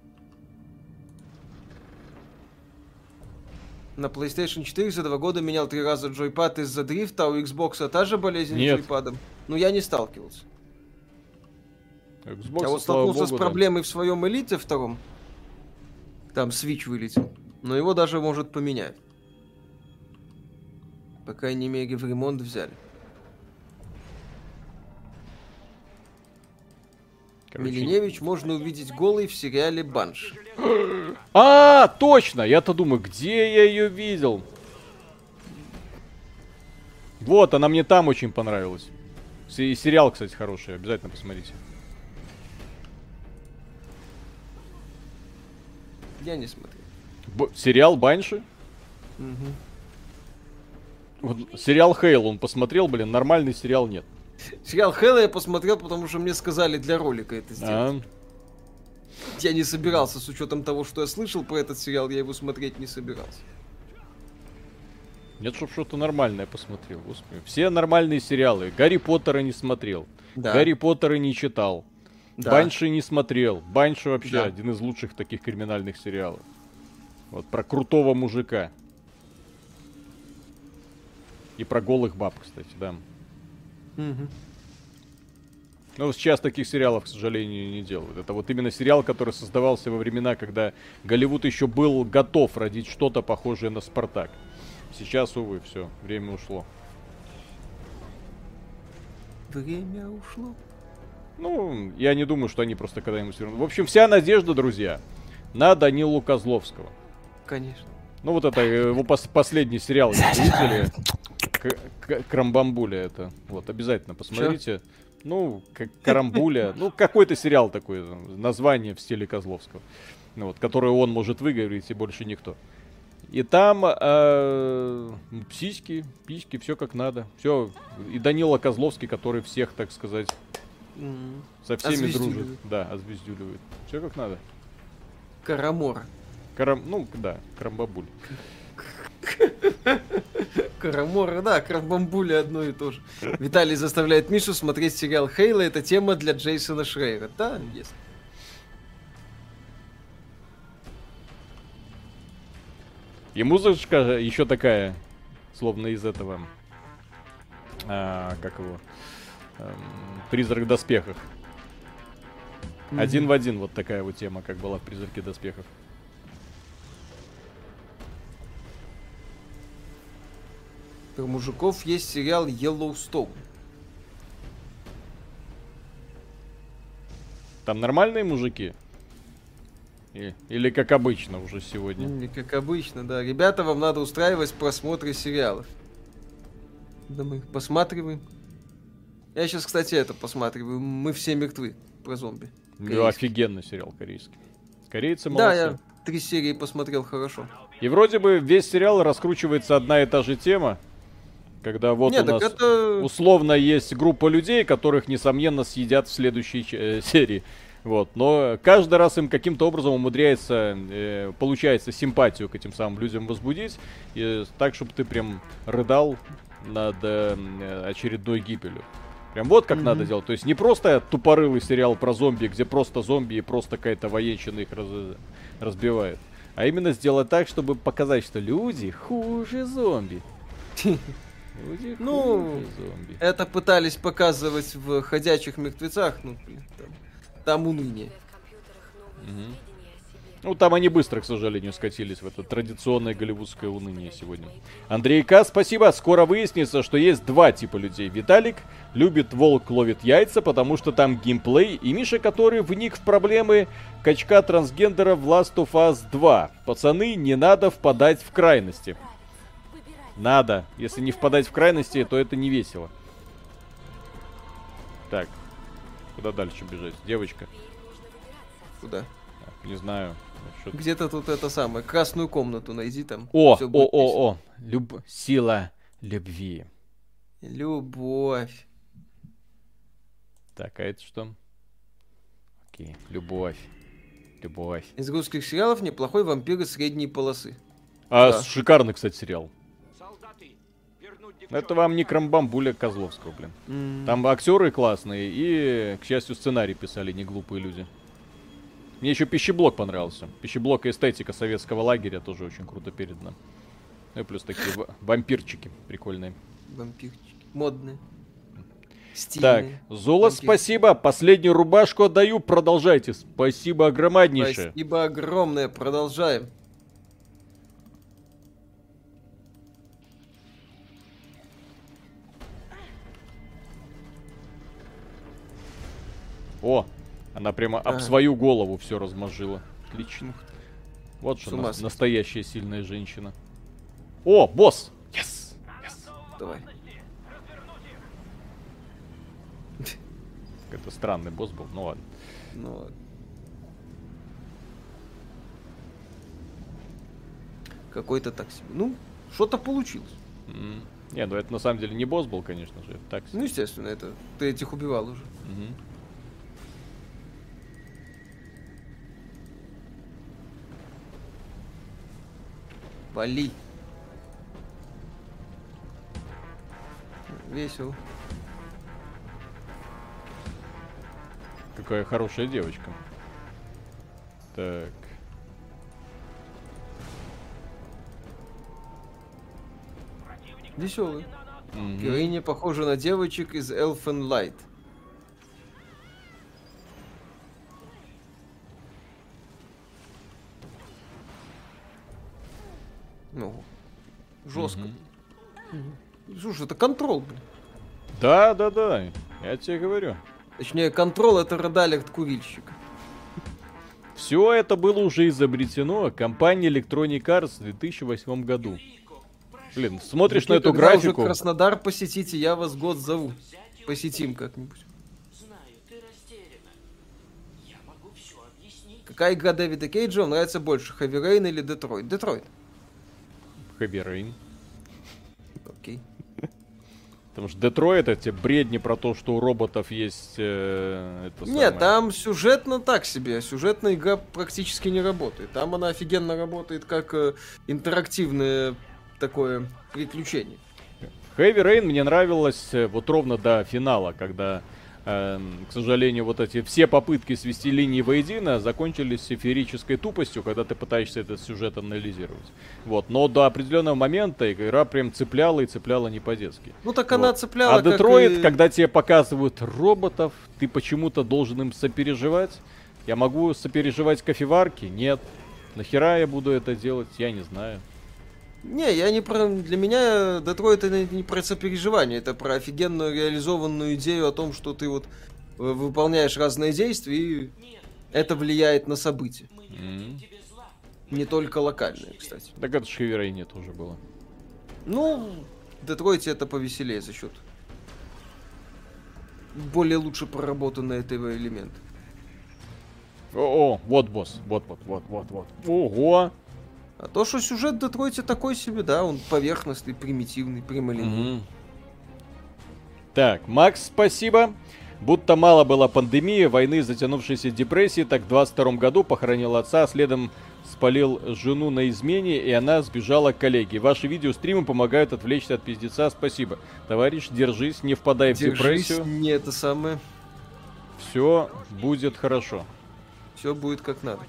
На PlayStation четыре за два года менял три раза джойпад из-за дрифта, а у Xbox та же болезнь с Нет. джойпадом. Ну, я не сталкивался. Xbox, я вот слава столкнулся богу, с да. проблемой в своем Элите втором. Там Switch вылетел. Но его даже, может, поменять. По крайней мере, в ремонт взяли. Короче, Милиневич можно увидеть голый в сериале «Банши». А, точно! Я-то думаю, где я ее видел? Вот, она мне там очень понравилась. Се- сериал, кстати, хороший, обязательно посмотрите. Я не смотрел. Б- сериал Банши? Мгм. Вот, сериал Хейл он посмотрел, блин, нормальный сериал нет. Сериал Хэлла я посмотрел, потому что мне сказали для ролика это сделать. А, Я не собирался, с учетом того, что я слышал про этот сериал, я его смотреть не собирался. Нет, чтоб что-то нормальное посмотрел, господи. Все нормальные сериалы. Гарри Поттера не смотрел. Да. Гарри Поттера не читал. Да. Банши не смотрел. Банши вообще Да. один из лучших таких криминальных сериалов. Вот про крутого мужика. И про голых баб, кстати, да. Мгм. Но сейчас таких сериалов, к сожалению, не делают. Это вот именно сериал, который создавался во времена, когда Голливуд еще был готов родить что-то похожее на Спартак. Сейчас, увы, все, время ушло. Время ушло. Ну, я не думаю, что они просто когда-нибудь все равно... В общем, вся надежда, друзья, на Данилу Козловского. Конечно. Ну, вот это его пос- последний сериал, если видели, К- К- Крамбамбуля это. Вот, обязательно посмотрите. Ну, как Карамбуля, ну, какой-то сериал такой, название в стиле Козловского. Ну, вот, который он может выговорить, и больше никто. И там э, сиськи, письки, все как надо. Все. И Данила Козловский, который всех, так сказать, М. со всеми дружит. Озвездюливает. Да, озвездюливает. Все как надо. Карамора. Карам... Ну, да, Крамбабуль. Карамора, да, Крамбамбули одно и то же. Виталий заставляет Мишу смотреть сериал Хейла. Это тема для Джейсона Шрейера. Да, есть. И музычка еще такая, словно из этого, а, как его, эм, «Призрак в доспехах». Мгм. Один в один вот такая вот тема, как была в «Призраке доспехов». Про мужиков есть сериал Yellowstone. Там нормальные мужики? И- Или как обычно уже сегодня? Или как обычно, да. Ребята, вам надо устраивать просмотры сериалов. Да мы посматриваем. Я сейчас, кстати, это посматриваю. Мы все мертвы. Про зомби. Ну, корейский. офигенный сериал корейский. Корейцы Да, молодцы. я три серии посмотрел хорошо. И вроде бы весь сериал раскручивается одна и та же тема. Когда вот Не, у так нас это... условно есть группа людей, которых, несомненно, съедят в следующей ч- э, серии. Вот. Но каждый раз им каким-то образом умудряется, э, получается, симпатию к этим самым людям возбудить. И так, чтобы ты прям рыдал над э, очередной гибелью. Прям вот как Мгм. надо делать. То есть не просто тупорылый сериал про зомби, где просто зомби и просто какая-то военщина их раз- разбивает. А именно сделать так, чтобы показать, что люди хуже зомби. Люди Ну, хуже зомби. Это пытались показывать в «Ходячих мертвецах». Ну, блин, там, там уныние. Мгм. Ну, там они быстро, к сожалению, скатились в это традиционное голливудское уныние сегодня. Андрей К, спасибо. Скоро выяснится, что есть два типа людей. Виталик любит «Волк ловит яйца», потому что там геймплей. И Миша, который вник в проблемы качка трансгендера в Last of Us два. Пацаны, не надо впадать в крайности. Надо. Если не впадать в крайности, то это не весело. Так. Куда дальше бежать? Девочка. Куда? Не знаю. Что-то- Где-то тут это самое. Красную комнату найди там. О, Всё о, будет весело. о, о. Люб... Сила любви. Любовь. Так, а это что? Окей, любовь. Любовь. Из русских сериалов неплохой «Вампиры средней полосы». А, Да. шикарный, кстати, сериал. Солдаты, вернуть Это вам не Крамбамбуля Козловского, блин. М. Там актеры классные и, к счастью, сценарий писали не глупые люди. Мне еще «Пищеблок» понравился. «Пищеблок» и эстетика советского лагеря тоже очень круто передана. Ну и плюс такие ва- вампирчики прикольные. Вампирчики. Модные. Так, Стильные. Зола, Вампир. спасибо. Последнюю рубашку отдаю. Продолжайте. Спасибо огромнейшее. Спасибо огромное. Продолжаем. О, она прямо об Ага. свою голову все размозжила. Отлично. Вот что С ума нас- сойти. настоящая сильная женщина. О, босс! Yes! Давай. Это странный босс был, ну ладно. Ну, ладно. Какой-то так себе. Ну, что-то получилось. М. Не, ну это на самом деле не босс был, конечно же. это Так себе. Ну, естественно, это ты этих убивал уже. Мгм. Вали. Весело. Какая хорошая девочка. Так. Веселый. Мгм. Героиня похожа на девочек из Elfen Light. Ну, жестко. Мгм. Слушай, это контрол, блин. Да, да, да. Я тебе говорю. Точнее, контрол это Родалерт курильщика. Все это было уже изобретено компанией Electronic Arts в две тысячи восьмом году. Блин, смотришь на эту Когда графику. уже Краснодар посетите, я вас год зову. Посетим как-нибудь. Какая игра Дэвида Кейджа вам нравится больше, Heavy Rain или Детройт? Детройт. Heavy Rain. Окей. Потому что Детройт это те бредни про то, что у роботов есть э, это Нет, самое. там сюжетно так себе. Сюжетная игра практически не работает. Там она офигенно работает как э, интерактивное такое приключение. Heavy Rain мне нравилось э, вот ровно до финала, когда, э, к сожалению, вот эти все попытки свести линии воедино закончились эфирической тупостью, когда ты пытаешься этот сюжет анализировать. Вот, но до определенного момента игра прям цепляла и цепляла не по-детски. Ну так она Вот. цепляла. А как Детройт, и- когда тебе показывают роботов, ты почему-то должен им сопереживать. Я могу сопереживать кофеварке? Нет. Нахера я буду это делать? Я не знаю. Не, я не про... Для меня Детройт это не про сопереживание, это про офигенную реализованную идею о том, что ты вот э, выполняешь разные действия, и это влияет на события. М. Не только локальные, кстати. Так это ж в Heavy Rain тоже было. Ну, в Детройте это повеселее за счет более лучше проработанные этого элемента. О, о, вот босс. Вот, вот, вот, вот, вот. Ого! А то, что сюжет в Детройте такой себе, да, он поверхностный, примитивный, прямолинейный. Мгм. Так, Макс, спасибо. Будто мало было пандемии, войны, затянувшейся депрессии, так в двадцать втором году похоронил отца, следом спалил жену на измене, и она сбежала к коллеге. Ваши видеостримы помогают отвлечься от пиздеца, спасибо. Товарищ, держись, не впадай в Держись, депрессию. не это самое, Все будет хорошо. все будет как надо.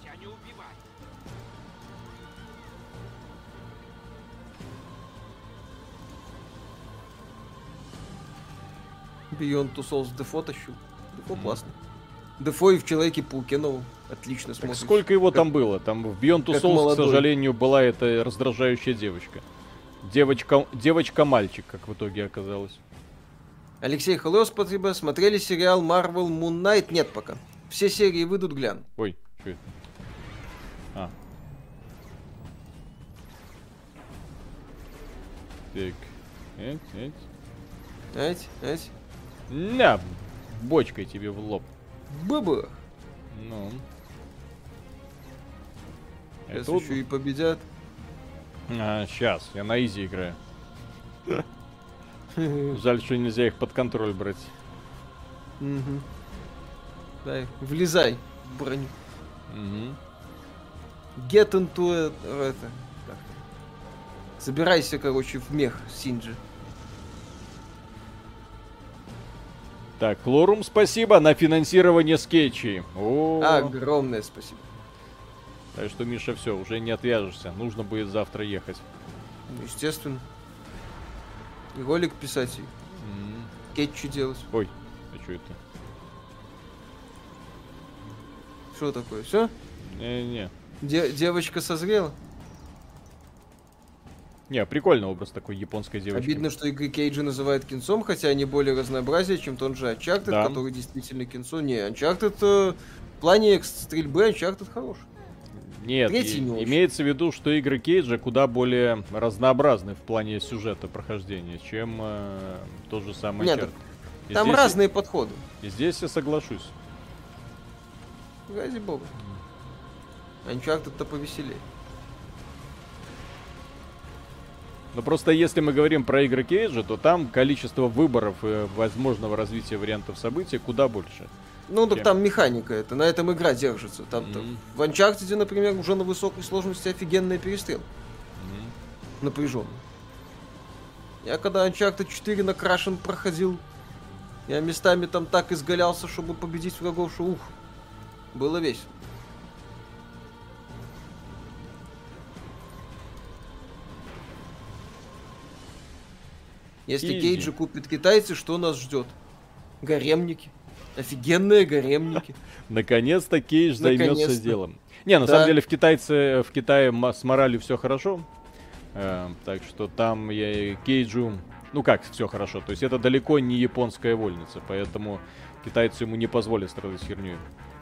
Beyond Two Souls Дефо тащу. Дефо классно. Дефо и в Человеке-пауке новом. Отлично Так смотрится. сколько его Как- там было? Там в Beyond Two как Souls, к молодой. сожалению, была эта раздражающая девочка. Девочка, девочка-мальчик, как в итоге оказалось. Алексей Холос, спасибо. Смотрели сериал Marvel Moon Knight? Нет пока. Все серии выйдут, гляну. Ой, что это? А. Так. Эть, эть. Ать, ать. На, бочкой тебе в лоб. Баба. Ну. Сейчас Это вот- еще и победят. А, сейчас, я на изи играю. Жаль, что нельзя их под контроль брать. Мгм. Дай, влезай в броню. Мгм. Get into it, это. как? Забирайся, короче, в мех Синджи. Так, Лорум, спасибо на финансирование скетчей. О, Огромное спасибо. так что, Миша, все, уже не отвяжешься. Нужно будет завтра ехать. Ну, естественно. И ролик писать, и М. кетчу делать. Ой, а что это? Что такое? Все? Не-не. Девочка созрела? Не, прикольный образ такой японской девочки. Обидно, что игры Кейджи называют кинцом, хотя они более разнообразнее, чем тот же Uncharted, Да. который действительно кинцо. Не, Uncharted э, в плане экс- стрельбы Uncharted хорош. Нет, Третий и- не очень. имеется в виду, что игры Кейджа куда более разнообразны в плане сюжета прохождения, чем э, тот же самый Нет, Uncharted. И Там здесь- разные подходы. И здесь я соглашусь. Ради бога. Uncharted-то повеселее. Но просто если мы говорим про игры Кейджа, то там количество выборов и возможного развития вариантов событий куда больше. Ну, так Чем? там механика это, на этом игра держится. Там Мгм. в Uncharted, например, уже на высокой сложности офигенная перестрелка. Мгм. Напряженная. Я когда Uncharted четыре на Крашен проходил, я местами там так изгалялся, чтобы победить врагов, что ух, было весело. Если Изи. Кейджи купят китайцы, что нас ждет? Гаремники. Офигенные гаремники. Наконец-то Кейдж займется Наконец-то. делом. Не, на Да. самом деле в китайце, в Китае ма- с моралью все хорошо. Э, так что там я и Кейджу... Ну как все хорошо? То есть это далеко не японская вольница, поэтому китайцы ему не позволят страдать херню.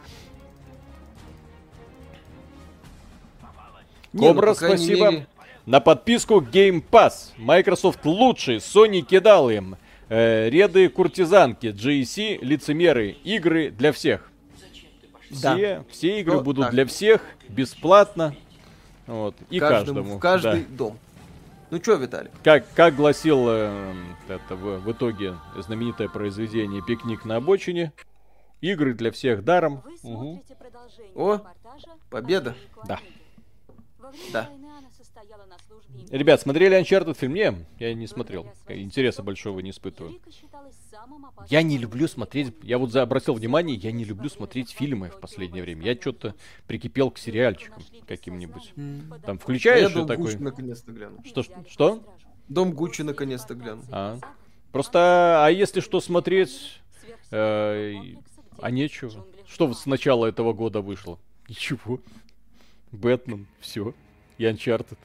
Не, ну, Кобра, по крайней спасибо. мере, На подписку Game Pass. Microsoft лучший, Sony кидал им. Э, реды куртизанки, джи и си лицемеры. Игры для всех. Да. Все, все игры Ну, будут так. для всех, бесплатно. Вот, и каждому, каждому. в каждый да. дом. Ну чё, Виталик? Как, как гласил э, это, в, в итоге знаменитое произведение «Пикник на обочине», игры для всех даром. Вы Мгм. смотрите продолжение О, репортажа победа. «Андрей Да. Куанидзе». Во время Да. войны она состояла на службе Ребят, смотрели Uncharted фильм? Не, я не смотрел. Благодаря своим Интереса способностям большого не испытываю. Юрика считалась самым опасным Я не оружием люблю смотреть, Японии. я вот за- обратил Всего внимание, я лишь не во люблю время смотреть захвата фильмы в Токио последнее время. войска Я что-то Японии. прикипел к сериальчикам Нашли без каким-нибудь. сознания М. под Там окном. включаешь Я и Дом такой... Гуччи наконец-то гляну. Что, Взяли под что? стражу. Дом Гуччи наконец-то гляну. А. Просто, а если что смотреть, э, а нечего. Что с начала этого года вышло? Ничего. Бэтмен, все. И Uncharted.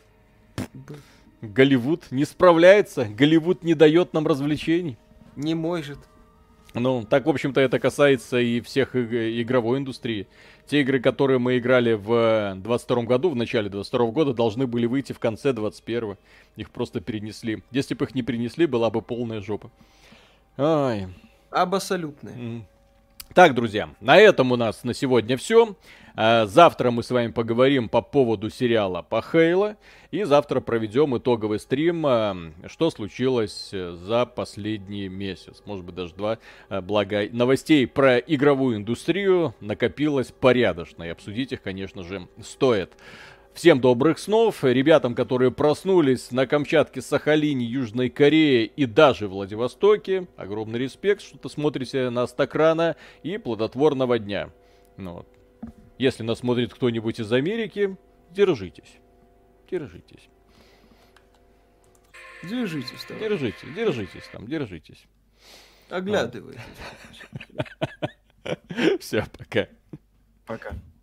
Голливуд не справляется, Голливуд не дает нам развлечений. Не может. Ну, так, в общем-то, это касается и всех иг- игровой индустрии. Те игры, которые мы играли в двадцать втором году, в начале двадцать второго года, должны были выйти в конце двадцать первого. Их просто перенесли. Если бы их не перенесли, была бы полная жопа. Ай. Абсолютно. М. Так, друзья, на этом у нас на сегодня все. Завтра мы с вами поговорим по поводу сериала по Хейла. И завтра проведем итоговый стрим, а, что случилось э, за последний месяц. Может быть, даже два. А, Благо, новостей про игровую индустрию накопилось порядочно. И обсудить их, конечно же, стоит. Всем добрых снов. Ребятам, которые проснулись на Камчатке, Сахалине, Южной Корее и даже Владивостоке, огромный респект, что-то смотрите нас так рано, и плодотворного дня. Ну, вот. Если нас смотрит кто-нибудь из Америки, держитесь. Держитесь. Держитесь там. Держитесь, держитесь там, держитесь. Оглядывайтесь. Все, пока. Пока.